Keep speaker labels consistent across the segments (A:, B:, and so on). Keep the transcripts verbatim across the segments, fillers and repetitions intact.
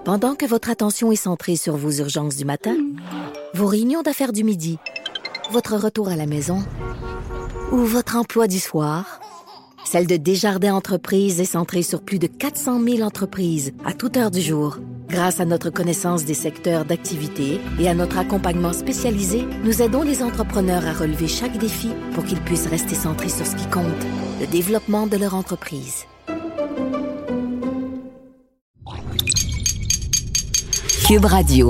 A: Pendant que votre attention est centrée sur vos urgences du matin, vos réunions d'affaires du midi, votre retour à la maison ou votre emploi du soir, celle de Desjardins Entreprises est centrée sur plus de quatre cent mille entreprises à toute heure du jour. Grâce à notre connaissance des secteurs d'activité et à notre accompagnement spécialisé, nous aidons les entrepreneurs à relever chaque défi pour qu'ils puissent rester centrés sur ce qui compte, le développement de leur entreprise. Cube Radio.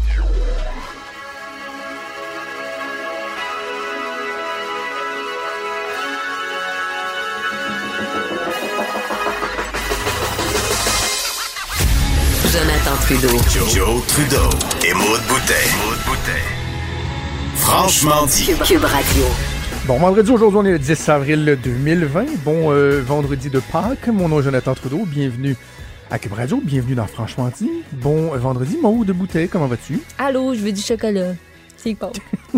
A: Jonathan Trudeau.
B: Joe, Joe Trudeau et Maude Boutet. Franchement dit.
A: Cube, Cube Radio.
C: Bon, vendredi, aujourd'hui, on est le dix avril deux mille vingt. Bon euh, vendredi de Pâques. Mon nom est Jonathan Trudeau. Bienvenue à Cube Radio. Bienvenue dans Franchement dit. Bon euh, vendredi, Maude Boutet, comment vas-tu?
D: Allô, je veux du chocolat. C'est bon.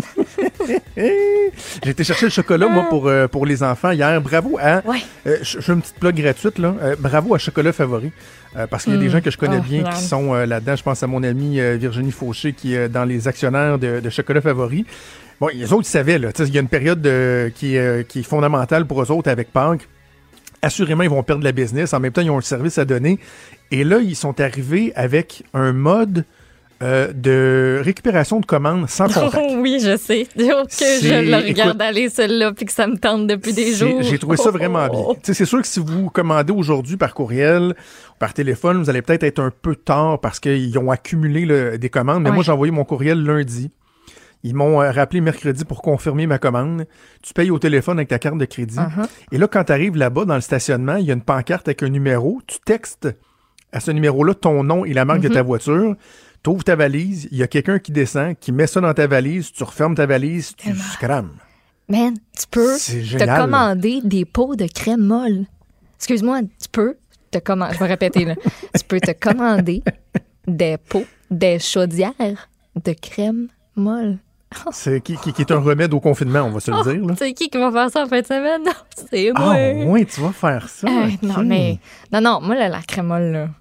C: J'ai été chercher le chocolat, moi, pour, euh, pour les enfants hier. Bravo à...
D: Ouais.
C: Euh, je fais une petite plug gratuite, là. Euh, bravo à Chocolat Favori. Euh, parce qu'il y a mm. des gens que je connais
D: oh,
C: bien
D: man.
C: qui sont euh, là-dedans. Je pense à mon amie euh, Virginie Fauché qui est dans les actionnaires de, de Chocolat Favori. Bon, les autres, ils savaient, là. Il y a une période euh, qui, euh, qui est fondamentale pour eux autres avec Pâques. Assurément, ils vont perdre la business. En même temps, ils ont un service à donner. Et là, ils sont arrivés avec un mode... Euh, de récupération de commandes sans contact.
D: Oh oui, je sais. Oh, que
C: c'est...
D: je le regarde
C: Écoute,
D: aller, celle-là, puis que ça me tente depuis des
C: c'est...
D: jours.
C: J'ai trouvé ça vraiment bien. Oh. C'est sûr que si vous commandez aujourd'hui par courriel ou par téléphone, vous allez peut-être être un peu tard parce qu'ils ont accumulé là, des commandes. Mais ouais. Moi, j'ai envoyé mon courriel lundi. Ils m'ont rappelé mercredi pour confirmer ma commande. Tu payes au téléphone avec ta carte de crédit. Uh-huh. Et là, quand tu arrives là-bas dans le stationnement, il y a une pancarte avec un numéro. Tu textes à ce numéro-là ton nom et la marque uh-huh. de ta voiture. Tu ouvres ta valise, il y a quelqu'un qui descend, qui met ça dans ta valise, tu refermes ta valise, tu scrames.
D: Man, tu peux te commander des pots de crème molle. Excuse-moi, tu peux te commander, je vais répéter là, tu peux te commander des pots, des chaudières de crème molle.
C: C'est qui, qui, qui est un remède au confinement, on va se le
D: oh,
C: dire. Là.
D: C'est qui qui va faire ça en fin de semaine? Non, c'est moi.
C: Ah, oui, tu vas faire ça.
D: Euh,
C: okay.
D: Non, mais non, non, moi, là, la crème molle, là.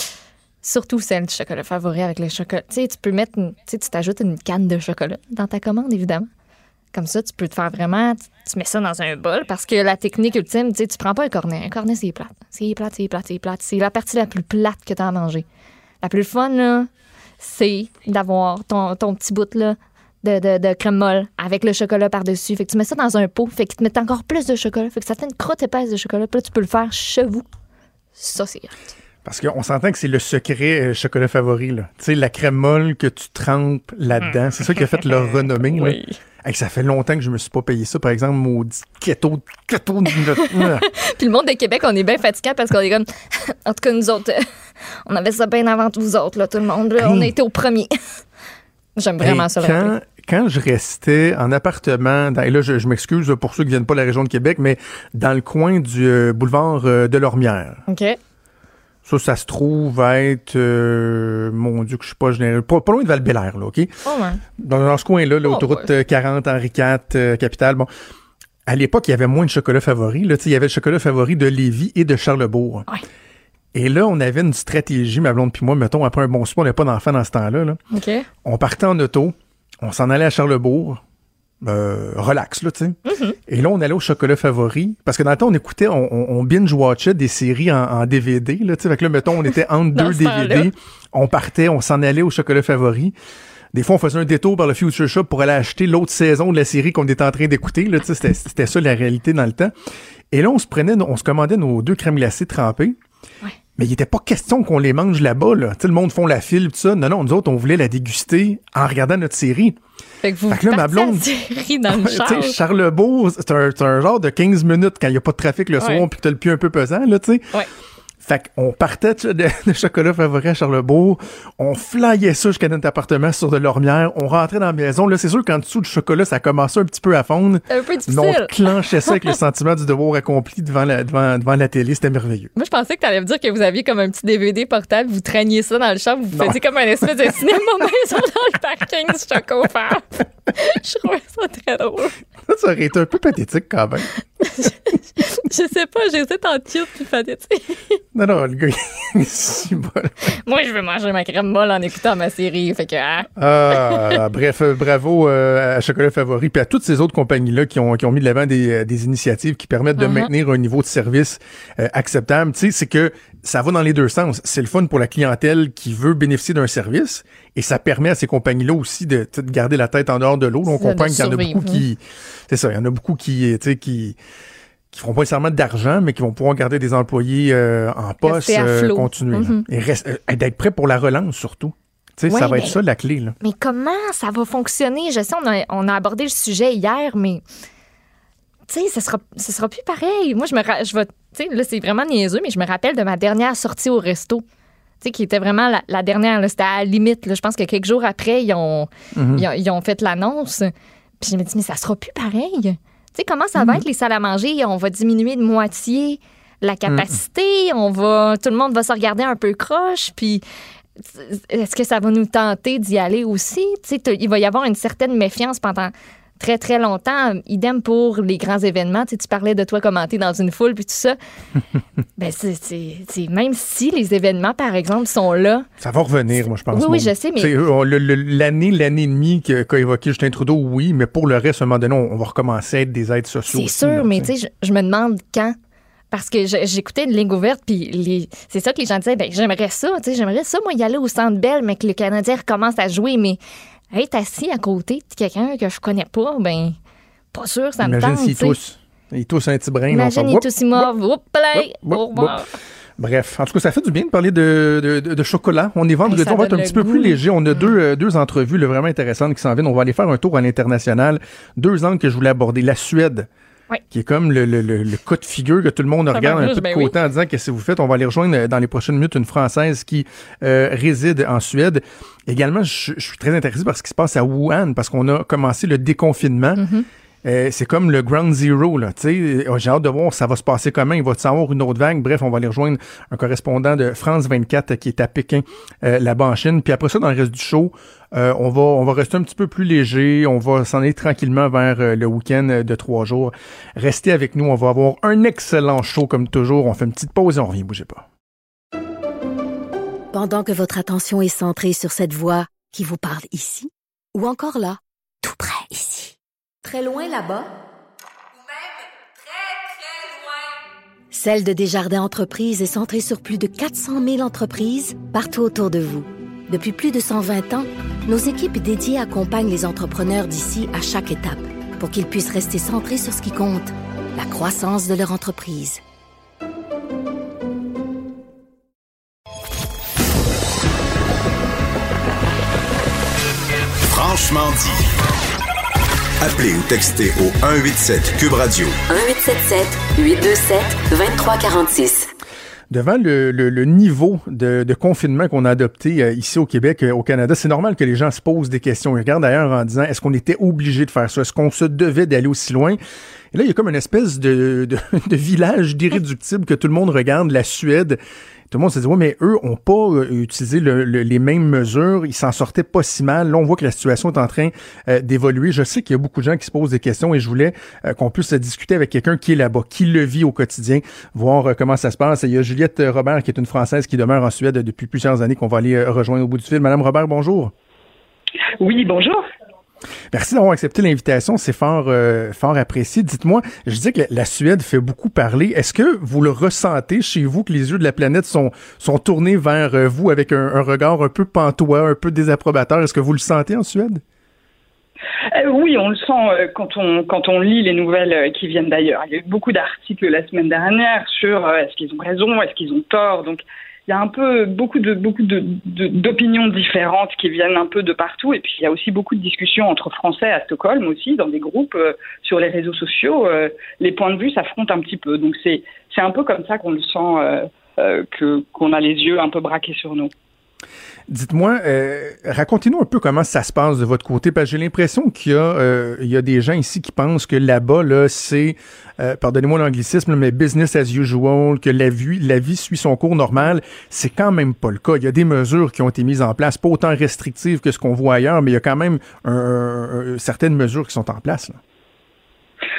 D: Surtout celle du chocolat favori avec les chocolats. Tu sais, tu peux mettre, une, tu sais, tu t'ajoutes une canne de chocolat dans ta commande, évidemment. Comme ça, tu peux te faire vraiment, tu, tu mets ça dans un bol parce que la technique ultime, tu sais, tu prends pas un cornet. Un cornet, c'est plate. C'est plate, c'est plate, c'est plate. C'est la partie la plus plate que tu as à manger. La plus fun, là, c'est d'avoir ton, ton petit bout, là, de, de, de crème molle avec le chocolat par-dessus. Fait que tu mets ça dans un pot, fait qu'ils te mettent encore plus de chocolat. Fait que ça fait une croûte épaisse de chocolat. Puis là, tu peux le faire chez vous. Ça, c'est hot.
C: Parce qu'on s'entend que c'est le secret euh, chocolat favori, là. Tu sais, la crème molle que tu trempes là-dedans. C'est ça qui a fait leur renommée,
D: oui.
C: là. Hey, ça fait longtemps que je me suis pas payé ça. Par exemple, maudit keto, keto de...
D: Puis le monde de Québec, on est bien fatiguant parce qu'on est comme... En tout cas, nous autres, euh, on avait ça bien avant vous autres, là, tout le monde. Là, hey. On a été au premier. J'aime vraiment hey, ça, le
C: quand, quand je restais en appartement, dans, et là, je, je m'excuse pour ceux qui viennent pas de la région de Québec, mais dans le coin du euh, boulevard euh, de Lormière.
D: OK.
C: Ça, ça se trouve être, euh, mon Dieu, que je suis pas généreux, pas, pas loin de Val-Bélair, là, OK?
D: Oh ouais.
C: Dans, dans ce coin-là, l'autoroute
D: oh ouais.
C: quarante, Henri quatre, euh, Capitale, bon. À l'époque, il y avait moins de chocolat favori, là, tu sais, il y avait le chocolat favori de Lévis et de Charlebourg.
D: Ouais.
C: Et là, on avait une stratégie, ma blonde puis moi, mettons, après un bon souper, on n'avait pas d'enfant dans ce temps-là, là.
D: OK.
C: On partait en auto, on s'en allait à Charlebourg, Euh, relax, là, tu sais. Mm-hmm. Et là, on allait au chocolat favori. Parce que dans le temps, on écoutait, on, on, on binge-watchait des séries en, en D V D, là, tu sais. Fait que là, mettons, on était entre deux D V D. On partait, on s'en allait au chocolat favori. Des fois, on faisait un détour par le Future Shop pour aller acheter l'autre saison de la série qu'on était en train d'écouter, là, tu sais. C'était, c'était ça, la réalité dans le temps. Et là, on se prenait, on se commandait nos deux crèmes glacées trempées.
D: Ouais.
C: Mais il n'était pas question qu'on les mange là-bas, là. Tu sais, le monde font la file, tout ça. Non, non, nous autres, on voulait la déguster en regardant notre série.
D: Fait que vous
C: fait que là, ma blonde,
D: la série dans le char.
C: Tu sais, Charlebourg, c'est un, c'est un genre de quinze minutes quand il n'y a pas de trafic le soir
D: ouais.
C: puis que t'as le pied un peu pesant, là, tu sais.
D: Ouais.
C: Fait qu'on partait de, de, de chocolat favori à Charlebourg, on flyait ça jusqu'à notre appartement sur de Lormière, on rentrait dans la maison. Là, c'est sûr qu'en dessous du chocolat, ça commençait un petit peu à fondre.
D: Un peu difficile.
C: Mais on clenchait ça avec le sentiment du devoir accompli devant la, devant, devant la télé. C'était merveilleux.
D: Moi, je pensais que tu allais me dire que vous aviez comme un petit D V D portable, vous traîniez ça dans le char, vous faisiez comme un espèce de cinéma maison dans le parking du Chocofab. Je trouvais ça très drôle.
C: Ça, ça aurait été un peu pathétique quand même.
D: Je sais pas, j'ai aussi tant cute puis fanatique.
C: Non, non, le gars, il est si bon.
D: Moi, je veux manger ma crème molle en écoutant ma série, fait que... Hein?
C: Ah, bref, euh, bravo euh, à Chocolat Favori puis à toutes ces autres compagnies-là qui ont, qui ont mis de l'avant des, des initiatives qui permettent de uh-huh. maintenir un niveau de service euh, acceptable. Tu sais, c'est que ça va dans les deux sens. C'est le fun pour la clientèle qui veut bénéficier d'un service et ça permet à ces compagnies-là aussi de, de garder la tête en dehors de l'eau. On comprend qu'il y en a beaucoup qui... C'est ça, il y en a beaucoup qui, tu sais, qui... qui feront pas nécessairement d'argent, mais qui vont pouvoir garder des employés euh, en poste, euh, continuer. Mm-hmm. Et reste, euh, d'être prêt pour la relance, surtout. Tu sais, ouais, ça va mais, être ça, la clé. Là.
D: Mais comment ça va fonctionner? Je sais, on a, on a abordé le sujet hier, mais... Tu sais, ce sera, ce sera plus pareil. Moi, je me... Je vais, tu sais, là, c'est vraiment niaiseux, mais je me rappelle de ma dernière sortie au resto. Tu sais, qui était vraiment la, la dernière. Là, c'était à la limite. Là. Je pense que quelques jours après, ils ont, mm-hmm. ils ont, ils ont fait l'annonce. Puis je me dis, mais ça sera plus pareil. Tu sais, comment ça va mmh. être les salles à manger? On va diminuer de moitié la capacité, mmh. on va, tout le monde va se regarder un peu croche, puis est-ce que ça va nous tenter d'y aller aussi? Tu sais, il va y avoir une certaine méfiance pendant très, très longtemps. Idem pour les grands événements. Tu sais, tu parlais de toi commenter dans une foule, puis tout ça. ben, c'est, c'est, c'est, même si les événements, par exemple, sont là...
C: Ça va revenir, moi, je pense.
D: Oui, oui, je sais, mais...
C: Le, le, l'année, l'année et demie qu'a, qu'a évoqué Justin Trudeau, oui, mais pour le reste, à un moment donné, on, on va recommencer à être des aides sociaux.
D: C'est
C: aussi,
D: sûr,
C: là,
D: mais tu sais, je, je me demande quand... Parce que je, j'écoutais une ligne ouverte, puis les, c'est ça que les gens disaient, ben j'aimerais ça, tu sais, j'aimerais ça, moi, y aller au Centre Bell, mais que le Canadien recommence à jouer, mais... être assis à côté de quelqu'un que je connais pas, ben, pas sûr, ça
C: Imagine
D: me tente.
C: Imagine s'il tousse. Il tousse un petit brin.
D: Imagine, il tousse mauve. Oups, là,
C: Bref, en tout cas, ça fait du bien de parler de, de, de, de chocolat. On est vendredi, hey, on va être un petit goût. peu plus léger. On a mmh. deux, euh, deux entrevues là, vraiment intéressantes qui s'en viennent. On va aller faire un tour à l'international. Deux angles que je voulais aborder. La Suède. Oui. Qui est comme le, le, le, le cas de figure que tout le monde regarde un peu de ben côté oui. en disant qu'est-ce que vous faites. On va aller rejoindre dans les prochaines minutes une Française qui euh, réside en Suède. Également, je, je suis très intéressé par ce qui se passe à Wuhan parce qu'on a commencé le déconfinement. Mm-hmm. Euh, c'est comme le ground zero, là. Tu sais, j'ai hâte de voir ça va se passer comment. Il va y avoir une autre vague. Bref, on va aller rejoindre un correspondant de France vingt-quatre qui est à Pékin, euh, là-bas en Chine. Puis après ça, dans le reste du show, euh, on va on va rester un petit peu plus léger. On va s'en aller tranquillement vers euh, le week-end de trois jours. Restez avec nous. On va avoir un excellent show comme toujours. On fait une petite pause et on revient. Bougez pas.
A: Pendant que votre attention est centrée sur cette voix qui vous parle ici ou encore là, tout près ici. Très loin là-bas? Ou même très, très loin? Celle de Desjardins Entreprises est centrée sur plus de quatre cent mille entreprises partout autour de vous. Depuis plus de cent vingt ans, nos équipes dédiées accompagnent les entrepreneurs d'ici à chaque étape pour qu'ils puissent rester centrés sur ce qui compte, la croissance de leur entreprise.
B: Franchement dit. Appelez ou textez au un huit sept Cube Radio.
E: un huit sept sept huit deux sept deux trois quatre six.
C: Devant le, le, le niveau de, de confinement qu'on a adopté euh, ici au Québec, euh, au Canada, c'est normal que les gens se posent des questions. Ils regardent d'ailleurs en disant, est-ce qu'on était obligé de faire ça? Est-ce qu'on se devait d'aller aussi loin? Et là, il y a comme une espèce de, de, de village d'irréductibles que tout le monde regarde, la Suède. Tout le monde se dit, oui, mais eux ont pas euh, utilisé le, le, les mêmes mesures. Ils s'en sortaient pas si mal. Là, on voit que la situation est en train euh, d'évoluer. Je sais qu'il y a beaucoup de gens qui se posent des questions et je voulais euh, qu'on puisse discuter avec quelqu'un qui est là-bas, qui le vit au quotidien, voir euh, comment ça se passe. Il y a Juliette Robert, qui est une Française qui demeure en Suède depuis plusieurs années, qu'on va aller euh, rejoindre au bout du fil. Madame Robert, bonjour.
F: Oui, bonjour.
C: Merci d'avoir accepté l'invitation, c'est fort euh, fort apprécié. Dites-moi, je disais que la, la Suède fait beaucoup parler. Est-ce que vous le ressentez chez vous, que les yeux de la planète sont sont tournés vers euh, vous avec un, un regard un peu pantois, un peu désapprobateur? Est-ce que vous le sentez en Suède?
F: Euh, oui, on le sent euh, quand on quand on lit les nouvelles euh, qui viennent d'ailleurs. Il y a eu beaucoup d'articles la semaine dernière sur euh, est-ce qu'ils ont raison, est-ce qu'ils ont tort. Donc il y a un peu beaucoup de beaucoup de, de d'opinions différentes qui viennent un peu de partout, et puis il y a aussi beaucoup de discussions entre Français à Stockholm aussi, dans des groupes euh, sur les réseaux sociaux. Euh, les points de vue s'affrontent un petit peu, donc c'est c'est un peu comme ça qu'on le sent, euh, euh, que qu'on a les yeux un peu braqués sur nous.
C: Dites-moi, euh, racontez-nous un peu comment ça se passe de votre côté, parce que j'ai l'impression qu'il y a, euh, il y a des gens ici qui pensent que là-bas, là, c'est, euh, pardonnez-moi l'anglicisme, mais business as usual, que la vie, la vie suit son cours normal. C'est quand même pas le cas. Il y a des mesures qui ont été mises en place, pas autant restrictives que ce qu'on voit ailleurs, mais il y a quand même un, un, certaines mesures qui sont en place, là.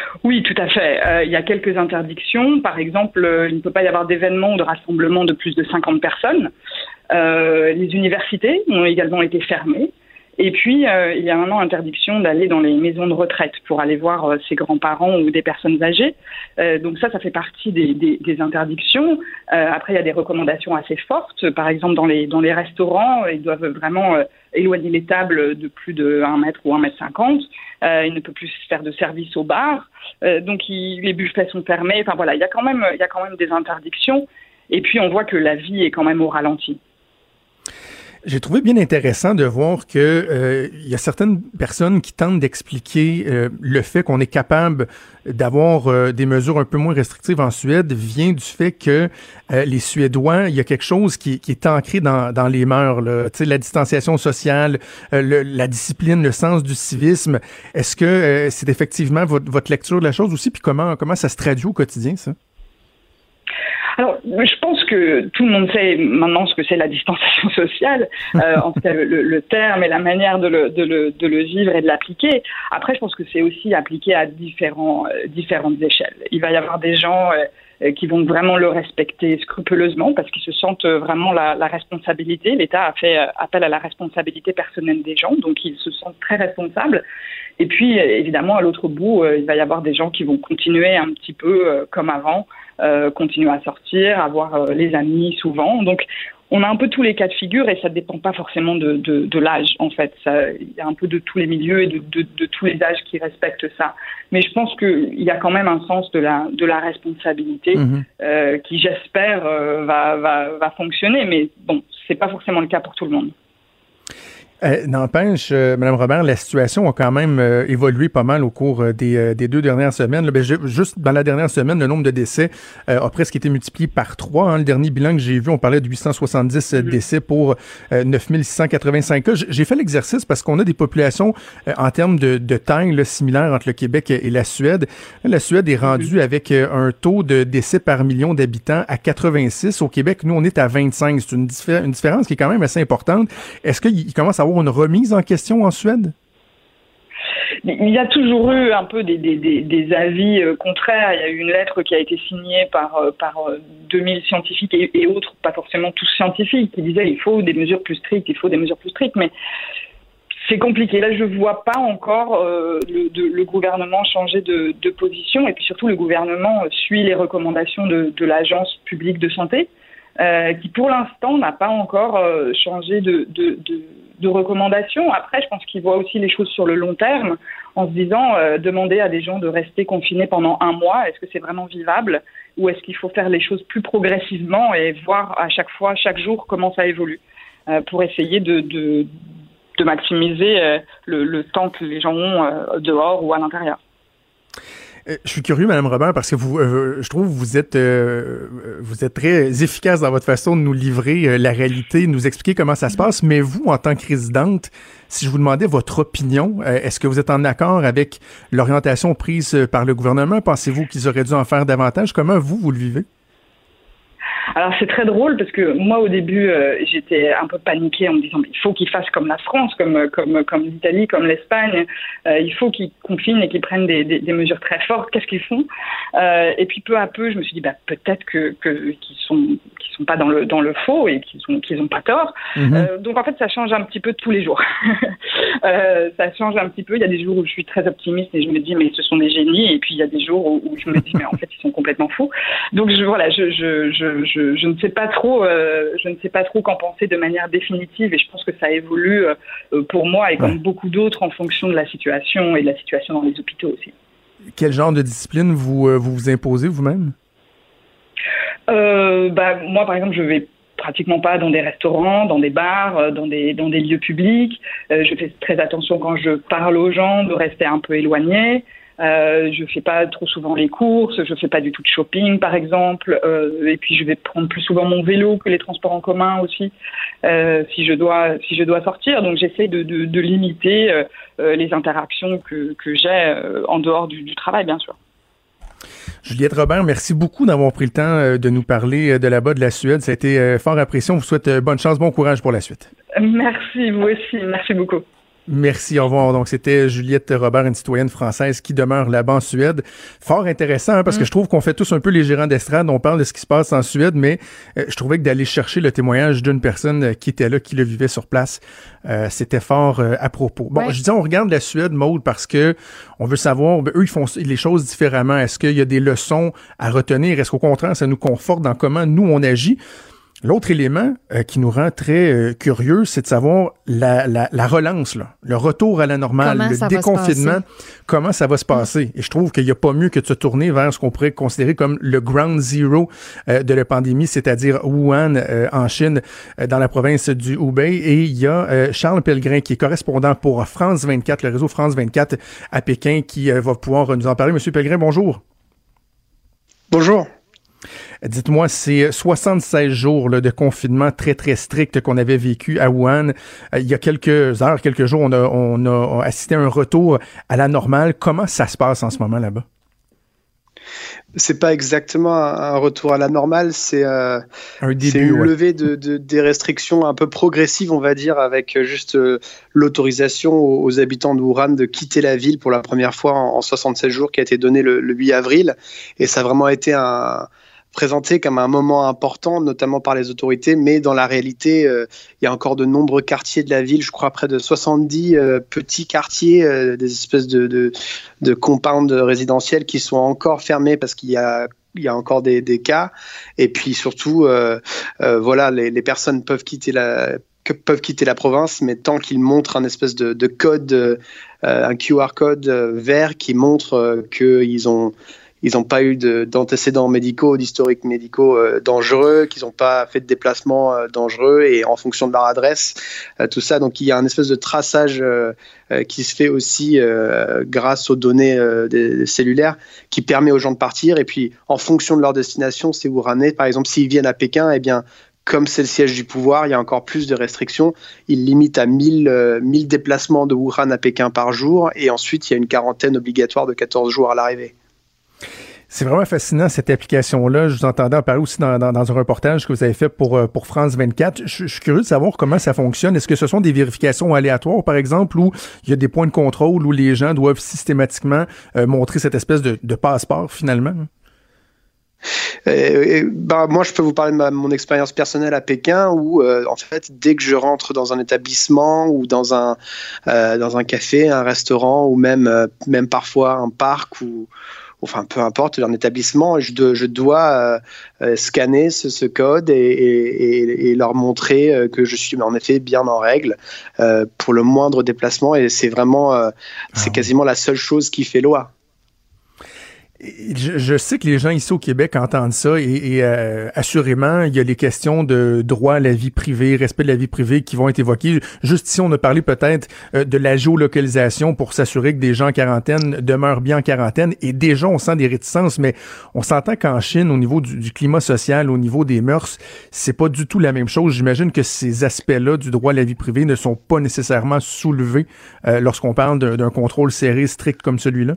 F: Oui, tout à fait. Euh, il y a quelques interdictions. Par exemple, euh, il ne peut pas y avoir d'événements ou de rassemblements de plus de cinquante personnes. Euh, les universités ont également été fermées. Et puis, euh, il y a maintenant interdiction d'aller dans les maisons de retraite pour aller voir euh, ses grands-parents ou des personnes âgées. Euh, donc ça, ça fait partie des, des, des interdictions. Euh, après, il y a des recommandations assez fortes. Par exemple, dans les, dans les restaurants, ils doivent vraiment euh, éloigner les tables de plus de un mètre ou un mètre cinquante. Euh, il ne peut plus faire de service au bar. Euh, donc, il, les buffets sont fermés. Enfin voilà, il y a quand même, il y a quand même des interdictions. Et puis, on voit que la vie est quand même au ralenti.
C: J'ai trouvé bien intéressant de voir que euh, il y a certaines personnes qui tentent d'expliquer euh, le fait qu'on est capable d'avoir euh, des mesures un peu moins restrictives en Suède vient du fait que euh, les Suédois, il y a quelque chose qui, qui est ancré dans, dans les mœurs, là. Tu sais, la distanciation sociale, euh, le, la discipline, le sens du civisme. Est-ce que euh, c'est effectivement votre, votre lecture de la chose aussi? Puis comment, comment ça se traduit au quotidien, ça?
F: Alors, je pense que tout le monde sait maintenant ce que c'est la distanciation sociale, euh, en tout cas le, le terme et la manière de le, de, le, de le vivre et de l'appliquer. Après, je pense que c'est aussi appliqué à différents, euh, différentes échelles. Il va y avoir des gens euh, qui vont vraiment le respecter scrupuleusement parce qu'ils se sentent vraiment la, la responsabilité. L'État a fait appel à la responsabilité personnelle des gens, donc ils se sentent très responsables. Et puis, évidemment, à l'autre bout, euh, il va y avoir des gens qui vont continuer un petit peu euh, comme avant, euh, continuer à sortir, avoir euh, les amis souvent. Donc, on a un peu tous les cas de figure et ça ne dépend pas forcément de, de, de l'âge, en fait. Ça, il y a un peu de tous les milieux et de, de, de tous les âges qui respectent ça. Mais je pense qu'il y a quand même un sens de la, de la responsabilité mmh. euh, qui, j'espère, euh, va, va, va fonctionner. Mais bon, ce n'est pas forcément le cas pour tout le monde.
C: Euh, n'empêche, euh, Mme Robert, la situation a quand même euh, évolué pas mal au cours euh, des, euh, des deux dernières semaines. Là, ben, je, juste dans la dernière semaine, le nombre de décès euh, a presque été multiplié par trois. Hein. Le dernier bilan que j'ai vu, on parlait de huit cent soixante-dix mmh. décès pour euh, neuf mille six cent quatre-vingt-cinq cas. J'ai fait l'exercice parce qu'on a des populations euh, en termes de, de taille là, similaires entre le Québec et la Suède. La Suède est rendue mmh. avec euh, un taux de décès par million d'habitants à quatre-vingt-six. Au Québec, nous, on est à vingt-cinq. C'est une, diffé- une différence qui est quand même assez importante. Est-ce qu'il commence à avoir une remise en question en Suède?
F: Il y a toujours eu un peu des, des, des, des avis euh, contraires. Il y a eu une lettre qui a été signée par, euh, par euh, deux mille scientifiques et, et autres, pas forcément tous scientifiques, qui disaient il faut des mesures plus strictes, il faut des mesures plus strictes, mais c'est compliqué. Là, je ne vois pas encore euh, le, de, le gouvernement changer de, de position et puis surtout le gouvernement suit les recommandations de, de l'Agence publique de santé euh, qui pour l'instant n'a pas encore euh, changé de, de, de de recommandations. Après, je pense qu'ils voient aussi les choses sur le long terme en se disant euh, demander à des gens de rester confinés pendant un mois, est-ce que c'est vraiment vivable ou est-ce qu'il faut faire les choses plus progressivement et voir à chaque fois, chaque jour, comment ça évolue euh, pour essayer de, de, de maximiser euh, le, le temps que les gens ont euh, dehors ou à l'intérieur.
C: Je suis curieux, Mme Robert, parce que vous, euh, je trouve que vous êtes, euh, vous êtes très efficace dans votre façon de nous livrer euh, la réalité, de nous expliquer comment ça se passe. Mais vous, en tant que résidente, si je vous demandais votre opinion, euh, est-ce que vous êtes en accord avec l'orientation prise par le gouvernement? Pensez-vous qu'ils auraient dû en faire davantage? Comment vous, vous le vivez?
F: Alors c'est très drôle parce que moi au début euh, j'étais un peu paniquée en me disant mais il faut qu'ils fassent comme la France, comme comme comme l'Italie, comme l'Espagne, euh, il faut qu'ils confinent et qu'ils prennent des, des, des mesures très fortes. Qu'est-ce qu'ils font euh, Et puis peu à peu je me suis dit bah peut-être que, que qu'ils sont qu'ils sont pas dans le dans le faux et qu'ils ont qu'ils ont pas tort. Mm-hmm. Euh, donc en fait ça change un petit peu tous les jours. euh, ça change un petit peu. Il y a des jours où je suis très optimiste et je me dis mais ce sont des génies et puis il y a des jours où, où je me dis mais en fait ils sont complètement fous. Donc je voilà je je je, je Je, je ne sais pas trop, euh, je ne sais pas trop qu'en penser de manière définitive et je pense que ça évolue euh, pour moi et comme ouais. beaucoup d'autres en fonction de la situation et de la situation dans les hôpitaux aussi.
C: Quel genre de discipline vous vous, vous imposez vous-même?
F: euh, bah, Moi, par exemple, je vais pratiquement pas dans des restaurants, dans des bars, dans des, dans des lieux publics. Euh, je fais très attention quand je parle aux gens de rester un peu éloigné. Euh, je fais pas trop souvent les courses, je fais pas du tout de shopping par exemple, euh, et puis je vais prendre plus souvent mon vélo que les transports en commun aussi euh, si je dois si je dois sortir. Donc j'essaie de, de, de limiter euh, les interactions que, que j'ai euh, en dehors du, du travail bien sûr.
C: Juliette Robert, merci beaucoup d'avoir pris le temps de nous parler de là-bas de la Suède. Ça a été fort apprécié. On vous souhaite bonne chance, bon courage pour la suite.
F: Merci, vous aussi. Merci beaucoup.
C: Merci, au revoir. Donc, c'était Juliette Robert, une citoyenne française qui demeure là-bas en Suède. Fort intéressant, hein, parce mm. que je trouve qu'on fait tous un peu les gérants d'estrade. On parle de ce qui se passe en Suède, mais euh, je trouvais que d'aller chercher le témoignage d'une personne qui était là, qui le vivait sur place, euh, c'était fort euh, à propos. Bon, ouais. je dis, on regarde la Suède, Maude, parce que on veut savoir, ben, eux, ils font les choses différemment. Est-ce qu'il y a des leçons à retenir? Est-ce qu'au contraire, ça nous conforte dans comment nous, on agit? L'autre élément euh, qui nous rend très euh, curieux, c'est de savoir la, la, la relance, là, le retour à la normale, comment le déconfinement, comment ça va se passer. Mmh. Et je trouve qu'il n'y a pas mieux que de se tourner vers ce qu'on pourrait considérer comme le ground zero euh, de la pandémie, c'est-à-dire Wuhan euh, en Chine, euh, dans la province du Hubei. Et il y a euh, Charles Pellegrin, qui est correspondant pour France vingt-quatre, le réseau France vingt-quatre à Pékin, qui euh, va pouvoir nous en parler. Monsieur Pellegrin, bonjour.
G: Bonjour.
C: Dites-moi, c'est soixante-seize jours là, de confinement très, très strict qu'on avait vécu à Wuhan. Euh, il y a quelques heures, quelques jours, on a, on a assisté à un retour à la normale. Comment ça se passe en ce moment là-bas?
G: C'est pas exactement un retour à la normale, c'est, euh, un début, c'est une ouais. levée de, de, des restrictions un peu progressives, on va dire, avec juste euh, l'autorisation aux, aux habitants de Wuhan de quitter la ville pour la première fois en, en soixante-seize jours, qui a été donnée le, le huit avril. Et ça a vraiment été un... présenté comme un moment important, notamment par les autorités, mais dans la réalité, euh, il y a encore de nombreux quartiers de la ville, je crois près de soixante-dix euh, petits quartiers, euh, des espèces de, de, de compounds résidentiels qui sont encore fermés parce qu'il y a il y a encore des, des cas. Et puis surtout, euh, euh, voilà, les, les personnes peuvent quitter la que peuvent quitter la province, mais tant qu'ils montrent un espèce de, de code, euh, un Q R code euh, vert qui montre euh, qu'ils ont Ils n'ont pas eu de, d'antécédents médicaux, d'historiques médicaux euh, dangereux, qu'ils n'ont pas fait de déplacements euh, dangereux et en fonction de leur adresse, euh, tout ça. Donc il y a un espèce de traçage euh, euh, qui se fait aussi euh, grâce aux données euh, des, des cellulaires qui permet aux gens de partir. Et puis en fonction de leur destination, c'est Wuhanais. Par exemple, s'ils viennent à Pékin, eh bien, comme c'est le siège du pouvoir, il y a encore plus de restrictions. Ils limitent à mille, euh, mille déplacements de Wuhan à Pékin par jour. Et ensuite, il y a une quarantaine obligatoire de quatorze jours à l'arrivée.
C: C'est vraiment fascinant, cette application-là. Je vous entendais en parler aussi dans, dans, dans un reportage que vous avez fait pour, pour France vingt-quatre. Je, je suis curieux de savoir comment ça fonctionne. Est-ce que ce sont des vérifications aléatoires, par exemple, où il y a des points de contrôle où les gens doivent systématiquement euh, montrer cette espèce de, de passeport, finalement?
G: Euh, bah, moi, je peux vous parler de ma, mon expérience personnelle à Pékin où, euh, en fait, dès que je rentre dans un établissement ou dans un, euh, dans un café, un restaurant ou même, euh, même parfois un parc ou enfin peu importe, un établissement, je, de, je dois euh, scanner ce, ce code et, et, et leur montrer euh, que je suis en effet bien en règle euh, pour le moindre déplacement et c'est vraiment, euh, c'est ah, quasiment la seule chose qui fait loi.
C: Je, je sais que les gens ici au Québec entendent ça et, et euh, assurément, il y a les questions de droit à la vie privée, respect de la vie privée qui vont être évoquées. Juste ici, on a parlé peut-être euh, de la géolocalisation pour s'assurer que des gens en quarantaine demeurent bien en quarantaine. Et déjà, on sent des réticences, mais on s'entend qu'en Chine, au niveau du, du climat social, au niveau des mœurs, c'est pas du tout la même chose. J'imagine que ces aspects-là du droit à la vie privée ne sont pas nécessairement soulevés euh, lorsqu'on parle d'un, d'un contrôle serré, strict comme celui-là.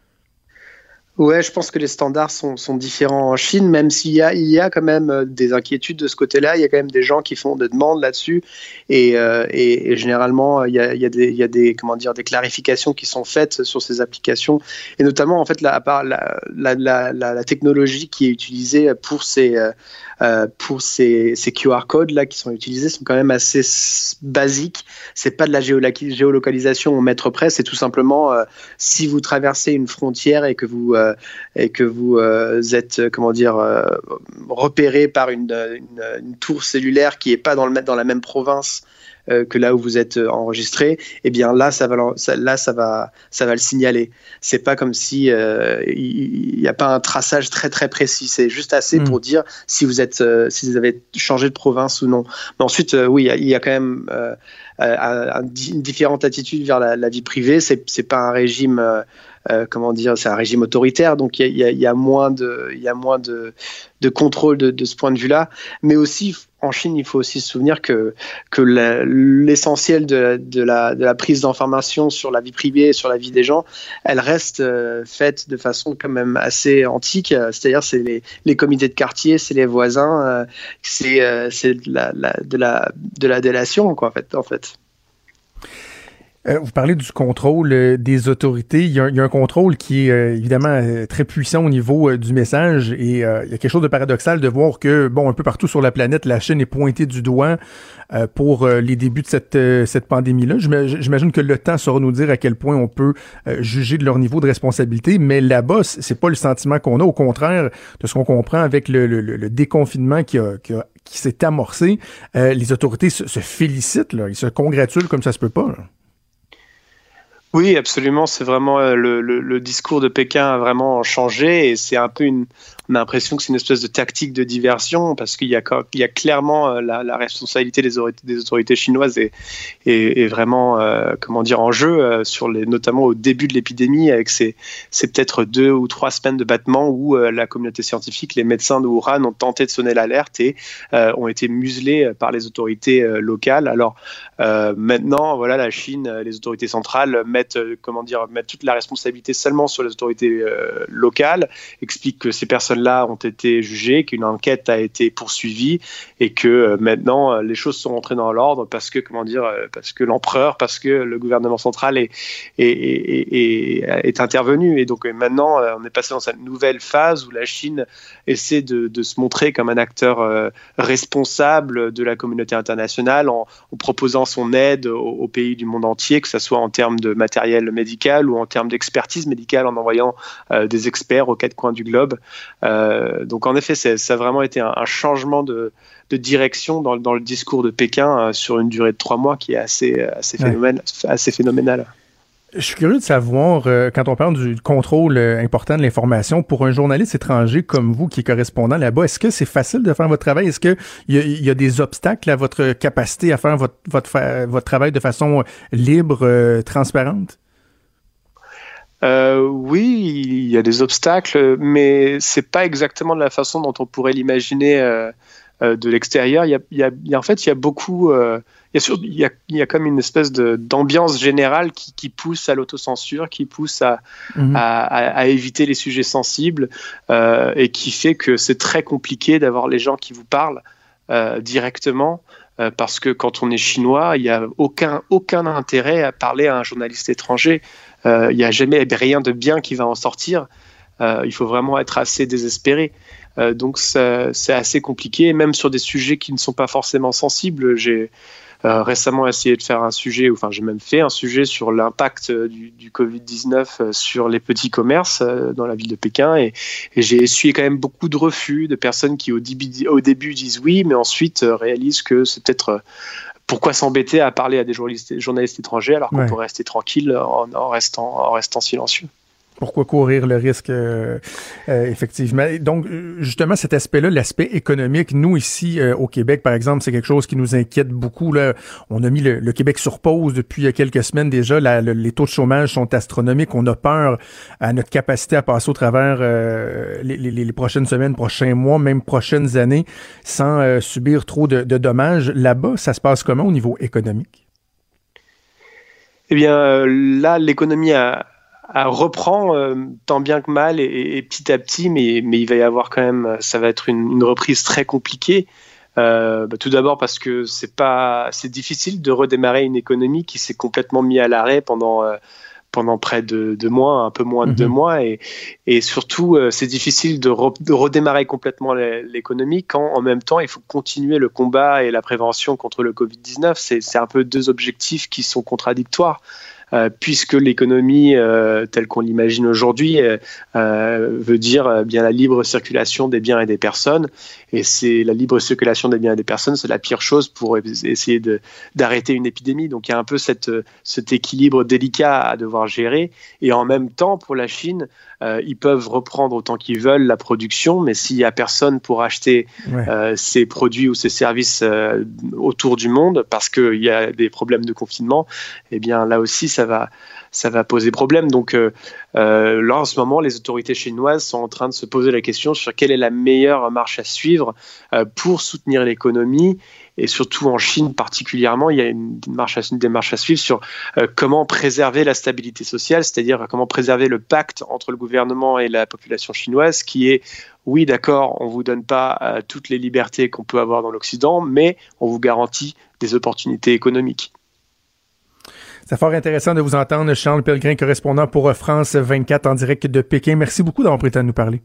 G: Ouais, je pense que les standards sont, sont différents en Chine, même s'il y a, il y a quand même des inquiétudes de ce côté-là. Il y a quand même des gens qui font des demandes là-dessus, et, euh, et, et généralement il y a, il y a des, il y a des, comment dire, des clarifications qui sont faites sur ces applications, et notamment en fait la, à part la, la, la, la, la technologie qui est utilisée pour ces, euh, pour ces, ces Q R codes là qui sont utilisés sont quand même assez basiques. C'est pas de la géolocalisation au mètre près, c'est tout simplement euh, si vous traversez une frontière et que vous euh, et que vous euh, êtes comment dire euh, repéré par une, une, une tour cellulaire qui est pas dans le dans la même province euh, que là où vous êtes enregistré, eh bien là ça va ça, là ça va ça va le signaler. C'est pas comme si euh, il n'y a pas un traçage très très précis. C'est juste assez mmh. pour dire si vous êtes euh, si vous avez changé de province ou non. Mais ensuite euh, oui il y, y a quand même euh, euh, une différente attitude vers la, la vie privée. C'est c'est pas un régime euh, Euh, comment dire, c'est un régime autoritaire, donc il y, y, y a moins de, il y a moins de, de contrôle de, de ce point de vue-là. Mais aussi, en Chine, il faut aussi se souvenir que que la, l'essentiel de, de la de la prise d'information sur la vie privée et sur la vie des gens, elle reste euh, faite de façon quand même assez antique. C'est-à-dire, c'est les, les comités de quartier, c'est les voisins, euh, c'est euh, c'est de la, la de la de la délation, quoi, en fait, en fait.
C: Euh, vous parlez du contrôle euh, des autorités. Il y, a, il y a un contrôle qui est euh, évidemment euh, très puissant au niveau euh, du message et euh, il y a quelque chose de paradoxal de voir que, bon, un peu partout sur la planète, la Chine est pointée du doigt euh, pour euh, les débuts de cette, euh, cette pandémie-là. J'imagine que le temps saura nous dire à quel point on peut euh, juger de leur niveau de responsabilité, mais là-bas, c'est pas le sentiment qu'on a. Au contraire de ce qu'on comprend avec le, le, le déconfinement qui a, qui a qui s'est amorcé, euh, les autorités se, se félicitent, là, ils se congratulent comme ça se peut pas. Là.
G: Oui, absolument. C'est vraiment euh, le, le, le discours de Pékin a vraiment changé et c'est un peu une. On a l'impression que c'est une espèce de tactique de diversion parce qu'il y a, il y a clairement euh, la, la responsabilité des autorités, des autorités chinoises et, et, et vraiment euh, comment dire en jeu euh, sur les, notamment au début de l'épidémie avec ces, ces peut-être deux ou trois semaines de battement où euh, la communauté scientifique, les médecins de Wuhan ont tenté de sonner l'alerte et euh, ont été muselés par les autorités euh, locales. Alors euh, maintenant, voilà, la Chine, les autorités centrales mettent euh, comment dire mettent toute la responsabilité seulement sur les autorités euh, locales, expliquent que ces personnes là ont été jugés, qu'une enquête a été poursuivie et que euh, maintenant euh, les choses sont rentrées dans l'ordre parce que comment dire euh, parce que l'empereur, parce que le gouvernement central est est, est, est, est intervenu et donc euh, maintenant euh, on est passé dans cette nouvelle phase où la Chine essaie de, de se montrer comme un acteur euh, responsable de la communauté internationale en, en proposant son aide aux, aux pays du monde entier, que ce soit en termes de matériel médical ou en termes d'expertise médicale en envoyant euh, des experts aux quatre coins du globe. Euh, donc en effet, ça a vraiment été un, un changement de, de direction dans, dans le discours de Pékin euh, sur une durée de trois mois qui est assez, assez, phénomène, ouais. assez phénoménale.
C: Je suis curieux de savoir, euh, quand on parle du contrôle euh, important de l'information, pour un journaliste étranger comme vous qui est correspondant là-bas, est-ce que c'est facile de faire votre travail? Est-ce qu'il y, y a des obstacles à votre capacité à faire votre, votre, votre travail de façon libre, euh, transparente?
G: Euh, oui, il y a des obstacles, mais c'est pas exactement de la façon dont on pourrait l'imaginer euh, euh, de l'extérieur. Il y a, il y a, il y a, en fait, il y a beaucoup, euh, il y a, sur, il y a, il y a comme une espèce de, d'ambiance générale qui, qui pousse à l'autocensure, qui pousse à, mmh. à, à, à éviter les sujets sensibles euh, et qui fait que c'est très compliqué d'avoir les gens qui vous parlent euh, directement. Euh, parce que quand on est chinois, il n'y a aucun, aucun intérêt à parler à un journaliste étranger. Euh, il n'y a jamais rien de bien qui va en sortir. Euh, il faut vraiment être assez désespéré. Euh, donc ça, c'est assez compliqué, même sur des sujets qui ne sont pas forcément sensibles. J'ai euh, récemment essayé de faire un sujet, enfin j'ai même fait un sujet sur l'impact du, du covid dix-neuf sur les petits commerces euh, dans la ville de Pékin et, et j'ai essuyé quand même beaucoup de refus de personnes qui au début, au début disent oui, mais ensuite euh, réalisent que c'est peut-être... Euh, pourquoi s'embêter à parler à des journalistes, journalistes étrangers alors qu'on ouais. peut rester tranquille en, en, restant, en restant silencieux?
C: Pourquoi courir le risque, euh, euh, effectivement. Donc, justement, cet aspect-là, l'aspect économique, nous, ici, euh, au Québec, par exemple, c'est quelque chose qui nous inquiète beaucoup. Là. On a mis le, le Québec sur pause depuis quelques semaines déjà. La, le, les taux de chômage sont astronomiques. On a peur à notre capacité à passer au travers euh, les, les, les prochaines semaines, prochains mois, même prochaines années, sans euh, subir trop de, de dommages. Là-bas, ça se passe comment au niveau économique?
G: Eh bien, euh, là, l'économie a... À reprend euh, tant bien que mal et, et petit à petit, mais, mais il va y avoir quand même, ça va être une, une reprise très compliquée. Euh, bah, tout d'abord parce que c'est pas, c'est difficile de redémarrer une économie qui s'est complètement mise à l'arrêt pendant euh, pendant près de deux mois, un peu moins de mmh. deux mois, et, et surtout euh, c'est difficile de, re, de redémarrer complètement l'économie quand en même temps il faut continuer le combat et la prévention contre le covid dix-neuf. C'est, c'est un peu deux objectifs qui sont contradictoires. Euh, puisque l'économie euh, telle qu'on l'imagine aujourd'hui euh, euh, veut dire euh, bien la libre circulation des biens et des personnes, et c'est la libre circulation des biens et des personnes, c'est la pire chose pour essayer de, d'arrêter une épidémie. Donc il y a un peu cette, cet équilibre délicat à devoir gérer, et en même temps pour la Chine, euh, ils peuvent reprendre autant qu'ils veulent la production, mais s'il y a personne pour acheter ouais. euh, ces produits ou ces services euh, autour du monde parce qu'il y a des problèmes de confinement, eh bien là aussi ça va, ça va poser problème. Donc euh, euh, là, en ce moment, les autorités chinoises sont en train de se poser la question sur quelle est la meilleure marche à suivre euh, pour soutenir l'économie. Et surtout en Chine particulièrement, il y a une, une marche à, une démarche à suivre sur euh, comment préserver la stabilité sociale, c'est-à-dire comment préserver le pacte entre le gouvernement et la population chinoise, qui est, oui, d'accord, on ne vous donne pas euh, toutes les libertés qu'on peut avoir dans l'Occident, mais on vous garantit des opportunités économiques.
C: C'est fort intéressant de vous entendre, Charles Pellegrin, correspondant pour France vingt-quatre en direct de Pékin. Merci beaucoup d'avoir pris le temps de nous parler.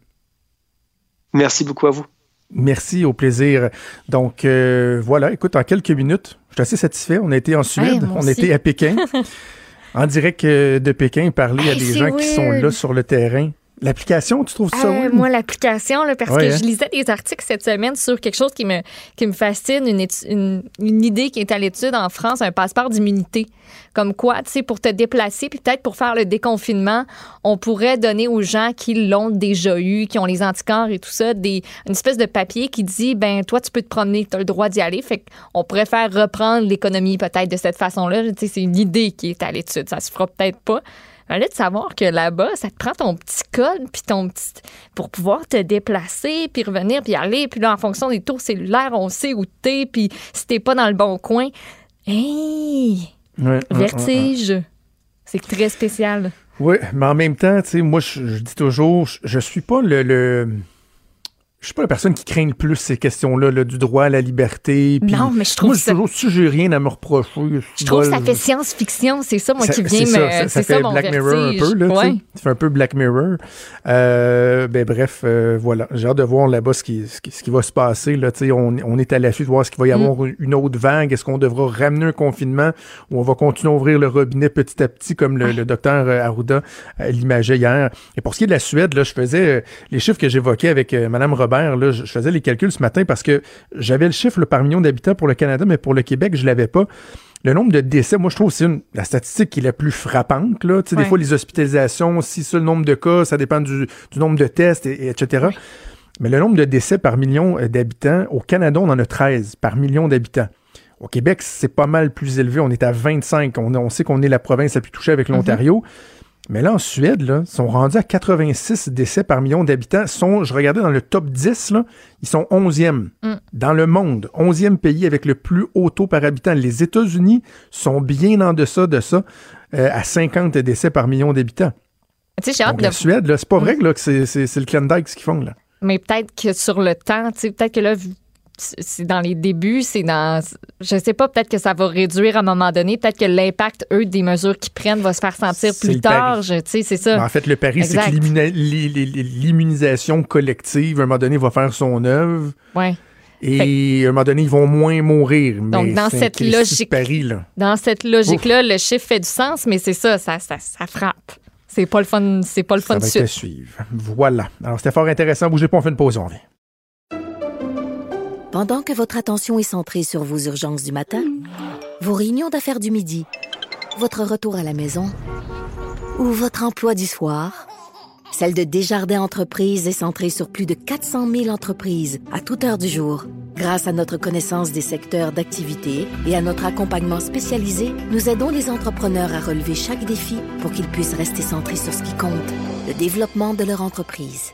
G: Merci beaucoup à vous.
C: Merci, au plaisir. Donc, euh, voilà, écoute, en quelques minutes, je suis assez satisfait. On a été en Suède,
D: hey,
C: on a été à Pékin, en direct de Pékin, parler hey, à des gens weird. qui sont là sur le terrain. L'application, tu trouves ça
D: euh,
C: oui?
D: Moi, l'application, là, parce
C: ouais,
D: que
C: hein?
D: je lisais des articles cette semaine sur quelque chose qui me, qui me fascine, une, étu- une, une idée qui est à l'étude en France, un passeport d'immunité. Comme quoi, tu sais, pour te déplacer, puis peut-être pour faire le déconfinement, on pourrait donner aux gens qui l'ont déjà eu, qui ont les anticorps et tout ça, des, une espèce de papier qui dit, ben toi, tu peux te promener, tu as le droit d'y aller. Fait qu'on pourrait faire reprendre l'économie peut-être de cette façon-là. Tu sais, c'est une idée qui est à l'étude. Ça se fera peut-être pas. Là, de savoir que là-bas, ça te prend ton petit code puis ton petit pour pouvoir te déplacer puis revenir puis aller. Puis là, en fonction des tours cellulaires, on sait où t'es. Puis si t'es pas dans le bon coin, hey,
C: ouais,
D: vertige.
C: Ouais, ouais.
D: C'est très spécial.
C: Oui, mais en même temps, tu sais, moi, je, je dis toujours, je, je suis pas le... le... Je suis pas la personne qui craint le plus ces questions-là, là, du droit à la liberté.
D: Non, mais je trouve
C: moi,
D: ça...
C: Moi, si j'ai rien à me reprocher...
D: Je trouve que ça fait science-fiction, c'est ça, moi,
C: ça,
D: qui vient
C: c'est
D: me...
C: Ça, ça,
D: c'est
C: ça,
D: ça,
C: fait
D: mon
C: Black
D: vertige.
C: Mirror un peu, là,
D: ouais.
C: tu sais. Ça fait un peu Black Mirror. Euh, ben bref, euh, voilà. J'ai hâte de voir là-bas ce qui, ce qui, ce qui va se passer, là, tu sais. On, on est à l'affût de voir ce qu'il va y avoir mm. une autre vague. Est-ce qu'on devra ramener un confinement ou on va continuer à ouvrir le robinet petit à petit, comme le, le docteur Arruda euh, l'imageait hier. Et pour ce qui est de la Suède, là, je faisais euh, les chiffres que j'évoquais avec euh, Mme Robert, là, je, je faisais les calculs ce matin parce que j'avais le chiffre là, par million d'habitants pour le Canada, mais pour le Québec, je l'avais pas. Le nombre de décès, moi, je trouve que c'est une, la statistique qui est la plus frappante. Là. Tu sais, ouais. Des fois, les hospitalisations, si ça, le nombre de cas, ça dépend du, du nombre de tests, et, et et cetera. Ouais. Mais le nombre de décès par million d'habitants, au Canada, on en a treize par million d'habitants. Au Québec, c'est pas mal plus élevé. On est à vingt-cinq. On, on sait qu'on est la province la plus touchée avec l'Ontario. Mm-hmm. Mais là, en Suède, là, ils sont rendus à quatre-vingt-six décès par million d'habitants. Sont, je regardais dans le top dix, là, ils sont onzième mm. dans le monde. onzième pays avec le plus haut taux par habitant. Les États-Unis sont bien en deçà de ça, euh, à cinquante décès par million d'habitants.
D: Tu sais, j'ai hâte
C: Donc,
D: de...
C: la Suède, là, c'est pas vrai là, que c'est, c'est, c'est le Klondike ce qu'ils font, là.
D: Mais peut-être que sur le temps, tu sais, peut-être que là, c'est dans les débuts, c'est dans... Je sais pas, peut-être que ça va réduire à un moment donné. Peut-être que l'impact, eux, des mesures qu'ils prennent va se faire sentir
C: c'est
D: plus tard. Tu sais, c'est ça.
C: Mais en fait, le pari, exact. C'est que l'immuni- l'immunisation collective, à un moment donné, va faire son œuvre.
D: Ouais.
C: Et
D: fait...
C: à un moment donné, ils vont moins mourir.
D: Donc,
C: mais
D: dans cette logique...
C: pari, là.
D: Dans cette logique-là, le chiffre fait du sens, mais c'est ça, ça, ça, ça frappe. C'est pas le fun, c'est pas le fun de suite.
C: Ça va être à suivre. Voilà. Alors, c'était fort intéressant. Bougez pas, on fait une pause, on revient.
A: Pendant que votre attention est centrée sur vos urgences du matin, vos réunions d'affaires du midi, votre retour à la maison ou votre emploi du soir, celle de Desjardins Entreprises est centrée sur plus de quatre cent mille entreprises à toute heure du jour. Grâce à notre connaissance des secteurs d'activité et à notre accompagnement spécialisé, nous aidons les entrepreneurs à relever chaque défi pour qu'ils puissent rester centrés sur ce qui compte, le développement de leur entreprise.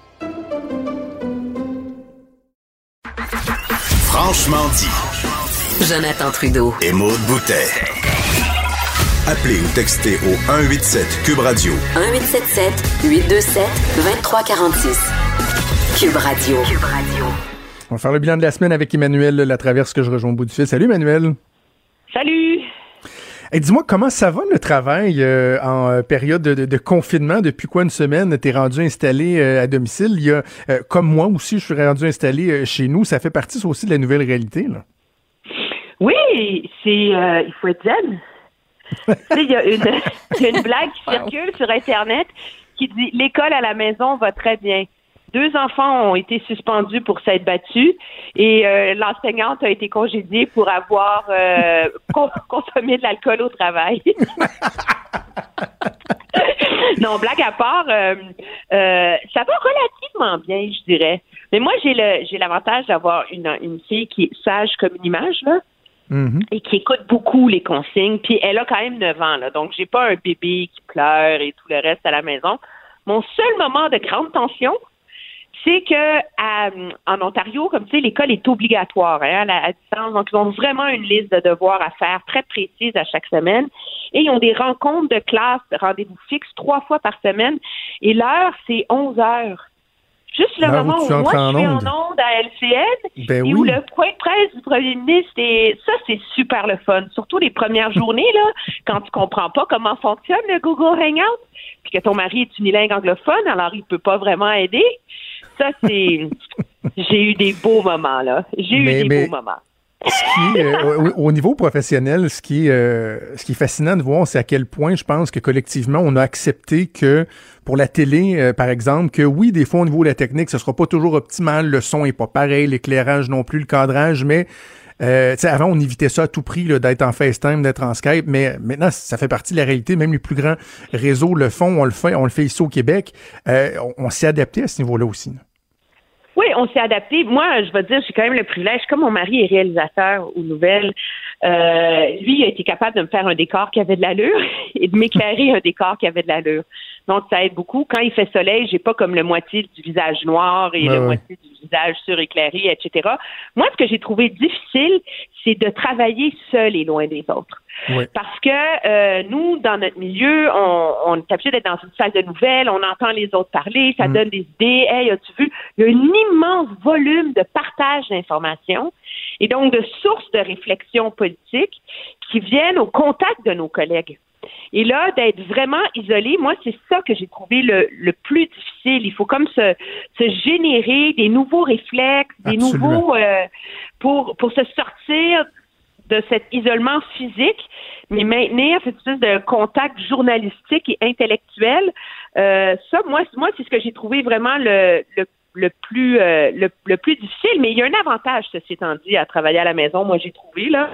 B: Franchement dit.
E: Jonathan Trudeau.
B: Et Maude Boutet. Appelez ou textez au un huit sept Cube Radio.
E: un huit sept sept huit deux sept deux trois quatre six. Cube Radio. Cube Radio.
C: On va faire le bilan de la semaine avec Emmanuel Latraverse que je rejoins au bout du fil. Salut Emmanuel.
F: Salut.
C: Hey, dis-moi, comment ça va le travail euh, en euh, période de, de, de confinement? Depuis quoi une semaine, t'es rendu installé euh, à domicile? Il y a, euh, comme moi aussi, je suis rendu installé euh, chez nous. Ça fait partie ça aussi de la nouvelle réalité, là.
H: Oui, c'est euh, il faut être zen. Tu sais, il y a une, il y a une blague qui circule sur Internet qui dit « L'école à la maison va très bien ». Deux enfants ont été suspendus pour s'être battus et euh, l'enseignante a été congédiée pour avoir euh, con- consommé de l'alcool au travail. Non, blague à part, euh, euh, ça va relativement bien, je dirais. Mais moi, j'ai le j'ai l'avantage d'avoir une, une fille qui est sage comme une image, là. Mm-hmm. Et qui écoute beaucoup les consignes. Puis elle a quand même neuf ans, là. Donc, j'ai pas un bébé qui pleure et tout le reste à la maison. Mon seul moment de grande tension, c'est que à, en Ontario, comme tu sais, l'école est obligatoire hein, à, la, à distance. Donc, ils ont vraiment une liste de devoirs à faire très précise à chaque semaine. Et ils ont des rencontres de classe, rendez-vous fixes trois fois par semaine. Et l'heure, c'est onze heures. Juste le
C: Là
H: moment
C: où,
H: où
C: tu
H: moi, je
C: en
H: suis en
C: onde.
H: onde à L C N
C: Ben
H: et
C: oui.
H: où le point de presse du premier ministre, et ça, c'est super le fun. Surtout les premières journées, là, quand tu comprends pas comment fonctionne le Google Hangout, puis que ton mari est unilingue anglophone, alors il peut pas vraiment aider. Ça, c'est... J'ai eu des beaux moments, là. J'ai
C: Mais-
H: eu des
C: mais-
H: beaux moments.
C: Ce qui, euh, au, au niveau professionnel, ce qui, est, euh, ce qui est fascinant de voir, c'est à quel point je pense que collectivement, on a accepté que pour la télé, euh, par exemple, que oui, des fois, au niveau de la technique, ce sera pas toujours optimal, le son est pas pareil, l'éclairage non plus, le cadrage, mais euh, tu sais, avant, on évitait ça à tout prix, là, d'être en FaceTime, d'être en Skype, mais maintenant, ça fait partie de la réalité. Même les plus grands réseaux le font, on le fait, on le fait ici au Québec. Euh, on, on s'est adapté à ce niveau-là aussi. Là.
H: Oui, on s'est adapté. Moi, je vais te dire, j'ai quand même le privilège, comme mon mari est réalisateur aux nouvelles, euh, lui, il a été capable de me faire un décor qui avait de l'allure et de m'éclairer un décor qui avait de l'allure. Donc, ça aide beaucoup. Quand il fait soleil, j'ai pas comme le moitié du visage noir et
C: Ouais,
H: le
C: ouais.
H: moitié du visage suréclairé, et cetera. Moi, ce que j'ai trouvé difficile, c'est de travailler seul et loin des autres.
C: Oui.
H: Parce que euh, nous, dans notre milieu, on, on est habitué d'être dans une salle de nouvelles, on entend les autres parler, ça
C: Mm.
H: donne des idées. Hey, as-tu vu? Il y a un immense volume de partage d'informations et donc de sources de réflexion politique qui viennent au contact de nos collègues. Et là, d'être vraiment isolé, moi, c'est ça que j'ai trouvé le, le plus difficile. Il faut comme se, se générer des nouveaux réflexes, des
C: Absolument.
H: nouveaux... euh, pour, pour se sortir de cet isolement physique, mais maintenir cette espèce de contact journalistique et intellectuel. Euh, ça, moi, moi, c'est ce que j'ai trouvé vraiment le, le, le plus euh, le, le plus difficile. Mais il y a un avantage, ceci étant dit, à travailler à la maison. Moi, j'ai trouvé là.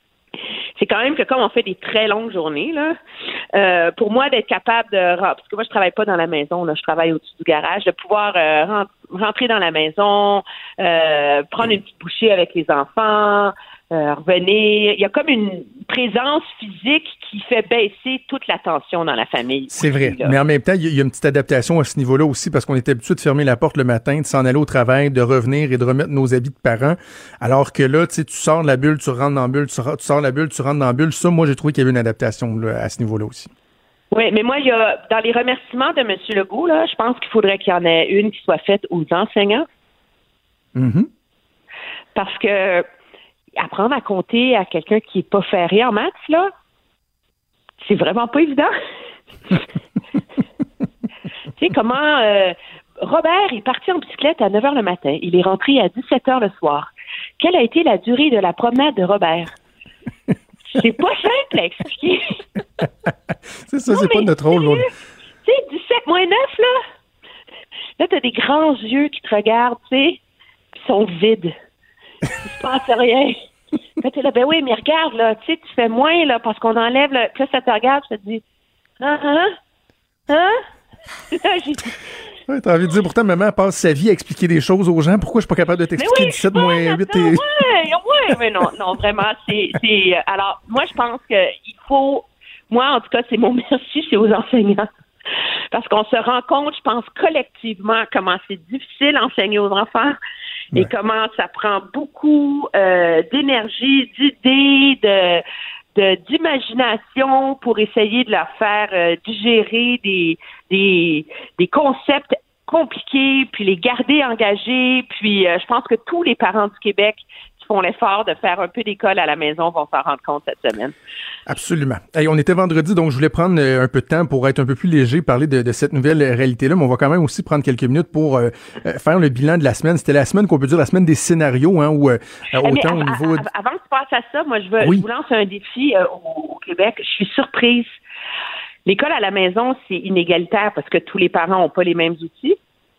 H: C'est quand même que comme on fait des très longues journées, là, euh, pour moi d'être capable de, parce que moi je travaille pas dans la maison, là, je travaille au-dessus du garage, de pouvoir euh, rentrer dans la maison, euh, prendre une petite bouchée avec les enfants, euh, revenir. Il y a comme une présence physique qui fait baisser toute la tension dans la famille.
C: C'est
H: aussi,
C: vrai.
H: là.
C: Mais en même temps, il y, y a une petite adaptation à ce niveau-là aussi parce qu'on est habitué de fermer la porte le matin, de s'en aller au travail, de revenir et de remettre nos habits de parents. Alors que là, tu sais, tu sors de la bulle, tu rentres dans la bulle, tu, sors, tu sors de la bulle, tu rentres dans la bulle. Ça, moi, j'ai trouvé qu'il y avait une adaptation là, à ce niveau-là aussi.
H: Oui, mais moi, il y a dans les remerciements de M. Legault, là, je pense qu'il faudrait qu'il y en ait une qui soit faite aux enseignants.
C: Mm-hmm.
H: Parce que apprendre à compter à quelqu'un qui n'est pas ferré en maths, là, c'est vraiment pas évident. Tu sais, comment euh, Robert est parti en bicyclette à neuf heures le matin. Il est rentré à dix-sept heures le soir. Quelle a été la durée de la promenade de Robert? C'est pas simple à expliquer.
C: C'est ça,
H: Non,
C: c'est pas
H: mais
C: notre rôle.
H: sérieux,
C: Là.
H: Tu sais, dix-sept moins neuf, là. Là, t'as des grands yeux qui te regardent, tu sais, puis ils sont vides. Il se passe rien. Là, t'es là, ben oui, mais regarde, là, tu sais, tu fais moins, là, parce qu'on enlève, le... Puis là, ça te regarde, ça te dit, ah, hein, hein? Là, j'ai dit,
C: Ouais, t'as envie de dire, pourtant, maman passe sa vie à expliquer des choses aux gens. Pourquoi je suis pas capable de t'expliquer
H: oui,
C: dix-sept
H: je
C: moins
H: sais,
C: huit
H: attends,
C: et...
H: Ouais, ouais, mais non, non, vraiment, c'est, c'est, alors, moi, je pense qu'il faut, moi, en tout cas, c'est mon merci, c'est aux enseignants. Parce qu'on se rend compte, je pense, collectivement, comment c'est difficile d'enseigner aux enfants et
C: Ouais.
H: comment ça prend beaucoup euh, d'énergie, d'idées, de, de d'imagination pour essayer de leur faire euh, digérer des, des, des concepts compliqués, puis les garder engagés. Puis euh, je pense que tous les parents du Québec qui font l'effort de faire un peu d'école à la maison vont s'en rendre compte cette semaine.
C: Absolument. Hey, on était vendredi, donc je voulais prendre euh, un peu de temps pour être un peu plus léger, parler de, de cette nouvelle réalité-là, mais on va quand même aussi prendre quelques minutes pour euh, euh, faire le bilan de la semaine. C'était la semaine qu'on peut dire la semaine des scénarios, hein, où euh,
H: Eh,
C: autant
H: mais
C: au
H: av-
C: niveau...
H: av- Avant que tu passes à ça, moi, je, veux,
C: Oui.
H: je vous lance un défi euh, au, au Québec. Je suis surprise. L'école à la maison, c'est inégalitaire parce que tous les parents n'ont pas les mêmes outils.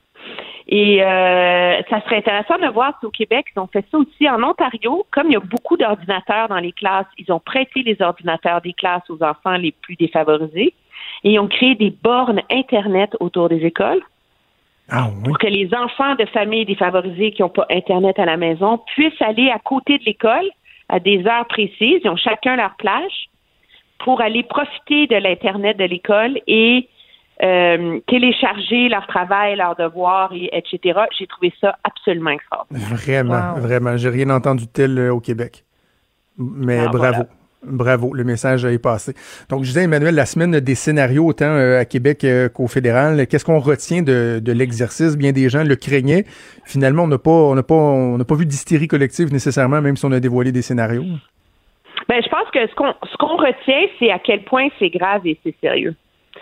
H: Et euh, ça serait intéressant de voir si au Québec, ils ont fait ça aussi. En Ontario, comme il y a beaucoup d'ordinateurs dans les classes, ils ont prêté les ordinateurs des classes aux enfants les plus défavorisés et ils ont créé des bornes Internet autour des écoles.
C: Ah oui.
H: Pour que les enfants de familles défavorisées qui n'ont pas Internet à la maison puissent aller à côté de l'école à des heures précises. Ils ont chacun leur plage pour aller profiter de l'Internet de l'école et euh, télécharger leur travail, leurs devoirs, et, etc. J'ai trouvé ça absolument extraordinaire.
C: Vraiment,
D: Wow.
C: vraiment. J'ai rien entendu tel euh, au Québec. Mais
H: Ah,
C: bravo.
H: voilà.
C: Bravo, le message est passé. Donc, je disais, Emmanuel, la semaine des scénarios, autant euh, à Québec euh, qu'au fédéral, qu'est-ce qu'on retient de, de l'exercice? Bien des gens le craignaient. Finalement, on n'a pas, on n'a pas, on n'a pas vu d'hystérie collective nécessairement, même si on a dévoilé des scénarios.
H: Ben, je pense que ce qu'on, ce qu'on retient, c'est à quel point c'est grave et c'est sérieux.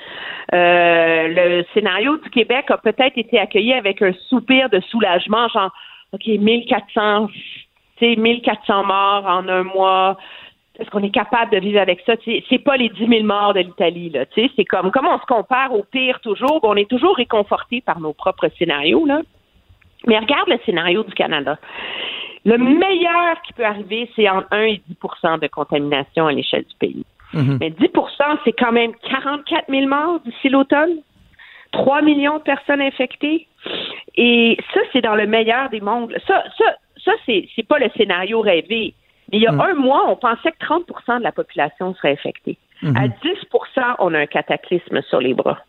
H: Euh, le scénario du Québec a peut-être été accueilli avec un soupir de soulagement, genre, OK, mille quatre cents, tu sais, mille quatre cents morts en un mois. Est-ce qu'on est capable de vivre avec ça? T'sais, c'est pas les dix mille morts de l'Italie, là. Tu sais, c'est comme, comme on se compare au pire toujours, on est toujours réconforté par nos propres scénarios, là. Mais regarde le scénario du Canada. Le meilleur qui peut arriver, c'est entre un et dix pour cent de contamination à l'échelle du pays. Mm-hmm. Mais dix pour cent, c'est quand même quarante-quatre mille morts d'ici l'automne, trois millions de personnes infectées. Et ça, c'est dans le meilleur des mondes. Ça, ça, ça c'est, c'est pas le scénario rêvé. Mais il y a mm. un mois, on pensait que trente pour cent de la population serait infectée. Mm-hmm. À dix pour cent, on a un cataclysme sur les bras.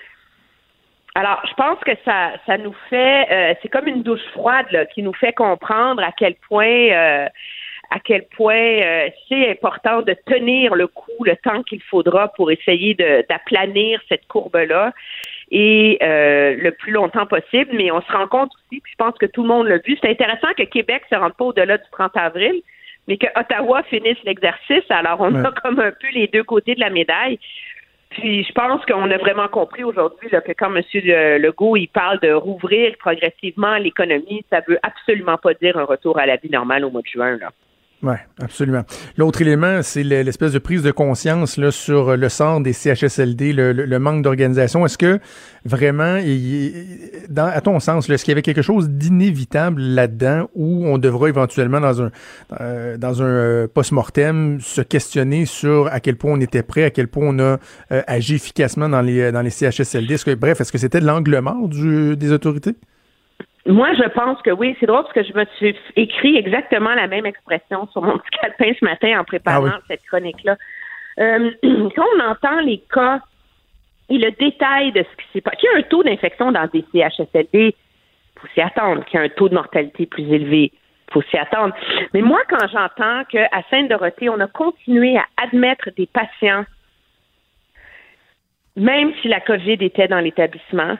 H: Alors, je pense que ça, ça nous fait, euh, c'est comme une douche froide là, qui nous fait comprendre à quel point, euh, à quel point euh, c'est important de tenir le coup le temps qu'il faudra pour essayer de, d'aplanir cette courbe-là et euh, le plus longtemps possible. Mais on se rend compte aussi, puis je pense que tout le monde l'a vu, c'est intéressant que Québec se rende pas au-delà du trente avril, mais que Ottawa finisse l'exercice. Alors, on ouais. a comme un peu les deux côtés de la médaille. Puis je pense qu'on a vraiment compris aujourd'hui là, que quand M. Legault il parle de rouvrir progressivement l'économie, ça veut absolument pas dire un retour à la vie normale au mois de juin, là.
C: Oui, absolument. L'autre élément, c'est l'espèce de prise de conscience là, sur le sort des C H S L D, le, le, le manque d'organisation. Est-ce que vraiment, il, dans, à ton sens, là, est-ce qu'il y avait quelque chose d'inévitable là-dedans où on devra éventuellement, dans un euh, dans un euh, post-mortem, se questionner sur à quel point on était prêt, à quel point on a euh, agi efficacement dans les dans les C H S L D? Est-ce que, bref, est-ce que c'était de l'angle mort du, des autorités?
H: Moi, je pense que oui. C'est drôle parce que je me suis écrit exactement la même expression sur mon petit calepin ce matin en préparant ah oui. cette chronique-là. Euh, quand on entend les cas et le détail de ce qui s'est passé, qu'il y a un taux d'infection dans des C H S L D, il faut s'y attendre. Qu'il y a un taux de mortalité plus élevé, il faut s'y attendre. Mais moi, quand j'entends qu'à Sainte-Dorothée, on a continué à admettre des patients, même si la COVID était dans l'établissement,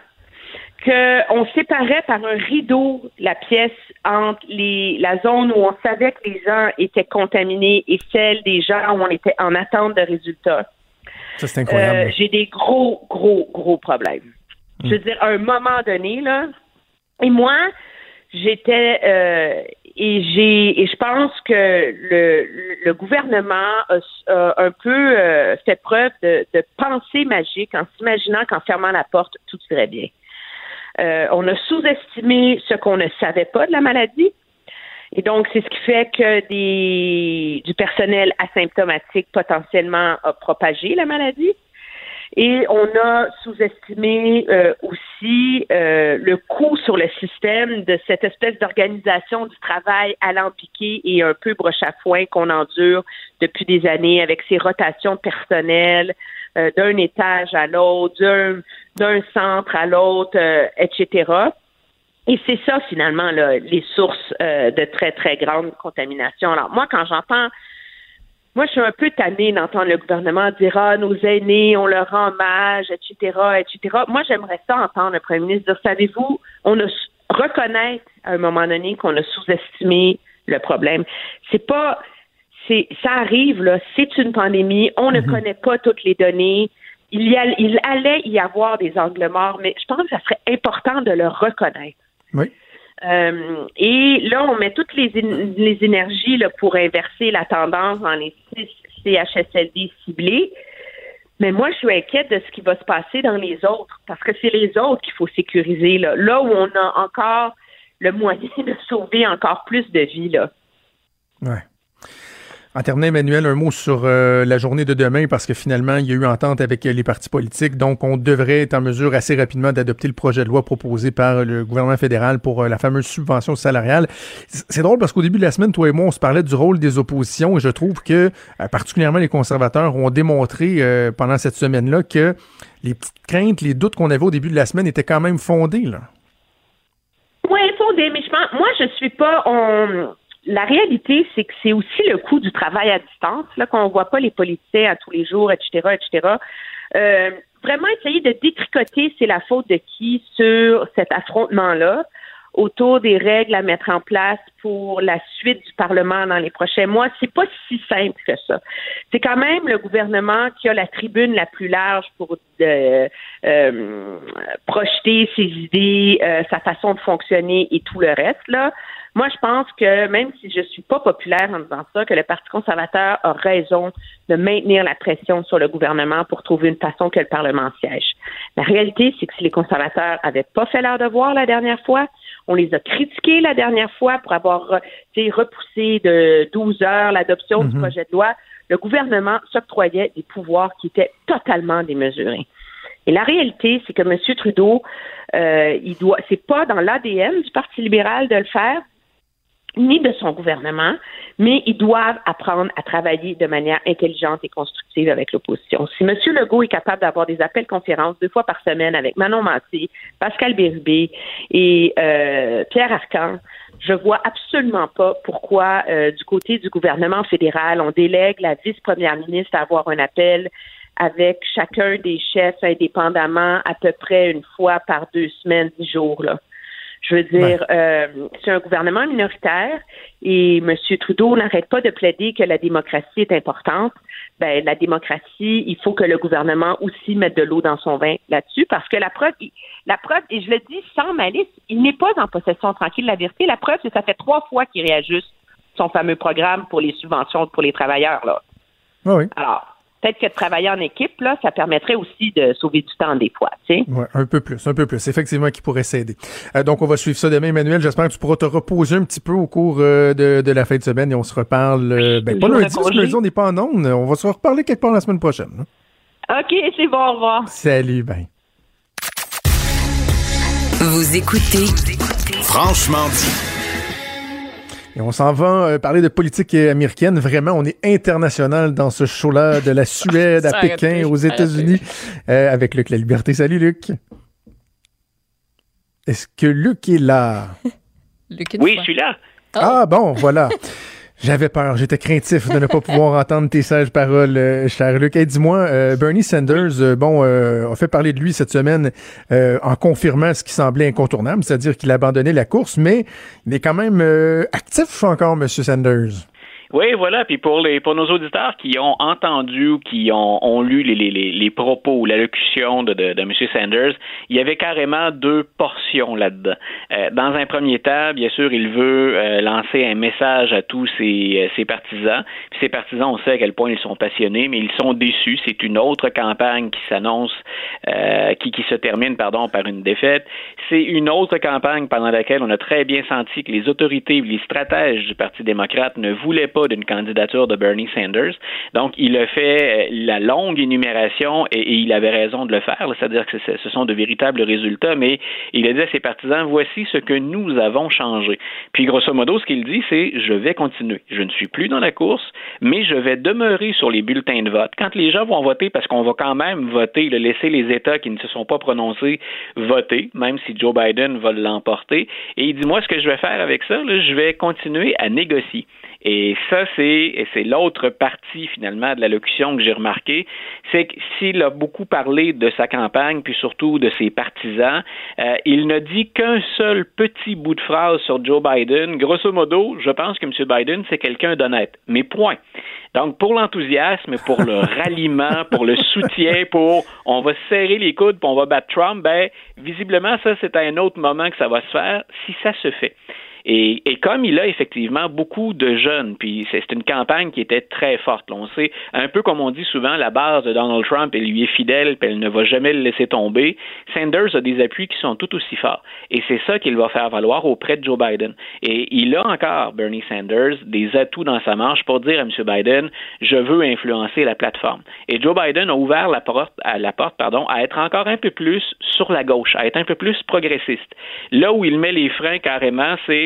H: qu'on séparait par un rideau la pièce entre les, la zone où on savait que les gens étaient contaminés et celle des gens où on était en attente de résultats.
C: Ça, c'est incroyable. Euh,
H: j'ai des gros, gros, gros problèmes. Mmh. Je veux dire, à un moment donné, là, et moi, j'étais, euh, et j'ai, et je pense que le, le gouvernement a, a un peu euh, fait preuve de, de pensée magique en s'imaginant qu'en fermant la porte, tout irait bien. Euh, on a sous-estimé ce qu'on ne savait pas de la maladie. Et donc, c'est ce qui fait que des, du personnel asymptomatique potentiellement a propagé la maladie. Et on a sous-estimé euh, aussi euh, le coût sur le système de cette espèce d'organisation du travail alambiquée et un peu broche à foin qu'on endure depuis des années avec ces rotations de personnel euh, d'un étage à l'autre, d'un, d'un centre à l'autre, euh, et cetera. Et c'est ça, finalement, là, les sources euh, de très, très grande contamination. Alors, moi, quand j'entends Moi, je suis un peu tannée d'entendre le gouvernement dire « Ah, nos aînés, on leur rend hommage, et cetera, et cetera » Moi, j'aimerais ça entendre le premier ministre dire « Savez-vous, on a reconnaître à un moment donné qu'on a sous-estimé le problème. » C'est pas... c'est ça arrive, là. C'est une pandémie. On mm-hmm. ne connaît pas toutes les données. Il, y a, il allait y avoir des angles morts, mais je pense que ça serait important de le reconnaître.
C: Oui.
H: Euh, et là, on met toutes les, les énergies là, pour inverser la tendance dans les six C H S L D ciblés. Mais moi, je suis inquiète de ce qui va se passer dans les autres, parce que c'est les autres qu'il faut sécuriser. Là, là où on a encore le moyen de sauver encore plus de vies. Là.
C: Ouais. En terminant, Emmanuel, un mot sur euh, la journée de demain, parce que finalement, il y a eu entente avec les partis politiques, donc on devrait être en mesure assez rapidement d'adopter le projet de loi proposé par le gouvernement fédéral pour euh, la fameuse subvention salariale. C'est drôle parce qu'au début de la semaine, toi et moi, on se parlait du rôle des oppositions, et je trouve que euh, particulièrement les conservateurs ont démontré euh, pendant cette semaine-là que les petites craintes, les doutes qu'on avait au début de la semaine étaient quand même fondés, là.
H: Oui, fondés, mais je pense, moi, je suis pas... On... la réalité, c'est que c'est aussi le coût du travail à distance, là, qu'on ne voit pas les politiciens à tous les jours, et cetera, et cetera. Euh, vraiment essayer de détricoter c'est la faute de qui sur cet affrontement-là autour des règles à mettre en place pour la suite du Parlement dans les prochains mois. C'est pas si simple que ça. C'est quand même le gouvernement qui a la tribune la plus large pour euh, euh, projeter ses idées, euh, sa façon de fonctionner et tout le reste, là. Moi, je pense que même si je suis pas populaire en disant ça, que le Parti conservateur a raison de maintenir la pression sur le gouvernement pour trouver une façon que le Parlement siège. La réalité, c'est que si les conservateurs avaient pas fait leur devoir la dernière fois, on les a critiqués la dernière fois pour avoir repoussé de douze heures l'adoption mm-hmm. du projet de loi, le gouvernement s'octroyait des pouvoirs qui étaient totalement démesurés. Et la réalité, c'est que M. Trudeau, euh, il doit, c'est pas dans l'A D N du Parti libéral de le faire, ni de son gouvernement, mais ils doivent apprendre à travailler de manière intelligente et constructive avec l'opposition. Si M. Legault est capable d'avoir des appels conférences deux fois par semaine avec Manon Massé, Pascal Bérubé et euh, Pierre Arcan, je vois absolument pas pourquoi euh, du côté du gouvernement fédéral, on délègue la vice-première ministre à avoir un appel avec chacun des chefs indépendamment à peu près une fois par deux semaines, dix jours, là. Je veux dire, ouais. euh, c'est un gouvernement minoritaire et M. Trudeau n'arrête pas de plaider que la démocratie est importante. Ben, la démocratie, il faut que le gouvernement aussi mette de l'eau dans son vin là-dessus parce que la preuve, la preuve, et je le dis sans malice, il n'est pas en possession tranquille de la vérité. La preuve, c'est que ça fait trois fois qu'il réajuste son fameux programme pour les subventions pour les travailleurs, là.
C: Oui.
H: Alors, peut-être que de travailler en équipe, là, ça permettrait aussi de sauver du temps des fois, tu sais.
C: Ouais, un peu plus, un peu plus. Effectivement, qui pourrait s'aider. Euh, donc, on va suivre ça demain, Emmanuel. J'espère que tu pourras te reposer un petit peu au cours euh, de, de la fin de semaine et on se reparle, euh, ben, pas lundi, parce que lundi, on n'est pas en ondes. On va se reparler quelque part la semaine prochaine. Hein?
H: OK, c'est bon, au revoir.
C: Salut, ben.
E: Vous écoutez
B: Franchement dit.
C: Et on s'en va euh, parler de politique américaine. Vraiment, on est international dans ce show-là, de la Suède à Pékin, aux États-Unis, euh, avec Luc La Liberté. Salut, Luc. Est-ce que Luc est là?
I: Luc, oui, je suis là.
C: Oh. Ah bon, voilà. J'avais peur, j'étais craintif de ne pas pouvoir entendre tes sages paroles, euh, cher Luc. Hey, dis-moi, euh, Bernie Sanders, euh, bon, euh, a fait parler de lui cette semaine euh, en confirmant ce qui semblait incontournable, c'est-à-dire qu'il a abandonné la course, mais il est quand même euh, actif encore, M. Sanders.
I: Oui, voilà. Puis pour les pour nos auditeurs qui ont entendu ou qui ont, ont lu les, les, les propos ou l'allocution de, de, de M. Sanders, il y avait carrément deux portions là-dedans. Euh, dans un premier temps, bien sûr, il veut euh, lancer un message à tous ses, ses partisans. Puis ses partisans, on sait à quel point ils sont passionnés, mais ils sont déçus. C'est une autre campagne qui s'annonce, euh, qui, qui se termine, pardon, par une défaite. C'est une autre campagne pendant laquelle on a très bien senti que les autorités, les stratèges du Parti démocrate ne voulaient pas d'une candidature de Bernie Sanders. Donc, il a fait la longue énumération et, et il avait raison de le faire, là, c'est-à-dire que ce, ce sont de véritables résultats, mais il a dit à ses partisans, voici ce que nous avons changé. Puis, grosso modo, ce qu'il dit, c'est, je vais continuer. Je ne suis plus dans la course, mais je vais demeurer sur les bulletins de vote. Quand les gens vont voter, parce qu'on va quand même voter, là, laisser les États qui ne se sont pas prononcés voter, même si Joe Biden va l'emporter. Et il dit, moi, ce que je vais faire avec ça, là, je vais continuer à négocier. Et ça, c'est, et c'est l'autre partie, finalement, de l'allocution que j'ai remarqué, c'est que s'il a beaucoup parlé de sa campagne, puis surtout de ses partisans, euh, il ne dit qu'un seul petit bout de phrase sur Joe Biden. Grosso modo, je pense que M. Biden, c'est quelqu'un d'honnête. Mais point. Donc, pour l'enthousiasme, pour le ralliement, pour le soutien, pour on va se serrer les coudes, puis on va battre Trump, ben, visiblement, ça, c'est à un autre moment que ça va se faire, si ça se fait. Et, et comme il a effectivement beaucoup de jeunes, puis c'est, c'est une campagne qui était très forte. Là, on sait, un peu comme on dit souvent, la base de Donald Trump, elle lui est fidèle, puis elle ne va jamais le laisser tomber. Sanders a des appuis qui sont tout aussi forts. Et c'est ça qu'il va faire valoir auprès de Joe Biden. Et il a encore, Bernie Sanders, des atouts dans sa manche pour dire à M. Biden, je veux influencer la plateforme. Et Joe Biden a ouvert la porte, à, la porte pardon, à être encore un peu plus sur la gauche, à être un peu plus progressiste. Là où il met les freins carrément, c'est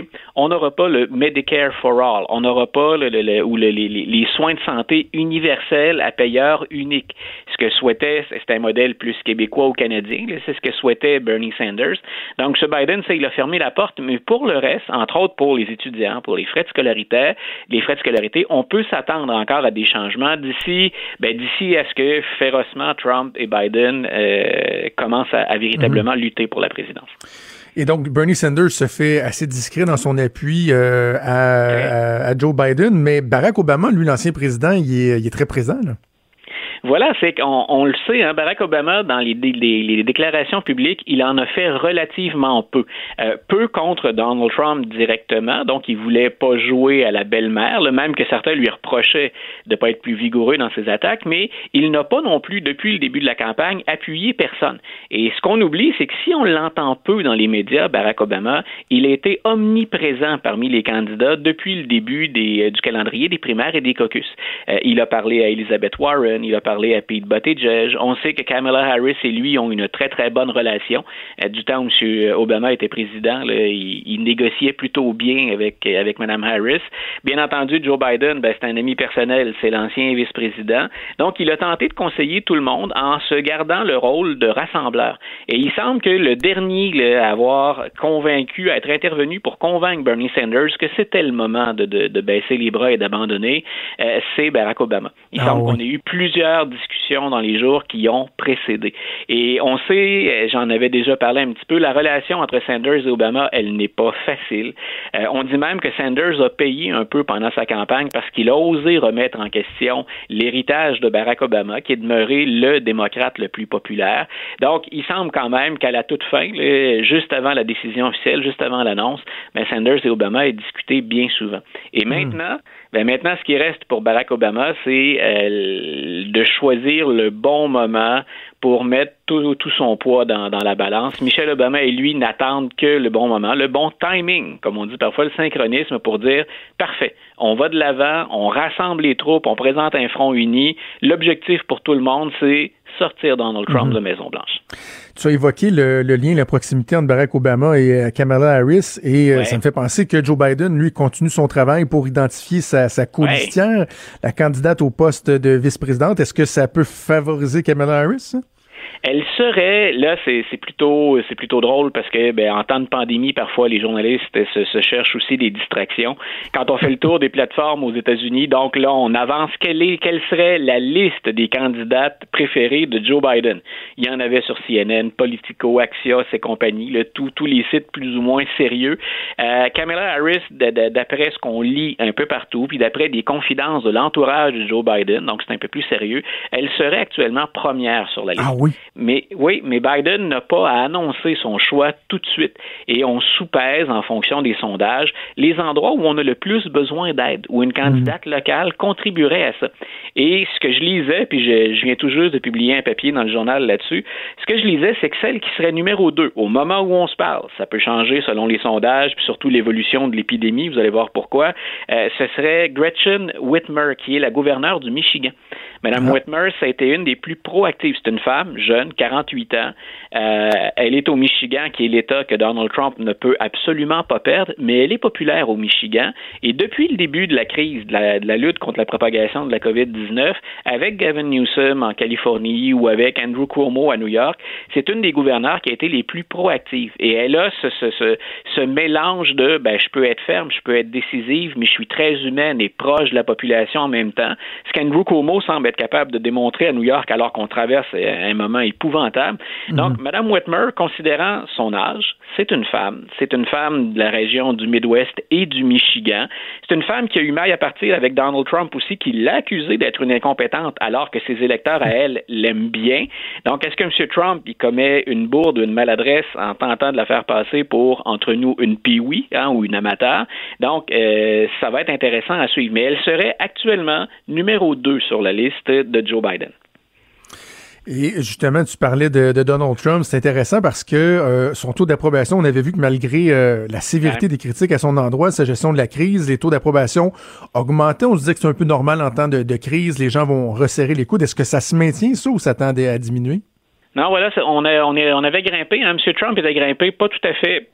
I: c'est on n'aura pas le Medicare for all, on n'aura pas le, le, le, ou le, les, les soins de santé universels à payeur unique. Ce que souhaitait, c'était un modèle plus québécois ou canadien, là, c'est ce que souhaitait Bernie Sanders. Donc, M. Biden, ça, il a fermé la porte, mais pour le reste, entre autres pour les étudiants, pour les frais de scolarité, les frais de scolarité, on peut s'attendre encore à des changements d'ici, ben, d'ici à ce que férocement Trump et Biden euh, commencent à, à véritablement mmh. lutter pour la présidence.
C: Et donc, Bernie Sanders se fait assez discret dans son appui euh, à, ouais. à, à Joe Biden, mais Barack Obama, lui, l'ancien président, il est, il est très présent, là.
I: Voilà, c'est qu'on on le sait, hein, Barack Obama, dans les, les, les déclarations publiques, il en a fait relativement peu. Euh, peu contre Donald Trump directement, donc il voulait pas jouer à la belle-mère, là, même que certains lui reprochaient de pas être plus vigoureux dans ses attaques, mais il n'a pas non plus, depuis le début de la campagne, appuyé personne. Et ce qu'on oublie, c'est que si on l'entend peu dans les médias, Barack Obama, il a été omniprésent parmi les candidats depuis le début des, du calendrier des primaires et des caucus. Euh, il a parlé à Elizabeth Warren, il a parlé à Pete Buttigieg. On sait que Kamala Harris et lui ont une très, très bonne relation. Euh, du temps où M. Obama était président, là, il, il négociait plutôt bien avec, avec Mme Harris. Bien entendu, Joe Biden, ben, c'est un ami personnel, c'est l'ancien vice-président. Donc, il a tenté de conseiller tout le monde en se gardant le rôle de rassembleur. Et il semble que le dernier là, à avoir convaincu, à être intervenu pour convaincre Bernie Sanders que c'était le moment de, de, de baisser les bras et d'abandonner, euh, c'est Barack Obama. Il ah, semble oui. qu'on ait eu plusieurs discussions dans les jours qui ont précédé. Et on sait, j'en avais déjà parlé un petit peu, la relation entre Sanders et Obama, elle n'est pas facile. Euh, on dit même que Sanders a payé un peu pendant sa campagne parce qu'il a osé remettre en question l'héritage de Barack Obama, qui est demeuré le démocrate le plus populaire. Donc, il semble quand même qu'à la toute fin, là, juste avant la décision officielle, juste avant l'annonce, ben Sanders et Obama aient discuté bien souvent. Et maintenant, mmh. Ben maintenant, ce qui reste pour Barack Obama, c'est euh, de choisir le bon moment pour mettre tout, tout son poids dans, dans la balance. Michelle Obama et lui n'attendent que le bon moment, le bon timing, comme on dit parfois, le synchronisme pour dire « Parfait, on va de l'avant, on rassemble les troupes, on présente un front uni. L'objectif pour tout le monde, c'est sortir Donald Trump mm-hmm. de Maison-Blanche. »
C: Tu as évoqué le, le lien, la proximité entre Barack Obama et Kamala Harris, et ouais. ça me fait penser que Joe Biden, lui, continue son travail pour identifier sa, sa colistière, ouais. la candidate au poste de vice-présidente. Est-ce que ça peut favoriser Kamala Harris, ça?
I: Elle serait, là, c'est, c'est plutôt, c'est plutôt drôle parce que, ben, en temps de pandémie, parfois, les journalistes se, se cherchent aussi des distractions. Quand on fait le tour des plateformes aux États-Unis, donc là, on avance quelle est, quelle serait la liste des candidates préférées de Joe Biden. Il y en avait sur C N N, Politico, Axios et compagnie, là, tous, tous les sites plus ou moins sérieux. Euh, Kamala Harris, d- d- d'après ce qu'on lit un peu partout, puis d'après des confidences de l'entourage de Joe Biden, donc c'est un peu plus sérieux, elle serait actuellement première sur la liste.
C: Ah oui.
I: Mais oui, mais Biden n'a pas à annoncer son choix tout de suite. Et on soupèse en fonction des sondages les endroits où on a le plus besoin d'aide, où une candidate locale contribuerait à ça. Et ce que je lisais, puis je, je viens tout juste de publier un papier dans le journal là-dessus, ce que je lisais, c'est que celle qui serait numéro deux, au moment où on se parle, ça peut changer selon les sondages, puis surtout l'évolution de l'épidémie, vous allez voir pourquoi, euh, ce serait Gretchen Whitmer, qui est la gouverneure du Michigan. Madame ah. Whitmer, ça a été une des plus proactives. C'est une femme jeune, quarante-huit ans. Euh, elle est au Michigan, qui est l'État que Donald Trump ne peut absolument pas perdre, mais elle est populaire au Michigan. Et depuis le début de la crise, de la, de la lutte contre la propagation de la covid dix-neuf, avec Gavin Newsom en Californie ou avec Andrew Cuomo à New York, c'est une des gouverneurs qui a été les plus proactives. Et elle a ce, ce, ce, ce mélange de ben, je peux être ferme, je peux être décisive, mais je suis très humaine et proche de la population en même temps. Ce qu'Andrew Cuomo semble être capable de démontrer à New York alors qu'on traverse un moment épouvantable. Mm-hmm. Donc, Mme Whitmer, considérant son âge, c'est une femme. C'est une femme de la région du Midwest et du Michigan. C'est une femme qui a eu maille à partir avec Donald Trump aussi, qui l'a accusée d'être une incompétente alors que ses électeurs, à elle, l'aiment bien. Donc, est-ce que M. Trump, il commet une bourde ou une maladresse en tentant de la faire passer pour, entre nous, une pee-wee hein, ou une amateur? Donc, euh, ça va être intéressant à suivre. Mais elle serait actuellement numéro deux sur la liste de Joe Biden.
C: Et justement, tu parlais de, de Donald Trump. C'est intéressant parce que euh, son taux d'approbation, on avait vu que malgré euh, la sévérité ouais. des critiques à son endroit, sa gestion de la crise, les taux d'approbation augmentaient. On se disait que c'est un peu normal en temps de, de crise. Les gens vont resserrer les coudes. Est-ce que ça se maintient, ça, ou ça tend à diminuer?
I: Non, voilà, on, a, on, est, on avait grimpé. Hein, M. Trump était grimpé pas tout à fait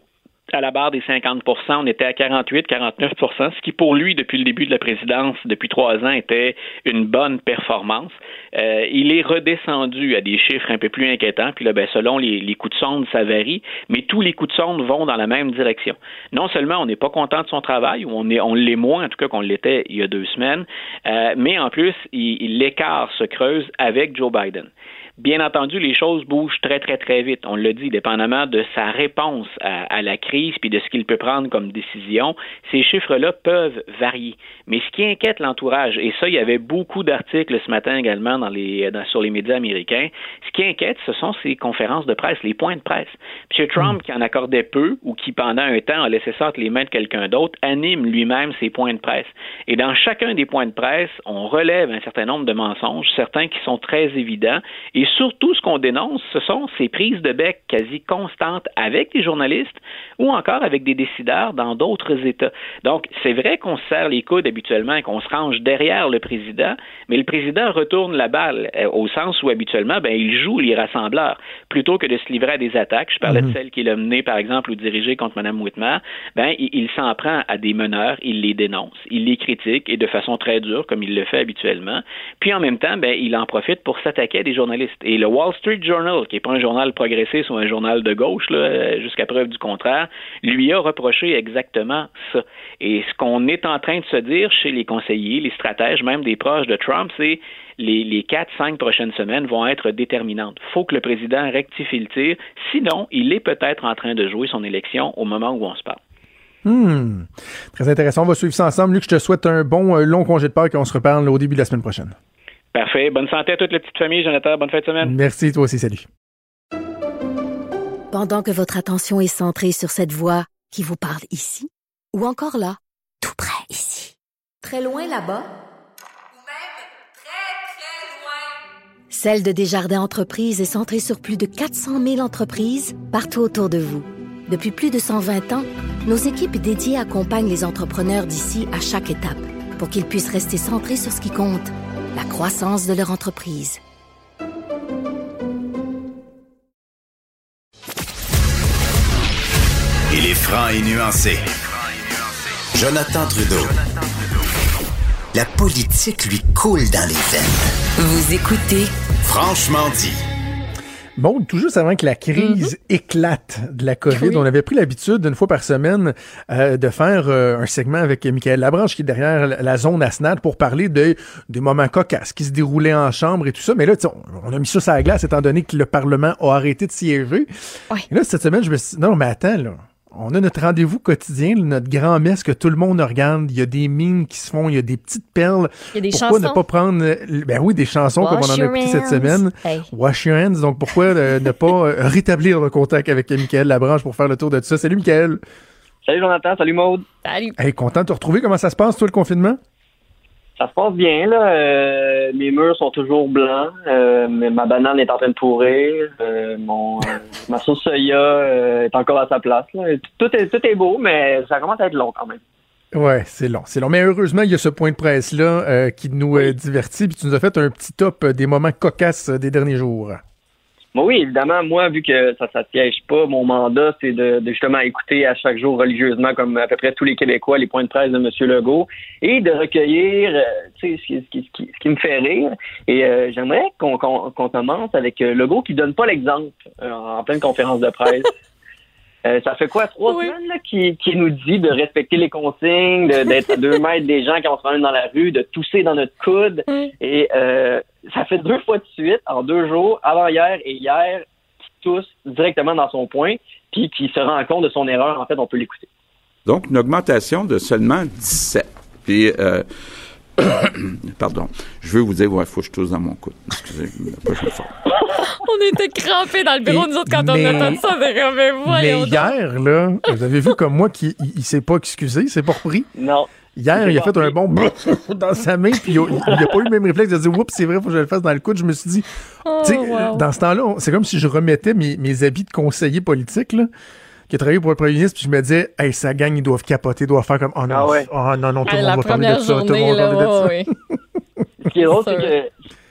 I: à la barre des cinquante pour cent, on était à quarante-huit à quarante-neuf pour cent, ce qui pour lui, depuis le début de la présidence, depuis trois ans, était une bonne performance. Euh, il est redescendu à des chiffres un peu plus inquiétants, puis là, ben, selon les, les coups de sonde, ça varie, mais tous les coups de sonde vont dans la même direction. Non seulement on n'est pas content de son travail, ou on est, on l'est moins, en tout cas, qu'on l'était il y a deux semaines, euh, mais en plus, il, il, l'écart se creuse avec Joe Biden. Bien entendu, les choses bougent très, très, très vite. On l'a dit, dépendamment de sa réponse à, à la crise puis de ce qu'il peut prendre comme décision, ces chiffres-là peuvent varier. Mais ce qui inquiète l'entourage, et ça, il y avait beaucoup d'articles ce matin également dans les, dans, sur les médias américains, ce qui inquiète, ce sont ces conférences de presse, les points de presse. M. Trump, qui en accordait peu ou qui, pendant un temps, a laissé ça entre les mains de quelqu'un d'autre, anime lui-même ses points de presse. Et dans chacun des points de presse, on relève un certain nombre de mensonges, certains qui sont très évidents, et surtout, ce qu'on dénonce, ce sont ces prises de bec quasi constantes avec les journalistes ou encore avec des décideurs dans d'autres États. Donc, c'est vrai qu'on se serre les coudes habituellement et qu'on se range derrière le président, mais le président retourne la balle euh, au sens où habituellement, ben, il joue les rassembleurs. Plutôt que de se livrer à des attaques, je parlais mm-hmm. de celle qu'il a menée, par exemple, ou dirigée contre Mme Whitmer, ben, il, il s'en prend à des meneurs, il les dénonce, il les critique et de façon très dure, comme il le fait habituellement. Puis en même temps, ben, il en profite pour s'attaquer à des journalistes. Et le Wall Street Journal, qui n'est pas un journal progressiste ou un journal de gauche, là, jusqu'à preuve du contraire, lui a reproché exactement ça. Et ce qu'on est en train de se dire chez les conseillers, les stratèges, même des proches de Trump, c'est les, les quatre, cinq prochaines semaines vont être déterminantes. Il faut que le président rectifie le tir, sinon il est peut-être en train de jouer son élection au moment où on se parle.
C: Hmm. Très intéressant. On va suivre ça ensemble. Luc, je te souhaite un bon euh, long congé de Pâques et on se reparle là, au début de la semaine prochaine.
I: Parfait. Bonne santé à toute la petite famille, Jonathan. Bonne fin de semaine.
C: Merci, toi aussi. Salut.
A: Pendant que votre attention est centrée sur cette voix qui vous parle ici, ou encore là, tout près ici, très loin là-bas, ou même très, très loin, celle de Desjardins Entreprises est centrée sur plus de quatre cent mille entreprises partout autour de vous. Depuis plus de cent vingt ans, nos équipes dédiées accompagnent les entrepreneurs d'ici à chaque étape pour qu'ils puissent rester centrés sur ce qui compte, la croissance de leur entreprise.
B: Il est franc et nuancé. Jonathan Trudeau. La politique lui coule dans les veines.
E: Vous écoutez
B: Franchement dit.
C: Bon, tout juste avant que la crise mm-hmm. éclate de la COVID, oui. on avait pris l'habitude d'une fois par semaine euh, de faire euh, un segment avec Michaël Labranche qui est derrière la zone ASNAD pour parler de, des moments cocasses qui se déroulaient en chambre et tout ça. Mais là, on, on a mis ça sur la glace étant donné que le Parlement a arrêté de siéger. Oui. Et là, cette semaine, je me suis dit, non, mais attends, là. On a notre rendez-vous quotidien, notre grand-messe que tout le monde regarde. Il y a des mimes qui se font, il y a des petites perles.
D: Il y a des
C: pourquoi
D: chansons.
C: ne pas prendre... Ben oui, des chansons
D: Wash
C: comme on en a écouté cette semaine.
D: Hey.
C: Wash your hands. Donc pourquoi euh, ne pas euh, rétablir le contact avec Michaël Labranche pour faire le tour de tout ça. Salut Michaël.
J: Salut Jonathan, salut Maude.
D: Salut.
C: Hey, content de te retrouver. Comment ça se passe, toi, le confinement?
J: Ça se passe bien, là. Euh, mes murs sont toujours blancs. Euh, mais ma banane est en train de pourrir. Euh, mon, euh, ma sauce soya euh, est encore à sa place. Là. Tout est, tout est beau, mais ça commence à être long quand même.
C: Ouais, c'est long, c'est long. Mais heureusement, il y a ce point de presse-là euh, qui nous euh, divertit. Puis tu nous as fait un petit top des moments cocasses des derniers jours.
J: Bon, oui, évidemment, moi, vu que ça ne siège pas, mon mandat, c'est de, de justement écouter à chaque jour religieusement, comme à peu près tous les Québécois, les points de presse de M. Legault, et de recueillir euh, tu sais, ce qui, ce, qui, ce, qui, ce qui me fait rire. Et euh, j'aimerais qu'on, qu'on, qu'on commence avec euh, Legault qui donne pas l'exemple euh, en pleine conférence de presse. Euh, ça fait quoi, trois oui. semaines là, qui, qui nous dit de respecter les consignes, de, d'être à deux mètres des gens quand on se promène dans la rue, de tousser dans notre coude. Oui. Et euh, ça fait deux fois de suite, en deux jours, avant-hier et hier, qui tousse directement dans son point, puis qui se rend compte de son erreur. En fait, on peut l'écouter.
K: Donc, une augmentation de seulement dix-sept. Puis, euh, pardon, je veux vous dire, il faut que je tousse dans mon coude. Excusez-moi, pas je me forme.
D: On était crampés dans le bureau, nous autres, quand mais, on a entendu ça. Mais,
C: mais hier, là, vous avez vu comme moi qu'il il, il s'est pas excusé, il s'est pas repris.
J: Non.
C: Hier, il a fait un bon dans sa main, puis il n'a pas eu le même réflexe de dire « Oups, c'est vrai, il faut que je le fasse dans le coude. » Je me suis dit, oh, tu sais, wow. dans ce temps-là, c'est comme si je remettais mes, mes habits de conseiller politique, là, qui a travaillé pour le premier ministre, puis je me disais, hey, sa gang, ils doivent capoter, ils doivent faire comme, oh non,
J: ah ouais.
C: oh non, non, tout le
D: ah,
C: monde va parler de ça, tout le monde va parler de ça.
J: Ce qui est drôle, c'est que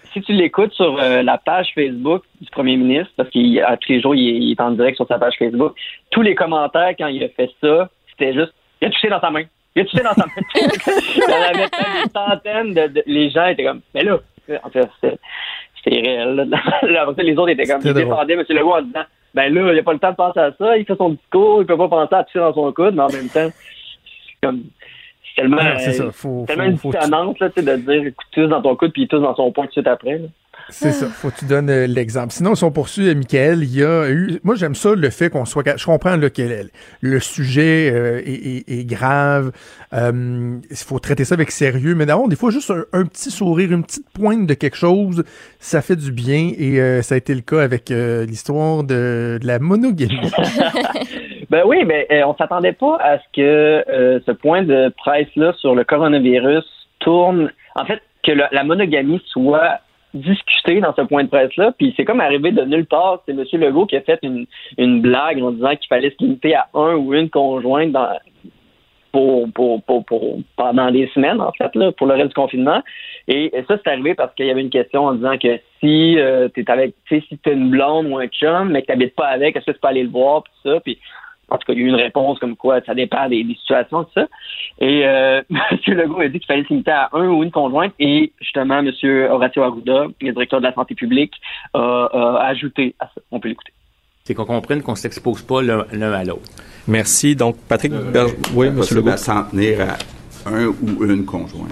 J: si tu l'écoutes sur euh, la page Facebook du premier ministre, parce qu'à tous les jours, il est, il est en direct sur sa page Facebook, tous les commentaires, quand il a fait ça, c'était juste « Il a touché dans sa main! Il a touché dans sa main! » Il y en avait des centaines de, de... Les gens étaient comme « Mais là! » En fait, c'était, c'était irréel. Là. Les autres étaient comme « Ils défendaient M. Legault en disant « Ben là, il n'a pas le temps de penser à ça, il fait son discours, il peut pas penser à toucher dans son coude, mais en même temps, c'est comme... » tellement,
C: ouais, c'est ça. Faut,
J: tellement
C: faut,
J: une
C: faut
J: dissonance là, de dire écoute, tous dans ton coude puis tous dans son poing tout de suite après. Là.
C: C'est ça, faut que tu donnes euh, l'exemple. Sinon, si on poursuit, euh, Michael, il y a eu... Moi, j'aime ça, le fait qu'on soit... Je comprends là, que le, le sujet euh, est, est, est grave. Il euh, faut traiter ça avec sérieux. Mais d'abord, des fois, juste un, un petit sourire, une petite pointe de quelque chose, ça fait du bien. Et euh, ça a été le cas avec euh, l'histoire de, de la monogamie.
J: Ben oui, mais euh, on s'attendait pas à ce que euh, ce point de presse-là sur le coronavirus tourne... En fait, que le, la monogamie soit discuté dans ce point de presse-là, puis c'est comme arrivé de nulle part. C'est M. Legault qui a fait une, une blague en disant qu'il fallait se limiter à un ou une conjointe dans, pour, pour, pour, pour pendant des semaines, en fait, là, pour le reste du confinement. Et, et ça, c'est arrivé parce qu'il y avait une question en disant que si euh, t'es avec, tu sais, si t'es une blonde ou un chum, mais que t'habites pas avec, est-ce que tu peux aller le voir, puis ça, puis en tout cas, il y a eu une réponse comme quoi ça dépend des, des situations, tout ça. Et euh, M. Legault a dit qu'il fallait se limiter à un ou une conjointe. Et justement, M. Horacio Arruda, le directeur de la santé publique, a, a ajouté à ça. On peut l'écouter.
L: C'est qu'on comprenne qu'on ne s'expose pas l'un, l'un à l'autre.
M: Merci. Donc, Patrick
K: euh,
M: Ber... Oui, M. Legault.
K: S'en tenir à un ou une conjointe.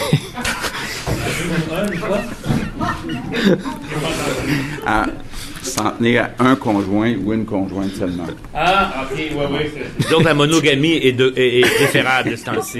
K: à s'en tenir à un conjoint ou une conjointe seulement.
L: Ah, OK, oui, oui. Donc, la monogamie est, de, est, est préférable de ce temps-ci.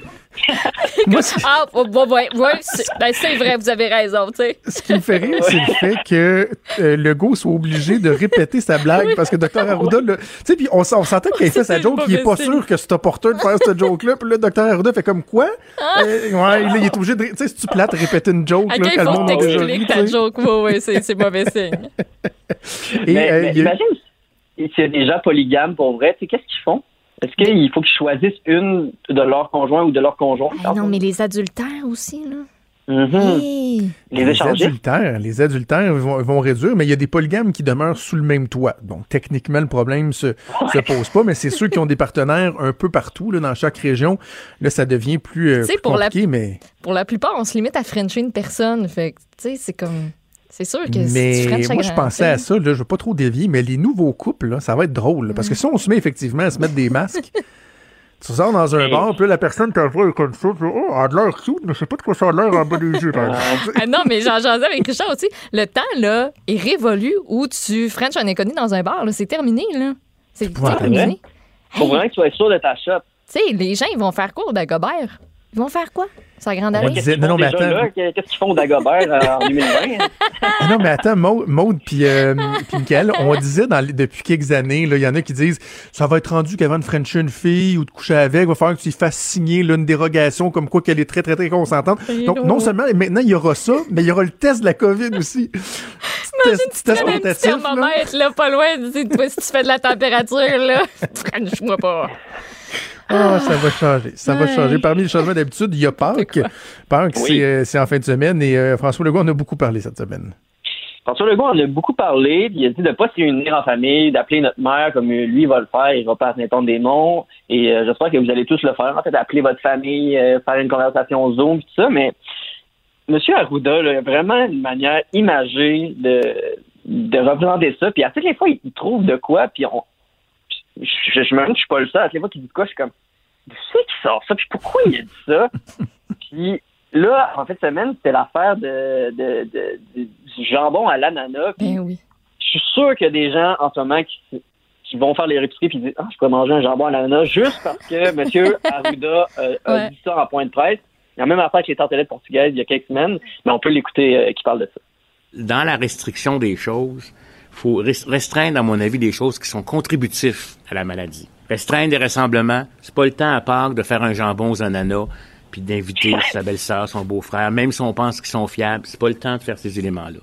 D: Moi, ah, ouais, ouais, ouais, c'est, ben, c'est vrai, vous avez raison, tu sais.
C: Ce qui me fait rire, c'est le fait que euh, Legault soit obligé de répéter sa blague oui. parce que Dr Arruda, tu sais, puis on, on s'entend qu'il a fait sa joke, il est pas sûr que c'est opportun de faire cette joke-là, puis là, Dr Arruda fait comme quoi? Ah. Euh, ouais, là, il est obligé de, tu sais, si tu plates, répéter une joke, okay, là, que le monde a déjà ri,
D: ta joke, oui, oui, c'est, c'est mauvais signe.
J: Et, mais, euh, mais il... imagine s'il y a des gens polygames pour vrai, tu sais, qu'est-ce qu'ils font? Est-ce qu'il faut qu'ils choisissent une de leurs conjoints ou de leurs conjoints?
D: Ah non, mais les adultères aussi, là.
J: Mm-hmm.
D: Hey.
J: Les,
C: les adultères, les adultères vont, vont réduire, mais il y a des polygames qui demeurent sous le même toit. Donc, techniquement, le problème se, ouais. se pose pas, mais c'est ceux qui ont des partenaires un peu partout, là, dans chaque région. Là, ça devient plus, euh, plus pour compliqué,
D: la,
C: mais...
D: Pour la plupart, on se limite à frencher une personne. Fait que, tu sais, c'est comme... C'est sûr que
C: mais
D: si tu
C: moi, je pensais à ça, là, je ne veux pas trop dévier, mais les nouveaux couples, là, ça va être drôle. Là, parce que si on se met effectivement à se mettre des masques, tu sors dans un bar, puis là, la personne te voit comme ça, puis oh, elle a de l'air cute, mais je sais pas de quoi ça a l'air en bas des yeux, par exemple.
D: Ah non, mais j'en jasais avec Richard aussi. Le temps, là, est révolu où tu french un inconnu dans un bar, là. C'est terminé, là. C'est
J: ouais, terminé. Il faut vraiment que tu sois sûr de ta shop.
D: Tu sais, les gens, ils vont faire quoi au Dagobert? Ils vont faire quoi? Ça grande allée.
C: Disait, non, non, mais attends.
J: Là, qu'est-ce qu'ils font au Dagobert euh, en deux mille vingt?
C: Ah non, mais attends, Maud, Maud puis euh, Michael, on disait dans, depuis quelques années, il y en a qui disent ça va être rendu qu'avant de frencher une fille ou de coucher avec, il va falloir que tu lui fasses signer là, une dérogation comme quoi qu'elle est très, très, très consentante. Donc, non seulement, maintenant, il y aura ça, mais il y aura le test de la COVID aussi.
D: Imagine si tu fais un petit thermomètre, là, pas loin, si tu fais de la température, là, french-moi pas.
C: Ah, ça va changer. Ça ouais. va changer. Parmi les changements d'habitude, il y a Pâques. Pâques, oui. c'est, euh, c'est en fin de semaine et euh, François Legault en a beaucoup parlé cette semaine.
J: François Legault en a beaucoup parlé. Il a dit de ne pas se réunir en famille, d'appeler notre mère comme lui va le faire. Il va pas à Saint-Anne-des-Monts. Et euh, j'espère que vous allez tous le faire. En fait, appeler votre famille, euh, faire une conversation Zoom, tout ça. Mais M. Arruda, là, a vraiment une manière imagée de, de représenter ça. Puis à toutes les fois, il trouve de quoi. Puis on Je, je me rends que je suis pas le seul. À chaque fois qu'il dit quoi, je suis comme, d'où c'est qu'il sort ça? Puis pourquoi il a dit ça? Puis là, en fait, semaine, c'était l'affaire de, de, de, de, du jambon à l'ananas.
D: Ben oui.
J: Je suis sûr qu'il y a des gens en ce moment qui, qui vont faire les épiceries puis disent, ah, je pourrais manger un jambon à l'ananas juste parce que M. Arruda euh, a ouais. dit ça en point de presse. Il y a même affaire avec les tartelettes portugaises il y a quelques semaines, mais on peut l'écouter euh, qui parle de ça.
L: Dans la restriction des choses, il faut restreindre, à mon avis, des choses qui sont contributifs à la maladie. Restreindre des rassemblements, c'est pas le temps à Pâques de faire un jambon aux ananas puis d'inviter sa belle-sœur, son beau-frère, même si on pense qu'ils sont fiables, c'est pas le temps de faire ces éléments-là.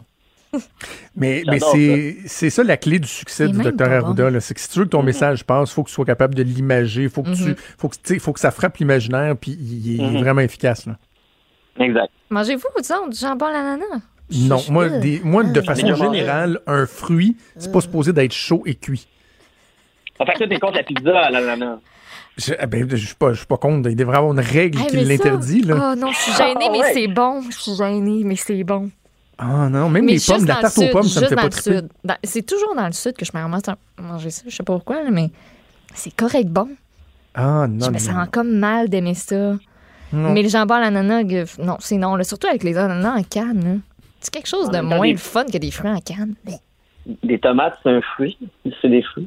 C: Mais, mais c'est, ça. c'est ça la clé du succès du docteur Arruda. Là. C'est que si tu veux que ton mm-hmm. message passe, il faut que tu sois capable de l'imager, il faut que mm-hmm. tu, faut que, faut que ça frappe l'imaginaire, puis il, il mm-hmm. est vraiment efficace. Là.
J: Exact.
D: Mangez-vous, disons, du jambon à l'ananas?
C: Non, moi, des, moi de façon générale, un fruit, c'est pas supposé d'être chaud et cuit.
J: En fait, toi, t'es contre la pizza à l'ananas.
C: Je, ben, je suis pas, je suis pas contre. Il devrait y avoir une règle
D: hey,
C: qui l'interdit, là.
D: Oh non, je suis gênée,
J: oh,
D: mais
J: ouais.
D: c'est bon. Je suis gênée, mais c'est bon.
C: Ah non, même
D: mais
C: les pommes, la tarte aux pommes, ça me fait pas triper.
D: Dans, c'est toujours dans le sud que je me ramasse à manger ça. Je sais pas pourquoi, là, mais c'est correct bon.
C: Ah non,
D: Je me
C: non.
D: sens comme mal d'aimer ça.
C: Non.
D: Mais le jambon à l'ananas, non, c'est non. Là, surtout avec les ananas en canne. Là. C'est quelque chose de
J: En même temps,
D: moins
J: des-
D: le fun que des fruits en canne.
J: Des tomates, c'est un fruit. C'est des fruits.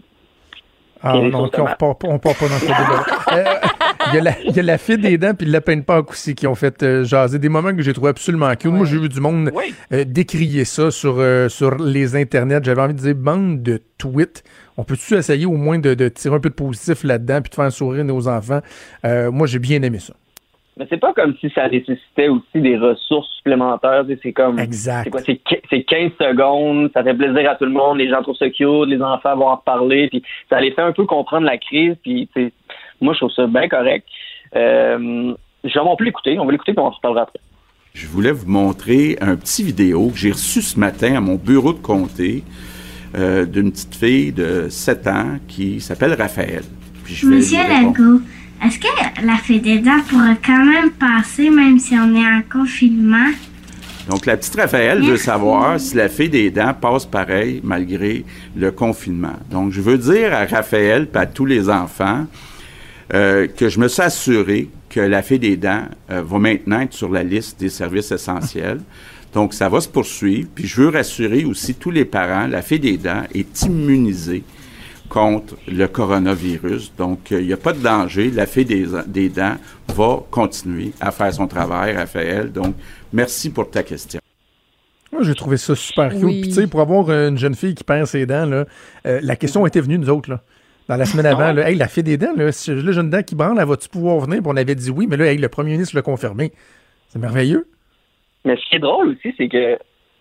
C: Ah
J: Et les
C: non,
J: sauces
C: ok, on
J: tomates.
C: repart pas, on part pas dans ce débat. Il y, a la- il y a la fée des dents puis le lapin de Pâques aussi qui ont fait euh, jaser. Des moments que j'ai trouvé absolument cute. Moi, j'ai vu du monde
J: Oui.
C: euh, décrier ça sur, euh, sur les internets. J'avais envie de dire, bande de tweets. On peut-tu essayer au moins de, de tirer un peu de positif là-dedans puis de faire sourire nos enfants? Euh, moi, j'ai bien aimé ça.
J: Mais c'est pas comme si ça nécessitait aussi des ressources supplémentaires. tu sais, C'est comme.
C: Exact.
J: C'est quoi? C'est, qui- c'est quinze secondes, ça fait plaisir à tout le monde, les gens trouvent ça cute, les enfants vont en reparler, puis ça les fait un peu comprendre la crise, puis tu sais, moi je trouve ça bien correct. Euh, je vais non plus l'écouter, on va l'écouter puis on en reparlera après.
K: Je voulais vous montrer un petit vidéo que j'ai reçu ce matin à mon bureau de comté euh, d'une petite fille de sept ans qui s'appelle Raphaël. Puis je vais
N: Monsieur
K: lui répondre.
N: Legault, est-ce que la fée des dents pourrait quand même passer même si on est en confinement?
K: Donc, la petite Raphaël veut savoir si la fée des dents passe pareil malgré le confinement. Donc, je veux dire à Raphaël et à tous les enfants euh, que je me suis assuré que la fée des dents euh, va maintenant être sur la liste des services essentiels. Donc, ça va se poursuivre. Puis, je veux rassurer aussi tous les parents, la fée des dents est immunisée contre le coronavirus. Donc, il n'y a pas de danger. La fée des, des dents va continuer à faire son travail, Raphaël. Donc, merci pour ta question.
C: Moi, j'ai trouvé ça super cute.
D: Oui.
C: Puis, tu sais, pour avoir une jeune fille qui perd ses dents, là, euh, la question était venue, nous autres, là. Dans la semaine avant, là, hey, la fée des dents, là, si là, j'ai une dent qui branle, elle va-tu pouvoir venir? Puis on avait dit oui, mais là, hey, le premier ministre l'a confirmé. C'est merveilleux.
J: Mais ce qui est drôle aussi, c'est que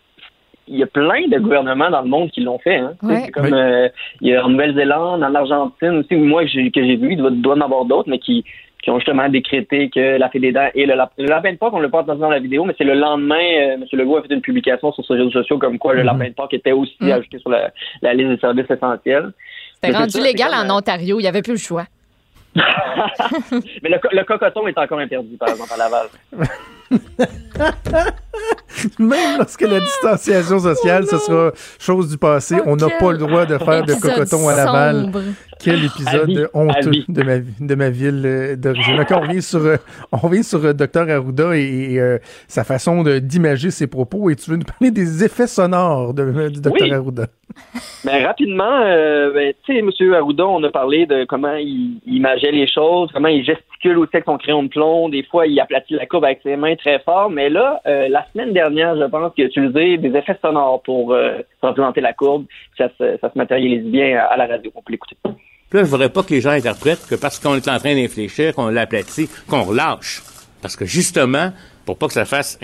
J: il y a plein de gouvernements dans le monde qui l'ont fait. Hein.
D: Ouais.
J: C'est comme
C: Oui.
J: euh, il y a en Nouvelle-Zélande, en Argentine aussi, moi que j'ai, que j'ai vu, il doit, doit en avoir d'autres, mais qui, qui ont justement décrété que la fée des dents et le lapin. Le lapin de Pâques, on l'a pas entendu dans la vidéo, mais c'est le lendemain, euh, M. Legault a fait une publication sur ses réseaux sociaux comme quoi le
C: Mhm.
J: lapin de Pâques était aussi
D: Mhm.
J: ajouté sur la, la liste des services essentiels.
D: C'était
J: Mais
D: rendu
J: c'est ça,
D: légal
J: c'est comme,
D: en Ontario. Il n'y avait plus le choix.
J: Mais le, co- le cocoton est encore interdit, par exemple, à Laval.
C: Même lorsque la distanciation sociale, ce sera chose du passé,
D: Oh,
C: on n'a
D: quel
C: pas le droit de faire de
D: épisode
C: cocoton à Laval.
D: sombre.
C: Quel
J: À vie,
C: épisode
J: à
C: honteux
J: vie.
C: de ma, de ma ville euh, d'origine. OK, on revient sur, euh, on revient sur euh, Dr Arruda et, et, euh, sa façon de, d'imager ses propos. Et tu veux nous parler des effets sonores de, du Dr
J: Oui.
C: Arruda.
J: Ben, rapidement, euh, ben, tu sais, M. Arruda, on a parlé de comment il, il imageait les choses, comment il gesticule aussi avec son crayon de plomb. Des fois, il aplatit la courbe avec ses mains très fort. Mais là, euh, la semaine dernière, je pense qu'il a utilisé des effets sonores pour euh, représenter la courbe. Ça se, ça se matérialise bien à, à la radio. On peut l'écouter.
L: Puis là, je voudrais pas que les gens interprètent que parce qu'on est en train d'infléchir, qu'on l'aplatit, qu'on relâche. Parce que justement, pour pas que ça fasse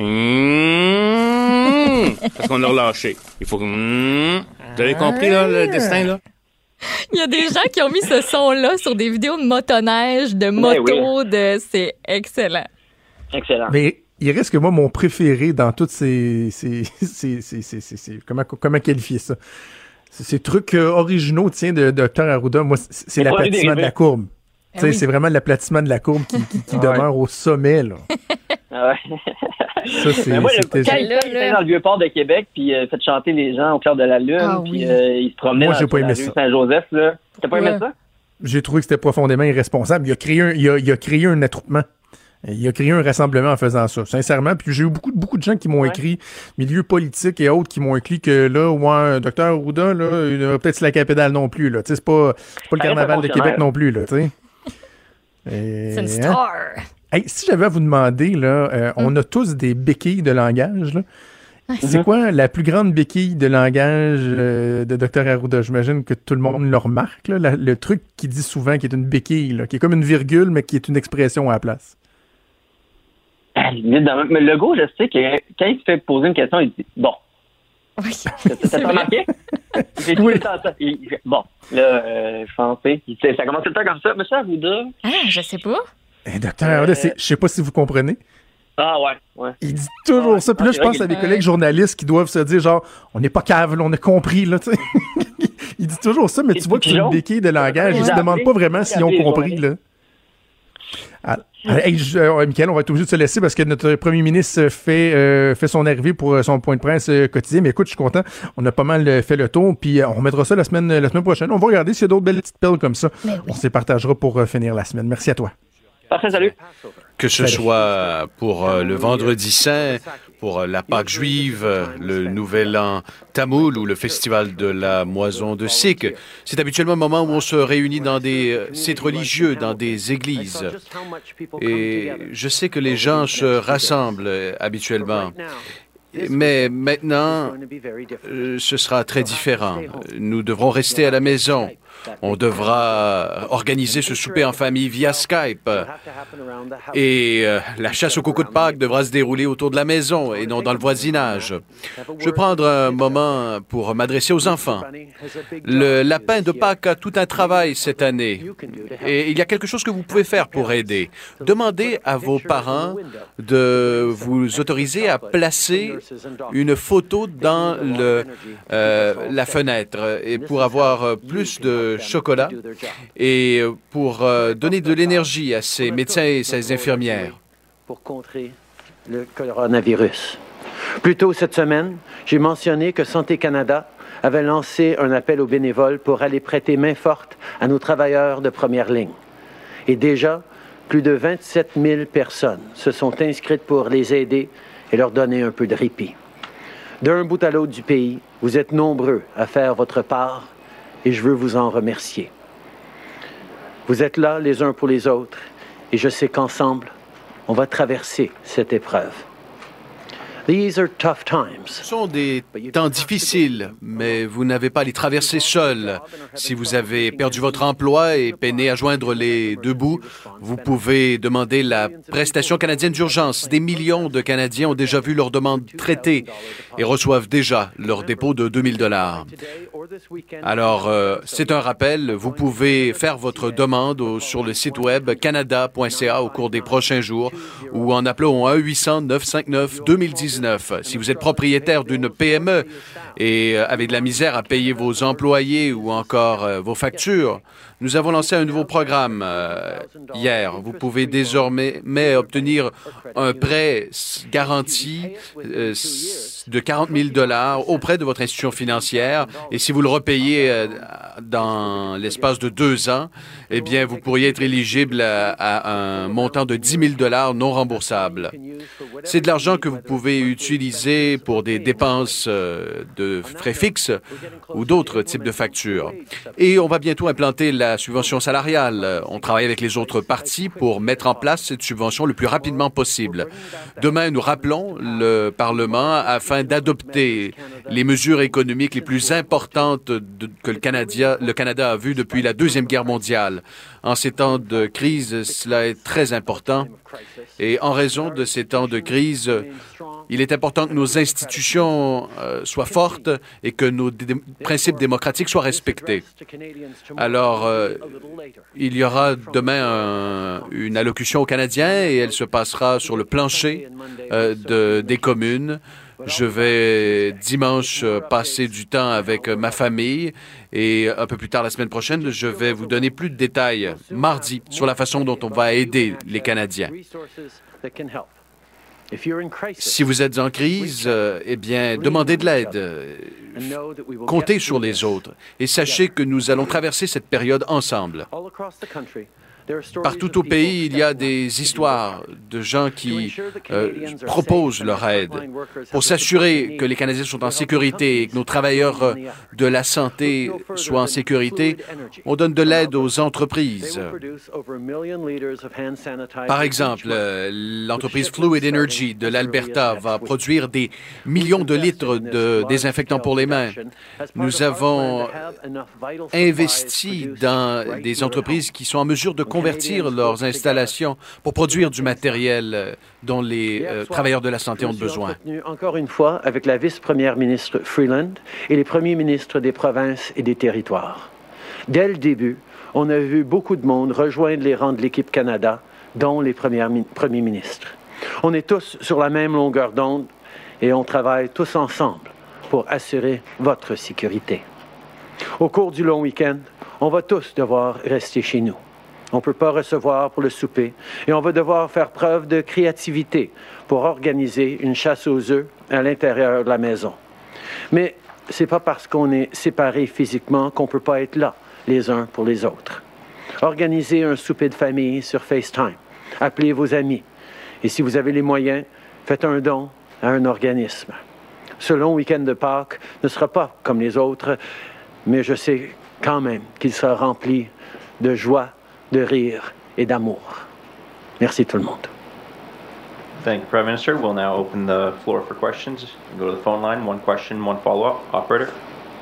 L: parce qu'on a relâché. Il faut que vous avez compris là, le destin là?
D: Il y a des gens qui ont mis ce son-là sur des vidéos de motoneige, de
J: Ouais,
D: moto, de... c'est excellent.
J: Excellent.
C: Mais il reste que moi, mon préféré dans toutes ces... ces, ces, ces, ces, ces- ces- comment, comment qualifier ça? Ces, ces trucs euh, originaux, tiens, de Dr Arruda, moi, c'est, c'est
J: Les produits
C: l'aplatissement de
J: dérivés.
C: la courbe. Tu sais,
D: oui.
C: c'est vraiment l'aplatissement de la courbe qui, qui, qui
J: Ouais.
C: demeure au sommet, là.
J: Ah ouais.
C: Ça, c'est...
J: Mais moi, le-
C: c'était-
J: quand il
D: Là,
J: était
D: là.
J: dans le vieux port de Québec, puis euh, fait chanter les gens au clair de la lune,
D: Ah
J: puis
D: oui.
J: euh, il se promenait
C: Moi,
J: dans
C: j'ai pas
J: la
C: aimé
J: rue
C: ça.
J: Saint-Joseph, là. T'as pas aimé
D: Ouais.
J: ça?
C: J'ai trouvé que c'était profondément irresponsable. Il a créé un, il a, il a créé un attroupement. Il a créé un rassemblement en faisant ça, sincèrement. Puis j'ai eu beaucoup, beaucoup de gens qui m'ont
J: Ouais.
C: écrit, milieu politique et autres, qui m'ont écrit que là, ouais, Dr Arruda, là, il va peut-être se la pédale non plus, là. Tu sais, c'est pas, c'est pas le
J: Ça reste
C: carnaval
J: un
C: de
J: fonctionnaire.
C: Québec non plus, là, tu sais. Et,
D: C'est une
C: hein?
D: star.
C: Hey, si j'avais à vous demander, là, euh, on a tous des béquilles de langage, là. C'est quoi la plus grande béquille de langage euh, de Dr Arruda? J'imagine que tout le monde le remarque, là, la- le truc qu'il dit souvent, qui est une béquille, là, qui est comme une virgule, mais qui est une expression à la place.
J: Vite dans- Mais Legault, je sais que quand il se fait poser une question, il dit bon.
D: Oui.
J: Ça ça t'a
D: vrai.
J: remarqué? J'ai tout
C: Oui.
J: le temps ça. Il- il fait, bon, là, euh, je pensais. il- Ça commence tout le temps comme ça. Monsieur Arruda,
D: Ah, je sais pas.
C: Eh, Dr Arruda,
J: Euh,
C: c'est- je sais pas si vous comprenez.
J: Ah ouais, ouais.
C: Il dit toujours ah, ça. Puis là, je pense à mes collègues journalistes qui doivent se dire genre, on n'est pas cave, là, on a compris, là, tu sais. Il dit toujours ça, mais tu vois que c'est une béquille de langage. Il se demande pas vraiment s'ils ont compris, là. Ah, hey, je, euh, Michael, on va être obligé de se laisser parce que notre premier ministre fait, euh, fait son arrivée pour son point de presse euh, quotidien. Mais écoute, je suis content. On a pas mal fait le tour. Puis euh, on remettra ça la semaine, la semaine prochaine. On va regarder s'il y a d'autres belles petites perles comme ça. Oui. On se les partagera pour euh, finir la semaine. Merci à toi.
J: Parfait, salut.
O: Que ce soit pour euh, le Vendredi Saint, pour euh, la Pâque juive, euh, le Nouvel An tamoul ou le Festival de la moisson de Sikh, c'est habituellement un moment où on se réunit dans des euh, sites religieux, dans des églises. Et je sais que les gens se rassemblent euh, habituellement. Mais maintenant, euh, ce sera très différent. Nous devrons rester à la maison. On devra organiser ce souper en famille via Skype. Et euh, la chasse au coco de Pâques devra se dérouler autour de la maison et non dans le voisinage. Je vais prendre un moment pour m'adresser aux enfants. Le lapin de Pâques a tout un travail cette année. Et il y a quelque chose que vous pouvez faire pour aider. Demandez à vos parents de vous autoriser à placer une photo dans le, euh, la fenêtre et pour avoir plus de chocolat et pour euh, donner de l'énergie à ces médecins et ces infirmières.
P: Pour contrer le coronavirus. Plus tôt cette semaine, j'ai mentionné que Santé Canada avait lancé un appel aux bénévoles pour aller prêter main forte à nos travailleurs de première ligne. Et déjà, plus de vingt-sept mille personnes se sont inscrites pour les aider et leur donner un peu de répit. D'un bout à l'autre du pays, vous êtes nombreux à faire votre part et je veux vous en remercier. Vous êtes là les uns pour les autres et je sais qu'ensemble, on va traverser cette épreuve. These are tough times.
O: Ce sont des temps difficiles, mais vous n'avez pas à les traverser seul. Si vous avez perdu votre emploi et peiné à joindre les deux bouts, vous pouvez demander la prestation canadienne d'urgence. Des millions de Canadiens ont déjà vu leur demande traitée et reçoivent déjà leur dépôt de deux mille dollars. Alors, euh, c'est un rappel, vous pouvez faire votre demande au, sur le site web canada point c a au cours des prochains jours ou en appelant au un huit cents neuf cinq neuf deux mille dix-neuf. Si vous êtes propriétaire d'une P M E et euh, avez de la misère à payer vos employés ou encore euh, vos factures, nous avons lancé un nouveau programme euh, hier. Vous pouvez désormais mais obtenir un prêt garanti euh, de quarante mille dollars auprès de votre institution financière. Et si vous le repayez euh, dans l'espace de deux ans, eh bien, vous pourriez être éligible à, à un montant de dix mille dollars non remboursable. C'est de l'argent que vous pouvez utiliser pour des dépenses euh, de frais fixes ou d'autres types de factures. Et on va bientôt implanter la subvention salariale. On travaille avec les autres partis pour mettre en place cette subvention le plus rapidement possible. Demain, nous rappelons le Parlement afin d'adopter les mesures économiques les plus importantes de, que le Canada, le Canada a vues depuis la Deuxième Guerre mondiale. En ces temps de crise, cela est très important. Et en raison de ces temps de crise, il est important que nos institutions euh, soient fortes et que nos dé- principes démocratiques soient respectés. Alors, euh, il y aura demain un, une allocution aux Canadiens et elle se passera sur le plancher euh, de, des communes. Je vais dimanche passer du temps avec ma famille et un peu plus tard la semaine prochaine, je vais vous donner plus de détails mardi sur la façon dont on va aider les Canadiens. Si vous êtes en crise, euh, eh bien, demandez de l'aide. Euh, comptez sur les autres et sachez que nous allons traverser cette période ensemble. Partout au pays, il y a des histoires de gens qui euh, proposent leur aide. Pour s'assurer que les Canadiens sont en sécurité et que nos travailleurs de la santé soient en sécurité, on donne de l'aide aux entreprises. Par exemple, l'entreprise Fluid Energy de l'Alberta va produire des millions de litres de désinfectants pour les mains. Nous avons investi dans des entreprises qui sont en mesure de convertir leurs installations pour produire du matériel dont les euh, travailleurs de la santé ont besoin.
P: Encore une fois avec la vice-première ministre Freeland et les premiers ministres des provinces et des territoires. Dès le début, on a vu beaucoup de monde rejoindre les rangs de l'équipe Canada, dont les premiers, premiers ministres. On est tous sur la même longueur d'onde et on travaille tous ensemble pour assurer votre sécurité. Au cours du long week-end, on va tous devoir rester chez nous. On ne peut pas recevoir pour le souper et on va devoir faire preuve de créativité pour organiser une chasse aux œufs à l'intérieur de la maison. Mais ce n'est pas parce qu'on est séparés physiquement qu'on ne peut pas être là les uns pour les autres. Organisez un souper de famille sur FaceTime. Appelez vos amis. Et si vous avez les moyens, faites un don à un organisme. Ce long week-end de Pâques ne sera pas comme les autres, mais je sais quand même qu'il sera rempli de joie, de rire et d'amour. Merci tout le monde.
M: Thank you, Prime Minister. We'll now open the floor for questions. Go to the phone line. One question, one follow-up. Operator.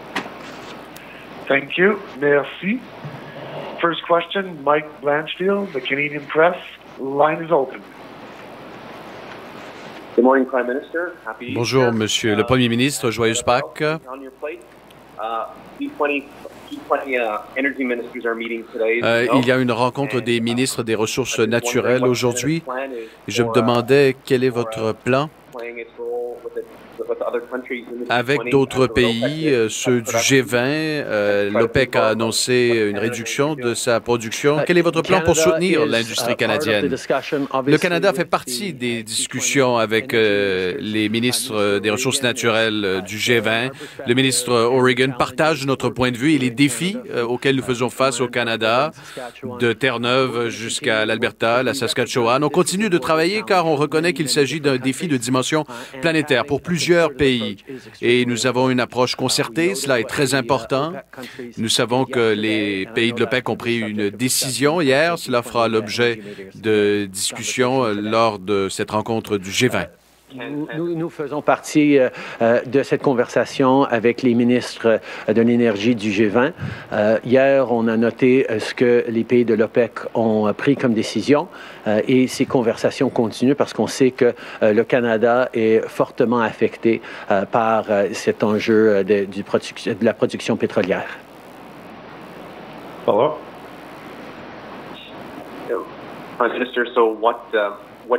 Q: Thank you. Merci. First question, Mike Blanchfield, the Canadian Press. Line is open.
R: Good morning, Prime Minister. Happy
O: Bonjour, Monsieur le Premier ministre. Joyeuse Pâques. Euh, il y a une rencontre des ministres des Ressources naturelles aujourd'hui. Je me demandais quel est votre plan avec d'autres pays, euh, ceux du G vingt. Euh, L'OPEC a annoncé une réduction de sa production. Quel est votre plan pour soutenir l'industrie canadienne? Le Canada fait partie des discussions avec euh, les ministres des Ressources naturelles du G vingt. Le ministre O'Regan partage notre point de vue et les défis euh, auxquels nous faisons face au Canada, de Terre-Neuve jusqu'à l'Alberta, la Saskatchewan. On continue de travailler car on reconnaît qu'il s'agit d'un défi de dimension planétaire pour plusieurs pays. Et nous avons une approche concertée, cela est très important. Nous savons que les pays de l'OPEC ont pris une décision hier, cela fera l'objet de discussions lors de cette rencontre du G vingt.
P: Nous, nous, nous faisons partie euh, de cette conversation avec les ministres de l'énergie du G vingt. Euh, hier, on a noté ce que les pays de l'OPEC ont pris comme décision euh, et ces conversations continuent parce qu'on sait que euh, le Canada est fortement affecté euh, par euh, cet enjeu de, du produc- de la production pétrolière.
R: Follow-up. Prime Minister, so what... Uh...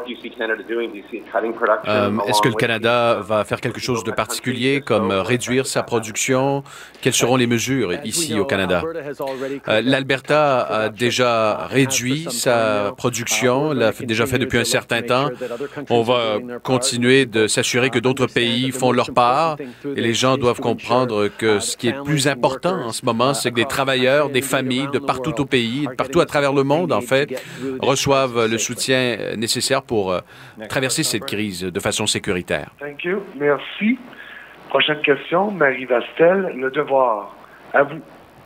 O: Euh, est-ce que le Canada va faire quelque chose de particulier, comme réduire sa production? Quelles seront les mesures ici au Canada? Euh, L'Alberta a déjà réduit sa production, l'a déjà fait depuis un certain temps. On va continuer de s'assurer que d'autres pays font leur part et les gens doivent comprendre que ce qui est plus important en ce moment, c'est que des travailleurs, des familles de partout au pays, de partout à travers le monde, en fait, reçoivent le soutien nécessaire pour euh, traverser cette crise de façon sécuritaire.
Q: Thank you. Merci. Prochaine question, Marie Vastel, Le Devoir. À vous.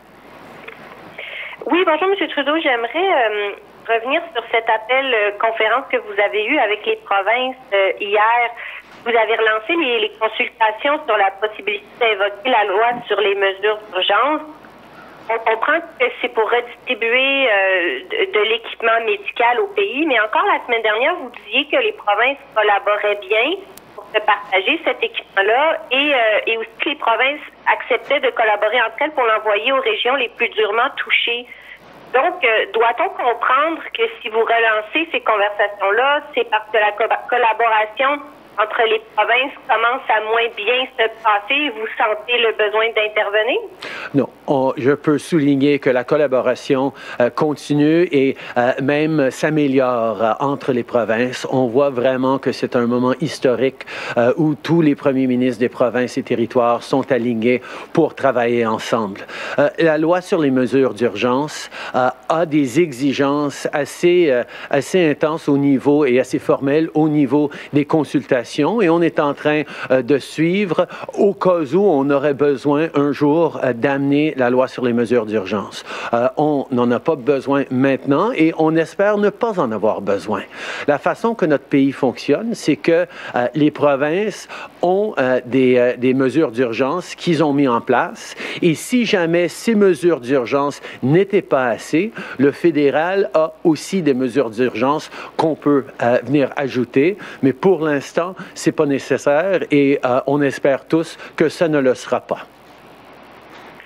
S: Oui, bonjour, M. Trudeau. J'aimerais euh, revenir sur cet appel euh, conférence que vous avez eu avec les provinces euh, hier. Vous avez relancé les, les consultations sur la possibilité d'invoquer la loi sur les mesures d'urgence. On comprend que c'est pour redistribuer euh, de, de l'équipement médical au pays, mais encore la semaine dernière, vous disiez que les provinces collaboraient bien pour se partager cet équipement-là et, euh, et aussi que les provinces acceptaient de collaborer entre elles pour l'envoyer aux régions les plus durement touchées. Donc, euh, doit-on comprendre que si vous relancez ces conversations-là, c'est parce que la co- collaboration entre les provinces commence à moins bien se passer et vous sentez le besoin d'intervenir?
P: Non, on, je peux souligner que la collaboration euh, continue et euh, même s'améliore euh, entre les provinces. On voit vraiment que c'est un moment historique euh, où tous les premiers ministres des provinces et territoires sont alignés pour travailler ensemble. Euh, la loi sur les mesures d'urgence euh, a des exigences assez, euh, assez intenses au niveau et assez formelles au niveau des consultations. Et on est en train euh, de suivre au cas où on aurait besoin un jour euh, d'amener la loi sur les mesures d'urgence. Euh, on n'en a pas besoin maintenant et on espère ne pas en avoir besoin. La façon que notre pays fonctionne, c'est que euh, les provinces ont euh, des, euh, des mesures d'urgence qu'ils ont mis en place et si jamais ces mesures d'urgence n'étaient pas assez, le fédéral a aussi des mesures d'urgence qu'on peut euh, venir ajouter, mais pour l'instant, c'est pas nécessaire et euh, on espère tous que ça ne le sera pas.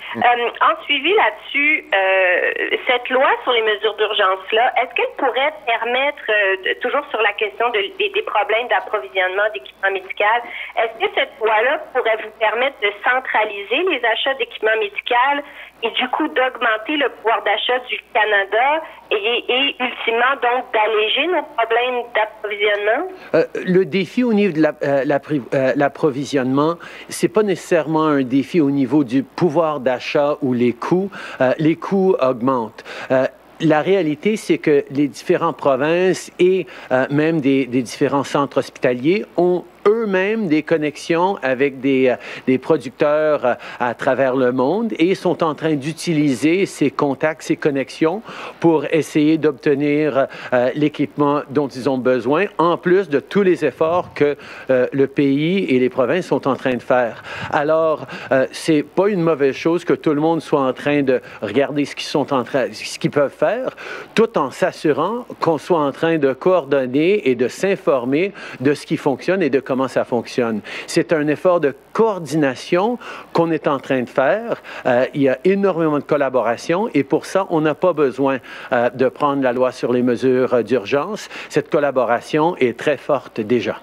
S: Euh, en suivi là-dessus, euh, cette loi sur les mesures d'urgence-là, est-ce qu'elle pourrait permettre, euh, de, toujours sur la question de, des, des problèmes d'approvisionnement d'équipements médicaux, est-ce que cette loi-là pourrait vous permettre de centraliser les achats d'équipements médicaux et du coup d'augmenter le pouvoir d'achat du Canada et, et ultimement donc d'alléger nos problèmes d'approvisionnement?
P: Euh, le défi au niveau de la, euh, la, euh, l'approvisionnement, c'est pas nécessairement un défi au niveau du pouvoir d'achat ou les coûts. Euh, les coûts augmentent. Euh, La réalité, c'est que les différentes provinces et euh, même des, des différents centres hospitaliers ont eux-mêmes des connexions avec des, des producteurs euh, à travers le monde et sont en train d'utiliser ces contacts, ces connexions pour essayer d'obtenir euh, l'équipement dont ils ont besoin, en plus de tous les efforts que euh, le pays et les provinces sont en train de faire. Alors, euh, c'est pas une mauvaise chose que tout le monde soit en train de regarder ce qu'ils sont en train, ce qu'ils peuvent faire, tout en s'assurant qu'on soit en train de coordonner et de s'informer de ce qui fonctionne et de comment ça fonctionne. C'est un effort de coordination qu'on est en train de faire. Euh, il y a énormément de collaboration et pour ça, on n'a pas besoin euh, de prendre la loi sur les mesures d'urgence. Cette collaboration est très forte déjà.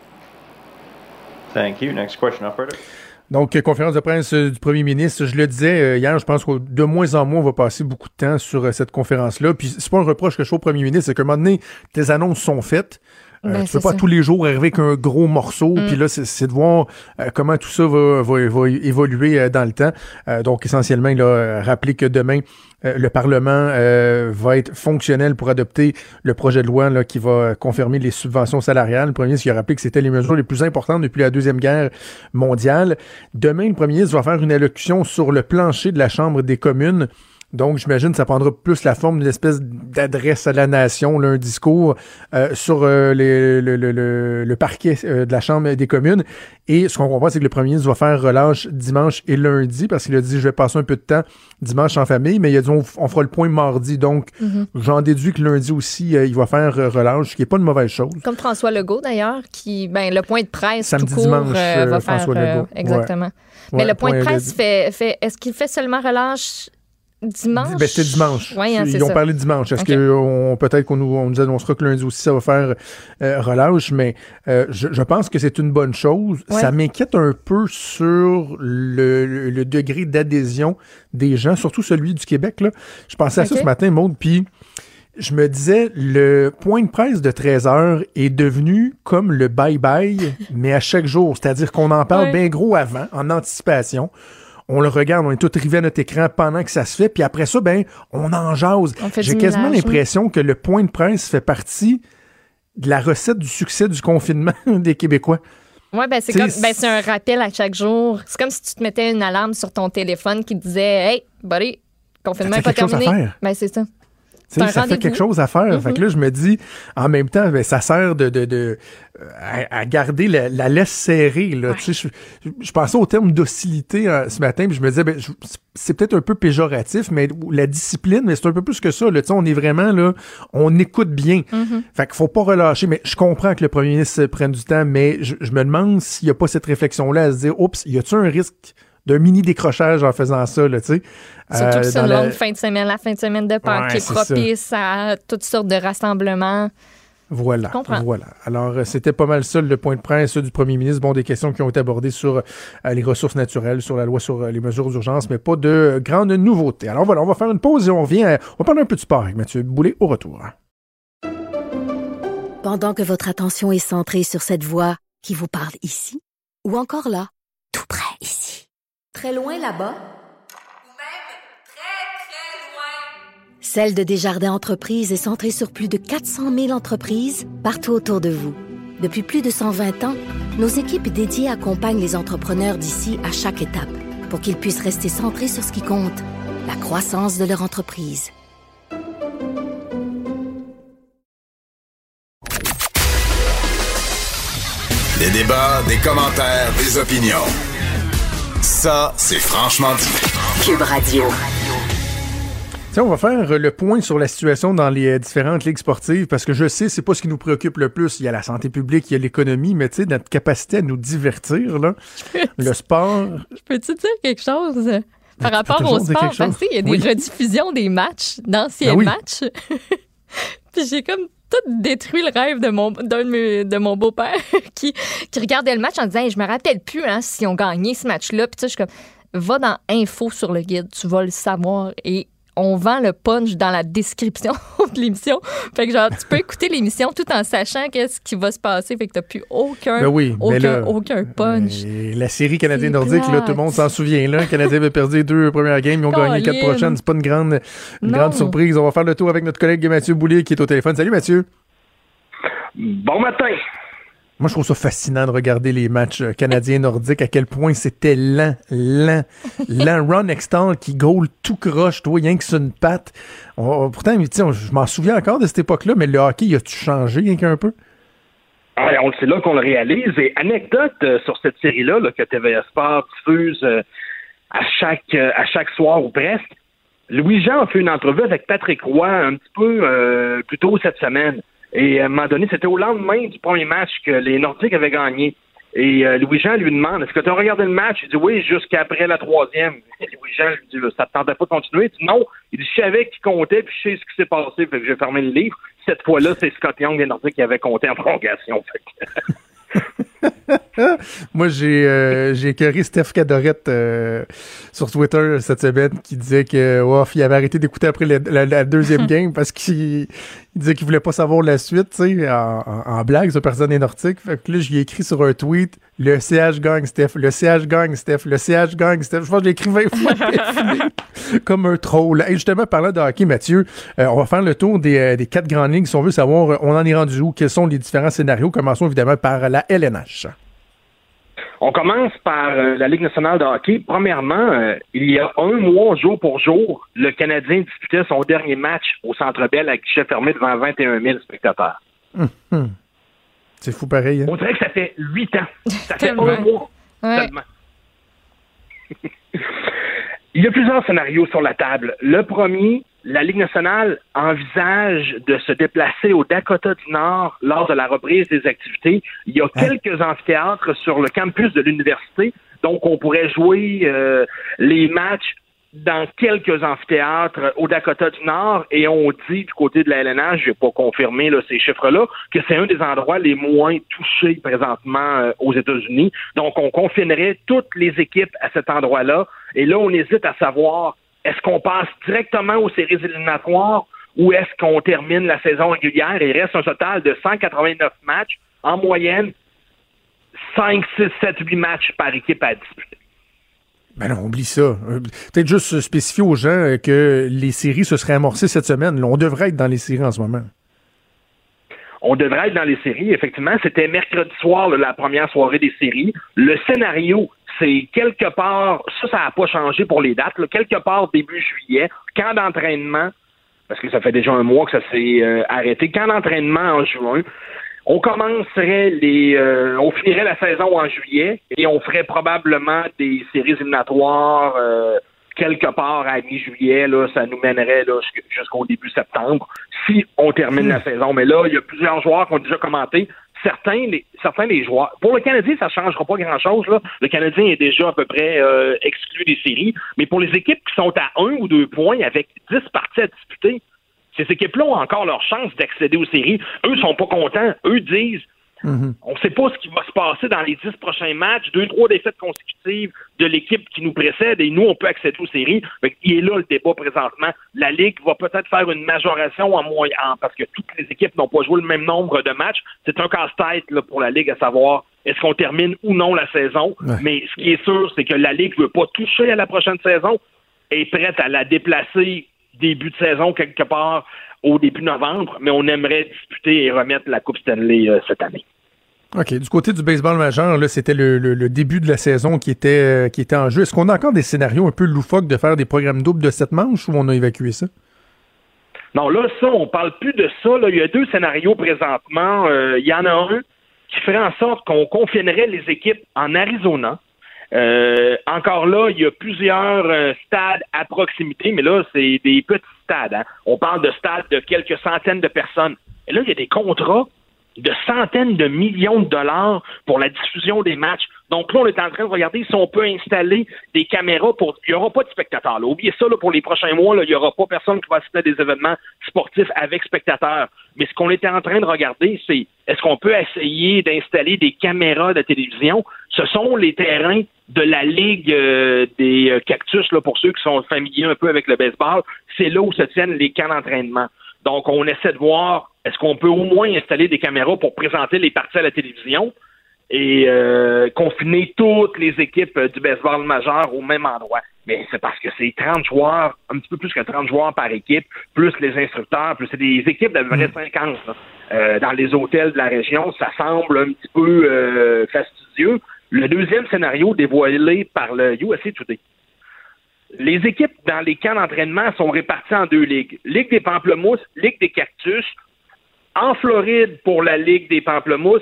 M: Thank you. Next question, operator.
C: Donc, conférence de presse du premier ministre, je le disais euh, hier, je pense que de moins en moins, on va passer beaucoup de temps sur euh, cette conférence-là. Puis, c'est pas un reproche que je fais au premier ministre, c'est qu'à un moment donné, tes annonces sont faites. Euh, ben, tu peux pas ça. tous les jours arriver avec un gros morceau, mm. puis là, c'est, c'est de voir euh, comment tout ça va, va, va évoluer euh, dans le temps. Euh, donc, essentiellement, il a rappelé que demain, euh, le Parlement euh, va être fonctionnel pour adopter le projet de loi là, qui va confirmer les subventions salariales. Le premier ministre il a rappelé que c'était les mesures les plus importantes depuis la Deuxième Guerre mondiale. Demain, le premier ministre va faire une allocution sur le plancher de la Chambre des communes. Donc, j'imagine que ça prendra plus la forme d'une espèce d'adresse à la nation, là, un discours euh, sur euh, les, le, le, le, le parquet euh, de la Chambre des communes. Et ce qu'on comprend, c'est que le premier ministre va faire relâche dimanche et lundi, parce qu'il a dit « je vais passer un peu de temps dimanche en famille », mais il a dit « on, on fera le point mardi ». Donc, mm-hmm. j'en déduis que lundi aussi, euh, il va faire euh, relâche, ce qui n'est pas une mauvaise chose.
D: Comme François Legault, d'ailleurs, qui, ben le point de presse
C: Samedi,
D: tout court
C: dimanche,
D: euh, va
C: François
D: faire...
C: Legault.
D: Euh, exactement.
C: Ouais.
D: Mais
C: ouais,
D: le point, point de presse,
C: de...
D: fait, fait... Est-ce qu'il fait seulement relâche... Dimanche?
C: Ben, c'était dimanche.
D: Ouais, hein,
C: Ils ont
D: ça.
C: parlé dimanche. Est-ce
D: okay.
C: que on, peut-être qu'on nous, on nous annoncera que lundi aussi, ça va faire euh, relâche, mais euh, je, je pense que c'est une bonne chose. Ouais. Ça m'inquiète un peu sur le, le, le degré d'adhésion des gens, surtout celui du Québec. Là. Je pensais à okay. ça ce matin, Maude, puis je me disais, le point de presse de treize heures est devenu comme le bye-bye, mais à chaque jour. C'est-à-dire qu'on en parle ouais. bien gros avant, en anticipation. On le regarde, on est tous rivés à notre écran pendant que ça se fait, puis après ça, ben, on en jase. On J'ai quasiment millage, l'impression oui. que le point de presse fait partie de la recette du succès du confinement des Québécois.
D: Oui, ben c'est, comme, ben c'est un rappel à chaque jour. C'est comme si tu te mettais une alarme sur ton téléphone qui te disait « Hey, buddy, confinement n'est pas terminé. » Ben c'est ça.
C: C'est ça fait quelque chose à faire. Mm-hmm. Fait que là, je me dis, en même temps, ben, ça sert de, de, de à, à garder la, la laisse serrée. Là. Ouais. Je, je, je pensais au terme docilité hein, ce matin, puis je me disais, ben, je, c'est peut-être un peu péjoratif, mais la discipline, mais c'est un peu plus que ça. Là. On est vraiment là, on écoute bien. Mm-hmm. Fait qu'il faut pas relâcher. Mais je comprends que le premier ministre prenne du temps, mais je, je me demande s'il n'y a pas cette réflexion-là à se dire, oups, y a-t-il un risque d'un mini décrochage en faisant ça, là, tu sais.
D: Surtout euh, que c'est une la... longue fin de semaine, la fin de semaine de Pâques, ouais, qui est propice ça. à toutes sortes de rassemblements.
C: Voilà, voilà. Alors, c'était pas mal ça, le point de presse du premier ministre. Bon, des questions qui ont été abordées sur euh, les ressources naturelles, sur la loi sur euh, les mesures d'urgence, mais pas de grandes nouveautés. Alors voilà, on va faire une pause et on revient. À... On va parler un peu de sport avec Mathieu Boulay au retour.
A: Pendant que votre attention est centrée sur cette voix qui vous parle ici, ou encore là, tout près ici, très loin là-bas, ou même très, très loin. Celle de Desjardins Entreprises est centrée sur plus de quatre cent mille entreprises partout autour de vous. Depuis plus de cent vingt ans, nos équipes dédiées accompagnent les entrepreneurs d'ici à chaque étape pour qu'ils puissent rester centrés sur ce qui compte, la croissance de leur entreprise.
B: Des débats, des commentaires, des opinions. Ça, c'est franchement dit.
E: Cube Radio.
C: Tiens, on va faire le point sur la situation dans les différentes ligues sportives parce que je sais, c'est pas ce qui nous préoccupe le plus. Il y a la santé publique, il y a l'économie, mais tu sais, notre capacité à nous divertir, là, le sport.
D: Je peux-tu dire quelque chose? par rapport au sport, parce qu'il y a des oui. rediffusions des matchs, d'anciens ben oui. matchs. Puis j'ai comme tout détruit le rêve de mon, d'un de, mes, de mon beau-père qui, qui regardait le match en disant hey, « Je me rappelle plus hein, si on gagnait ce match-là. » Puis tu sais, je suis comme « Va dans Info sur le guide, tu vas le savoir. » Et on vend le punch dans la description de l'émission. Fait que genre, tu peux écouter l'émission tout en sachant qu'est-ce qui va se passer. Fait que t'as plus aucun,
C: ben oui,
D: aucun,
C: là,
D: aucun punch.
C: La série Canadien-Nordique, là, tout le monde s'en souvient. Là. Le Canadien avait perdu les deux premières games. Ils ont Colin. gagné les quatre prochaines. C'est pas une grande, une grande surprise. On va faire le tour avec notre collègue Mathieu Boulier qui est au téléphone. Salut Mathieu.
T: Bon matin.
C: Moi, je trouve ça fascinant de regarder les matchs canadiens nordiques, à quel point c'était lent, lent, lent. Ron Extall qui goal tout croche, toi, rien que sur une patte. On, pourtant, on, je m'en souviens encore de cette époque-là, mais le hockey, il a-tu changé rien qu'un peu?
T: Ah, on, c'est là qu'on le réalise. Et anecdote euh, sur cette série-là là, que T V S Sport diffuse euh, à, chaque, euh, à chaque soir ou presque, Louis-Jean a fait une entrevue avec Patrick Roy un petit peu euh, plus tôt cette semaine. Et à un moment donné, c'était au lendemain du premier match que les Nordiques avaient gagné. Et euh, Louis-Jean lui demande, est-ce que tu as regardé le match? Il dit oui, jusqu'après la troisième. Et Louis-Jean lui dit, ça te tentait pas de continuer? Il dit non. Il dit, je savais qui comptait, puis je sais ce qui s'est passé, fait que j'ai fermé le livre. Cette fois-là, c'est Scott Young des Nordiques qui avait compté en prolongation.
C: Moi, j'ai euh, j'ai écœuré Steph Cadorette euh, sur Twitter cette semaine qui disait que oh, il avait arrêté d'écouter après la, la, la deuxième game parce qu'il il disait qu'il voulait pas savoir la suite, tu sais, en, en, en blague, ce personne est nordique. Fait que là, j'y ai écrit sur un tweet, le C H gagne, Steph, le C H gagne, Steph, le C H gagne, Steph. Je pense que je l'ai écrit vingt fois comme un troll. Et justement, parlant de hockey, Mathieu, euh, on va faire le tour des, euh, des quatre grandes lignes si on veut savoir, euh, on en est rendu où, quels sont les différents scénarios. Commençons évidemment par la L N H.
T: On commence par euh, la Ligue nationale de hockey. Premièrement, euh, il y a un mois, jour pour jour, le Canadien disputait son dernier match au Centre Bell à guichet fermé devant vingt et un mille spectateurs.
C: Hum, hum. C'est fou pareil. Hein?
T: On dirait que ça fait huit ans. Ça fait un mois
D: ouais.
T: seulement. Il y a plusieurs scénarios sur la table. Le premier, la Ligue nationale envisage de se déplacer au Dakota du Nord lors de la reprise des activités. Il y a quelques amphithéâtres sur le campus de l'université, donc on pourrait jouer euh, les matchs dans quelques amphithéâtres au Dakota du Nord, et on dit du côté de la L N H, je n'ai pas confirmé là, ces chiffres-là, que c'est un des endroits les moins touchés présentement euh, aux États-Unis. Donc on confinerait toutes les équipes à cet endroit-là, et là on hésite à savoir est-ce qu'on passe directement aux séries éliminatoires ou est-ce qu'on termine la saison régulière et il reste un total de cent quatre-vingt-neuf matchs, en moyenne cinq, six, sept, huit matchs par équipe à disputer.
C: Ben non, oublie ça. Euh, peut-être juste spécifier aux gens que les séries se seraient amorcées cette semaine. Là, on devrait être dans les séries en ce moment.
T: On devrait être dans les séries, effectivement. C'était mercredi soir, là, la première soirée des séries. Le scénario, c'est quelque part, ça, ça n'a pas changé pour les dates, là, quelque part début juillet, camp d'entraînement, parce que ça fait déjà un mois que ça s'est euh, arrêté, camp d'entraînement en juin. On commencerait les, euh, on finirait la saison en juillet et on ferait probablement des séries éliminatoires euh, quelque part à mi-juillet. Là, ça nous mènerait là, jusqu'au début septembre si on termine la saison. Mais là, il y a plusieurs joueurs qui ont déjà commenté. Certains, les, certains des joueurs. Pour le Canadien, ça ne changera pas grand-chose. Là. Le Canadien est déjà à peu près euh, exclu des séries. Mais pour les équipes qui sont à un ou deux points avec dix parties à disputer, ces équipes-là ont encore leur chance d'accéder aux séries. Eux sont pas contents. Eux disent, mm-hmm. on ne sait pas ce qui va se passer dans les dix prochains matchs, deux, trois défaites consécutives de l'équipe qui nous précède et nous, on peut accéder aux séries. Fait il est là le débat présentement. La Ligue va peut-être faire une majoration en moyen, parce que toutes les équipes n'ont pas joué le même nombre de matchs. C'est un casse-tête là, pour la Ligue à savoir est-ce qu'on termine ou non la saison. Ouais. Mais ce qui est sûr, c'est que la Ligue ne veut pas toucher à la prochaine saison, est prête à la déplacer début de saison quelque part au début novembre, mais on aimerait disputer et remettre la Coupe Stanley euh, cette année.
C: OK. Du côté du baseball majeur, là, c'était le, le, le début de la saison qui était, euh, qui était en jeu. Est-ce qu'on a encore des scénarios un peu loufoques de faire des programmes doubles de sept manches ou on a évacué ça?
T: Non, là, ça, on parle plus de ça. Là. Il y a deux scénarios présentement. Euh, il y en a un qui ferait en sorte qu'on confinerait les équipes en Arizona. Euh, encore là, il y a plusieurs euh, stades à proximité, mais là, c'est des petits stades. Hein. On parle de stades de quelques centaines de personnes. Et là, il y a des contrats de centaines de millions de dollars pour la diffusion des matchs. Donc là, on est en train de regarder si on peut installer des caméras pour... Il n'y aura pas de spectateurs. Là. Oubliez ça, là, pour les prochains mois, là, il n'y aura pas personne qui va assister à des événements sportifs avec spectateurs. Mais ce qu'on était en train de regarder, c'est est-ce qu'on peut essayer d'installer des caméras de télévision? Ce sont les terrains de la Ligue euh, des euh, cactus, là, pour ceux qui sont familiers un peu avec le baseball. C'est là où se tiennent les camps d'entraînement. Donc, on essaie de voir, est-ce qu'on peut au moins installer des caméras pour présenter les parties à la télévision et euh, confiner toutes les équipes euh, du baseball majeur au même endroit. Mais c'est parce que c'est trente joueurs, un petit peu plus que trente joueurs par équipe, plus les instructeurs, plus c'est des équipes d'à peu près cinquante. Là. Euh, dans les hôtels de la région, ça semble un petit peu euh, fastidieux. Le deuxième scénario dévoilé par le U S A Today. Les équipes dans les camps d'entraînement sont réparties en deux ligues. Ligue des Pamplemousses, Ligue des Cactus. En Floride pour la Ligue des Pamplemousses,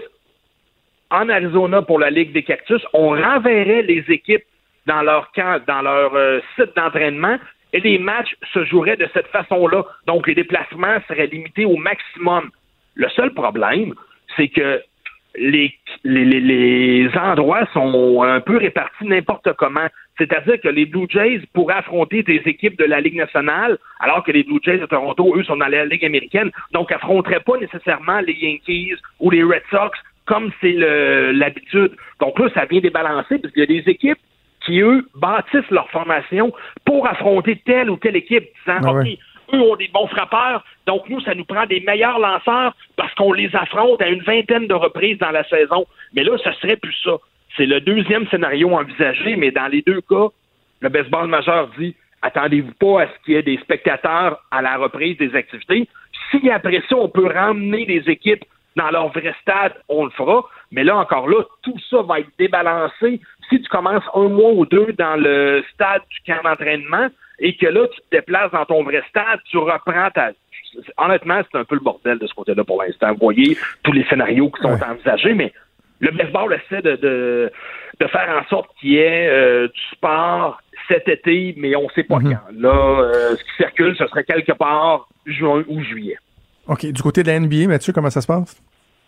T: en Arizona pour la Ligue des Cactus, on renverrait les équipes dans leur camp, dans leur euh, site d'entraînement, et les matchs se joueraient de cette façon-là. Donc, les déplacements seraient limités au maximum. Le seul problème, c'est que les, les, les, les endroits sont un peu répartis n'importe comment. C'est-à-dire que les Blue Jays pourraient affronter des équipes de la Ligue nationale, alors que les Blue Jays de Toronto, eux, sont dans la Ligue américaine, donc affronteraient pas nécessairement les Yankees ou les Red Sox, comme c'est le, l'habitude. Donc là, ça vient débalancer, parce qu'il y a des équipes qui, eux, bâtissent leur formation pour affronter telle ou telle équipe, disant, ah, OK, ouais. Eux ont des bons frappeurs, donc nous, ça nous prend des meilleurs lanceurs parce qu'on les affronte à une vingtaine de reprises dans la saison. Mais là, ça serait plus ça. C'est le deuxième scénario envisagé, mais dans les deux cas, le baseball majeur dit, attendez-vous pas à ce qu'il y ait des spectateurs à la reprise des activités. Si après ça, on peut ramener les équipes dans leur vrai stade, on le fera. Mais là, encore là, tout ça va être débalancé. Si tu commences un mois ou deux dans le stade du camp d'entraînement et que là, tu te déplaces dans ton vrai stade, tu reprends ta... Honnêtement, c'est un peu le bordel de ce côté-là pour l'instant. Vous voyez tous les scénarios qui sont ouais. envisagés, mais le baseball essaie de, de, de faire en sorte qu'il y ait euh, du sport cet été, mais on ne sait pas mm-hmm. quand. Là, euh, ce qui circule, ce serait quelque part juin ou juillet.
C: OK. Du côté de la N B A, Mathieu, comment ça se passe?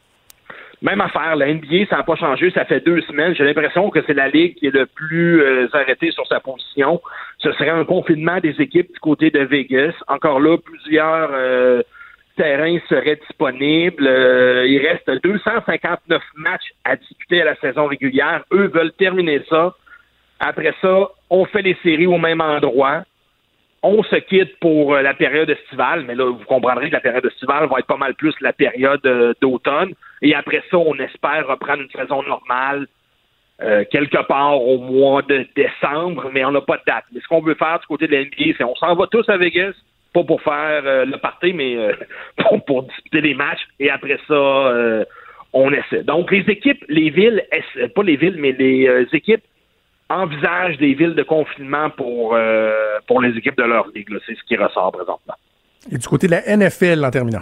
T: Même affaire. La N B A, ça n'a pas changé. Ça fait deux semaines. J'ai l'impression que c'est la Ligue qui est le plus euh, arrêtée sur sa position. Ce serait un confinement des équipes du côté de Vegas. Encore là, plusieurs euh, terrains seraient disponibles. Euh, il reste deux cent cinquante-neuf matchs à disputer à la saison régulière. Eux veulent terminer ça. Après ça, on fait les séries au même endroit. On se quitte pour la période estivale, mais là, vous comprendrez que la période estivale va être pas mal plus la période euh, d'automne. Et après ça, on espère reprendre une saison normale euh, quelque part au mois de décembre, mais on n'a pas de date. Mais ce qu'on veut faire du côté de la N B A, c'est on s'en va tous à Vegas, pas pour faire euh, le party, mais euh, pour, pour disputer les matchs. Et après ça, euh, on essaie. Donc, les équipes, les villes, pas les villes, mais les euh, équipes, envisage des villes de confinement pour, euh, pour les équipes de leur ligue. Là. C'est ce qui ressort présentement.
C: Et du côté de la N F L, en terminant?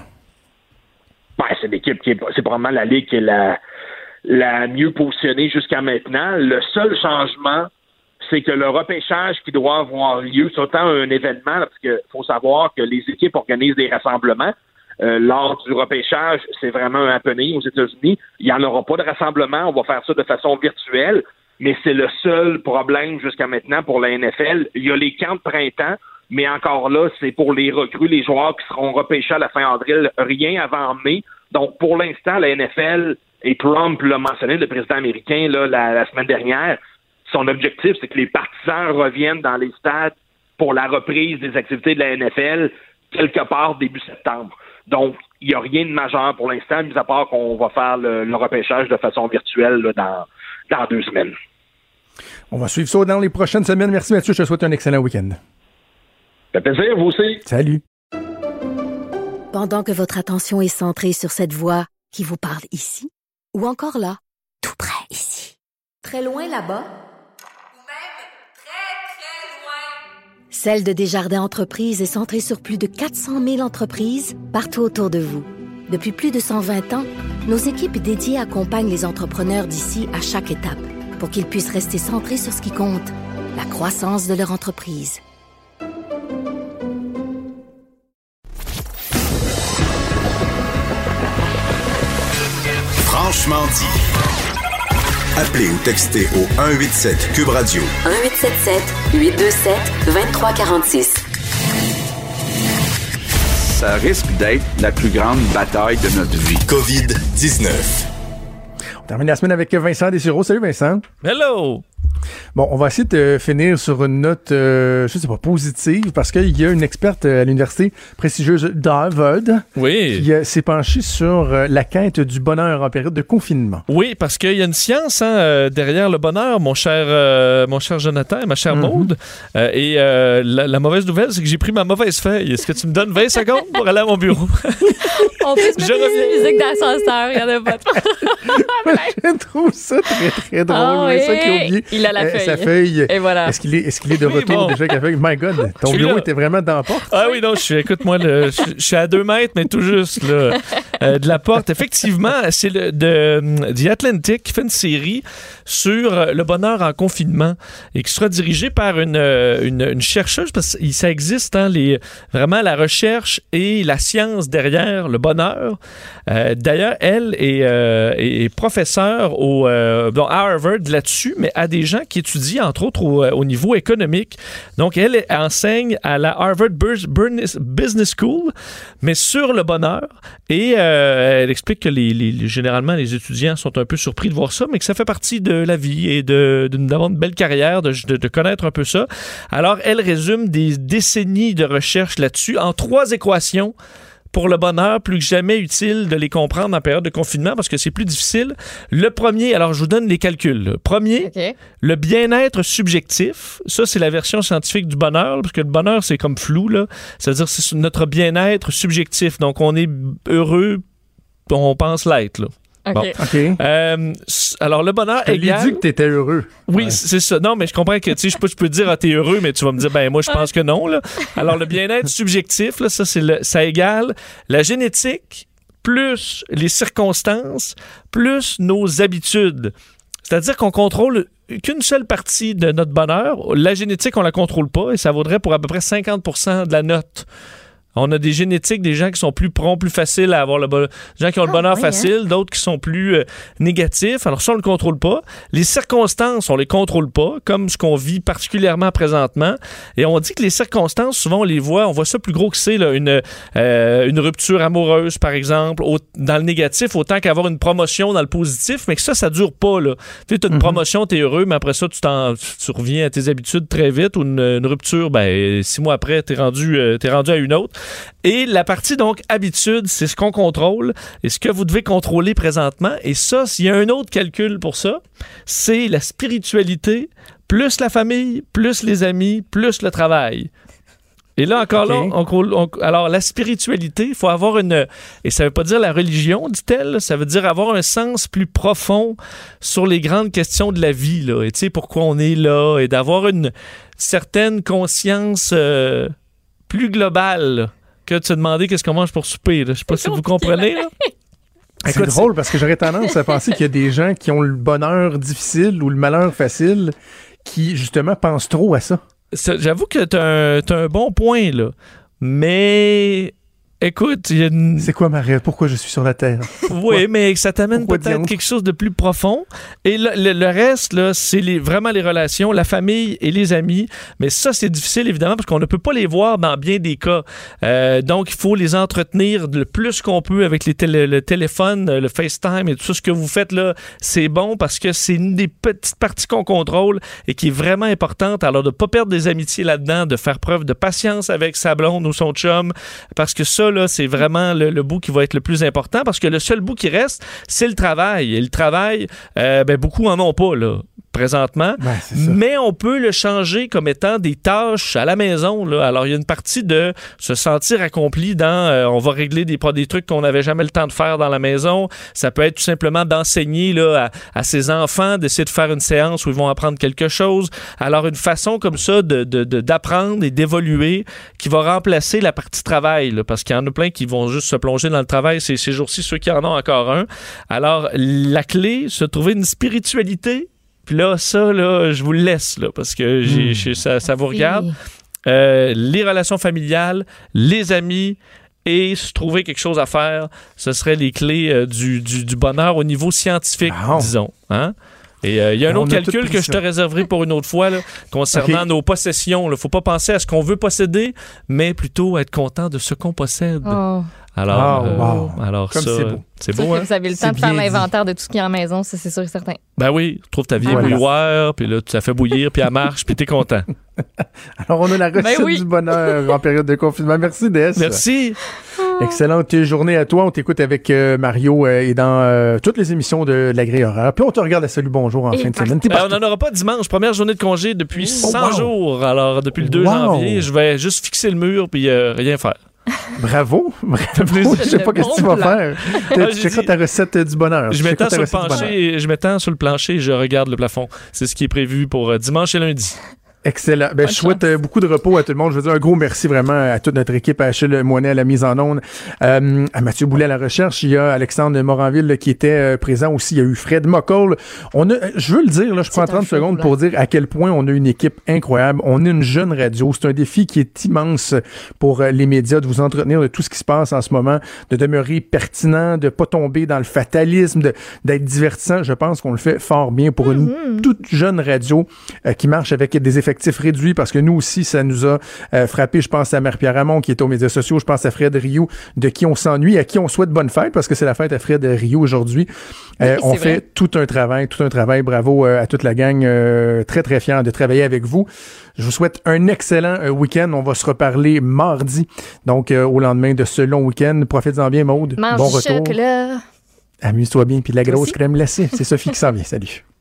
T: Ben, c'est l'équipe qui est, c'est probablement la ligue qui est la, la mieux positionnée jusqu'à maintenant. Le seul changement, c'est que le repêchage qui doit avoir lieu, c'est autant un événement, là, parce qu'il faut savoir que les équipes organisent des rassemblements. Euh, lors du repêchage, c'est vraiment un happening aux États-Unis. Il n'y en aura pas de rassemblement. On va faire ça de façon virtuelle. Mais c'est le seul problème jusqu'à maintenant pour la N F L. Il y a les camps de printemps, mais encore là, c'est pour les recrues, les joueurs qui seront repêchés à la fin avril, rien avant mai. Donc, pour l'instant, la N F L, et Trump l'a mentionné, le président américain, là, la, la semaine dernière, son objectif, c'est que les partisans reviennent dans les stades pour la reprise des activités de la N F L quelque part début septembre. Donc, il n'y a rien de majeur pour l'instant, mis à part qu'on va faire le, le repêchage de façon virtuelle là, dans, dans deux semaines.
C: On va suivre ça dans les prochaines semaines. Merci Mathieu, je te souhaite un excellent week-end.
T: Ça fait plaisir, vous aussi.
C: Salut.
A: Pendant que votre attention est centrée sur cette voix qui vous parle ici, ou encore là, tout près ici, très loin là-bas, ou même très, très loin, Celle de Desjardins Entreprises est centrée sur plus de quatre cent mille entreprises partout autour de vous. Depuis plus de cent vingt ans, nos équipes dédiées accompagnent les entrepreneurs d'ici à chaque étape pour qu'ils puissent rester centrés sur ce qui compte, la croissance de leur entreprise.
B: Franchement dit. Appelez ou textez au un huit sept Cube Radio.
E: un huit sept sept huit deux sept deux trois quatre six.
K: Ça risque d'être la plus grande bataille de notre vie.
B: covid dix-neuf.
C: On termine la semaine avec Vincent Dessureau. Salut Vincent.
U: Hello.
C: Bon, on va essayer de finir sur une note, euh, je sais pas, positive, parce qu'il y a une experte à l'université prestigieuse d'Harvard
U: oui.
C: qui euh, s'est penchée sur euh, la quête du bonheur en période de confinement.
U: Oui, parce qu'il y a une science hein, euh, derrière le bonheur, mon cher, euh, mon cher Jonathan et ma chère mm-hmm. Maude. Euh, et euh, la, la mauvaise nouvelle, c'est que j'ai pris ma mauvaise feuille. Est-ce que tu me donnes vingt secondes pour aller à mon bureau?
D: On peut se mettre une musique d'ascenseur, il y en a pas trop.
C: Je trouve ça très, très drôle.
D: Oh,
C: Vincent
D: oui.
C: qui a oublié
D: Il a la
C: euh,
D: feuille.
C: sa feuille.
D: Et voilà.
C: Est-ce qu'il est, est-ce qu'il est de
U: oui,
C: retour
U: bon.
C: déjà avec la feuille? My God, ton bureau
U: là.
C: était vraiment dans la porte.
U: Ah oui, non, je suis, écoute-moi, le, je, je suis à deux mètres, mais tout juste là, euh, de la porte. Effectivement, c'est le, de The Atlantic qui fait une série sur le bonheur en confinement et qui sera dirigée par une, une, une chercheuse, parce que ça existe, hein, les, vraiment la recherche et la science derrière le bonheur. Euh, d'ailleurs, elle est, euh, est professeure au, euh, bon, à Harvard là-dessus, mais à des gens qui étudient, entre autres, au, au niveau économique. Donc, elle enseigne à la Harvard Business School, mais sur le bonheur. Et euh, elle explique que les, les, généralement, les étudiants sont un peu surpris de voir ça, mais que ça fait partie de la vie et de, de, d'avoir une belle carrière, de, de, de connaître un peu ça. Alors, elle résume des décennies de recherche là-dessus en trois équations pour le bonheur, plus que jamais utile de les comprendre en période de confinement parce que c'est plus difficile. Le premier, alors je vous donne les calculs. Le premier, okay. Le bien-être subjectif. Ça, c'est la version scientifique du bonheur, parce que le bonheur, c'est comme flou, là. C'est-à-dire que c'est notre bien-être subjectif. Donc, on est heureux, on pense l'être, là.
D: OK.
U: Bon.
C: okay.
U: Euh, alors, le bonheur
C: je
U: égal...
C: t'ai dit que t'étais heureux.
U: Oui,
C: ouais.
U: c'est ça. Non, mais je comprends que, tu sais, je peux, je peux te dire, ah, t'es heureux, mais tu vas me dire, ben, moi, je pense que non, là. Alors, le bien-être subjectif, là, ça, c'est le, ça égale la génétique plus les circonstances plus nos habitudes. C'est-à-dire qu'on contrôle qu'une seule partie de notre bonheur. La génétique, on la contrôle pas et ça vaudrait pour à peu près cinquante pour cent de la note. On a des génétiques, des gens qui sont plus prompts, plus faciles à avoir le bonheur, des gens qui ont le bonheur ah, oui, facile, hein? D'autres qui sont plus euh, négatifs. Alors ça, on ne le contrôle pas. Les circonstances, on les contrôle pas, comme ce qu'on vit particulièrement présentement. Et on dit que les circonstances, souvent, on les voit, on voit ça plus gros que c'est, là, une, euh, une rupture amoureuse, par exemple, au, dans le négatif, autant qu'avoir une promotion dans le positif, mais que ça, ça dure pas, là. Tu sais, t'as une mm-hmm. promotion, t'es heureux, mais après ça, tu, t'en, tu reviens à tes habitudes très vite, ou une, une rupture, ben, six mois après, t'es rendu, euh, t'es rendu à une autre. Et la partie, donc, habitude, c'est ce qu'on contrôle et ce que vous devez contrôler présentement. Et ça, s'il y a un autre calcul pour ça, c'est la spiritualité, plus la famille, plus les amis, plus le travail. Et là, encore okay. là, on, on, alors la spiritualité, il faut avoir une... Et ça veut pas dire la religion, dit-elle, ça veut dire avoir un sens plus profond sur les grandes questions de la vie, là. Et tu sais, pourquoi on est là, et d'avoir une certaine conscience euh, plus globale, là, que de se demander qu'est-ce qu'on mange pour souper. Je sais pas si vous comprenez, là.
C: C'est Écoute, drôle, c'est... parce que j'aurais tendance à penser qu'il y a des gens qui ont le bonheur difficile ou le malheur facile qui, justement, pensent trop à ça.
U: Ça, j'avoue que t'as un, t'as un bon point, là. Mais... Écoute, il y a une...
C: C'est quoi ma rêve? Pourquoi je suis sur la Terre?
U: Oui, mais ça t'amène Pourquoi peut-être diantre? quelque chose de plus profond. Et le, le, le reste, là, c'est les, vraiment les relations, la famille et les amis. Mais ça, c'est difficile, évidemment, parce qu'on ne peut pas les voir dans bien des cas. Euh, donc, il faut les entretenir le plus qu'on peut avec les télé, le téléphone, le FaceTime et tout ça. Ce que vous faites là, c'est bon parce que c'est une des petites parties qu'on contrôle et qui est vraiment importante. Alors, de ne pas perdre des amitiés là-dedans, de faire preuve de patience avec sa blonde ou son chum, parce que ça, là, c'est vraiment le, le bout qui va être le plus important parce que le seul bout qui reste, c'est le travail. Et le travail, euh, ben, beaucoup en ont pas, là, présentement.
C: Ben,
U: mais on peut le changer comme étant des tâches à la maison, là. Alors, il y a une partie de se sentir accompli dans euh, on va régler des, des trucs qu'on n'avait jamais le temps de faire dans la maison. Ça peut être tout simplement d'enseigner là, à, à ses enfants, d'essayer de faire une séance où ils vont apprendre quelque chose. Alors, une façon comme ça de, de, de, d'apprendre et d'évoluer qui va remplacer la partie travail, là, parce qu'il y en a plein qui vont juste se plonger dans le travail. C'est ces jours-ci ceux qui en ont encore un. Alors, la clé, se trouver une spiritualité. Puis là, ça, là, je vous le laisse, là, parce que j'ai, mmh. j'ai, ça, ça vous regarde. Euh, les relations familiales, les amis et se trouver quelque chose à faire, ce seraient les clés euh, du, du, du bonheur au niveau scientifique, wow. disons. Hein? Et il euh, y a un
C: on
U: autre
C: a
U: calcul que je te réserverai pour une autre fois là, concernant okay. nos possessions. Il ne faut pas penser à ce qu'on veut posséder, mais plutôt être content de ce qu'on possède.
D: Oh.
U: Alors,
C: oh,
U: euh,
C: wow.
U: alors
C: Comme
U: ça,
C: c'est beau.
U: C'est beau, hein?
D: Vous avez le temps
C: c'est
D: de faire
C: bien
D: l'inventaire de tout ce qu'il y a en maison, ça, c'est sûr et certain.
U: Ben oui, trouve ta vieille
C: voilà.
U: bouilloire, puis là, tu la fais bouillir, puis elle marche, puis t'es content.
C: Alors, on a la recette
D: ben oui.
C: du bonheur en période de confinement. Merci, Des.
U: Merci.
C: Excellente journée à toi. On t'écoute avec euh, Mario euh, et dans euh, toutes les émissions de la grille horaire. Puis on te regarde à Salut Bonjour en et fin de semaine.
U: Ben, on n'en aura pas dimanche. Première journée de congé depuis oh, cent
C: wow.
U: jours. Alors, depuis le deux
C: wow.
U: janvier, je vais juste fixer le mur puis euh, rien faire.
C: Bravo! Bravo! Je sais pas qu'est-ce que tu vas faire.
U: Ah,
C: tu checkeras ta recette du bonheur.
U: Je m'étends sur le plancher, je m'étends sur le plancher et je regarde le plafond. C'est ce qui est prévu pour euh, dimanche et lundi.
C: Excellent. Ben, je souhaite euh, beaucoup de repos à tout le monde. Je veux dire un gros merci vraiment à toute notre équipe, à Achille Moinet à la mise en onde, euh, à Mathieu Boulet à la recherche. Il y a Alexandre Moranville là, qui était euh, présent aussi. Il y a eu Fred Mockle. On a, je veux le dire, là, je prends trente secondes pour dire à quel point on a une équipe incroyable. On est une jeune radio. C'est un défi qui est immense pour euh, les médias de vous entretenir de tout ce qui se passe en ce moment, de demeurer pertinent, de pas tomber dans le fatalisme, de, d'être divertissant. Je pense qu'on le fait fort bien pour une mm-hmm. toute jeune radio euh, qui marche avec des effectifs réduit parce que nous aussi, ça nous a euh, frappé. Je pense à Marie-Pierre Ramon qui est aux médias sociaux. Je pense à Fred Rioux, de qui on s'ennuie, à qui on souhaite bonne fête parce que c'est la fête à Fred Rioux aujourd'hui. Euh, oui, on fait vrai. tout un travail, tout un travail. Bravo euh, à toute la gang. Euh, très, très fier de travailler avec vous. Je vous souhaite un excellent euh, week-end. On va se reparler mardi, donc euh, au lendemain de ce long week-end. Profite-en bien, Maude.
D: Mange
C: bon
D: du
C: retour.
D: chocolat.
C: Amuse-toi bien, puis de la grosse crème glacée. C'est Sophie qui s'en vient. Salut.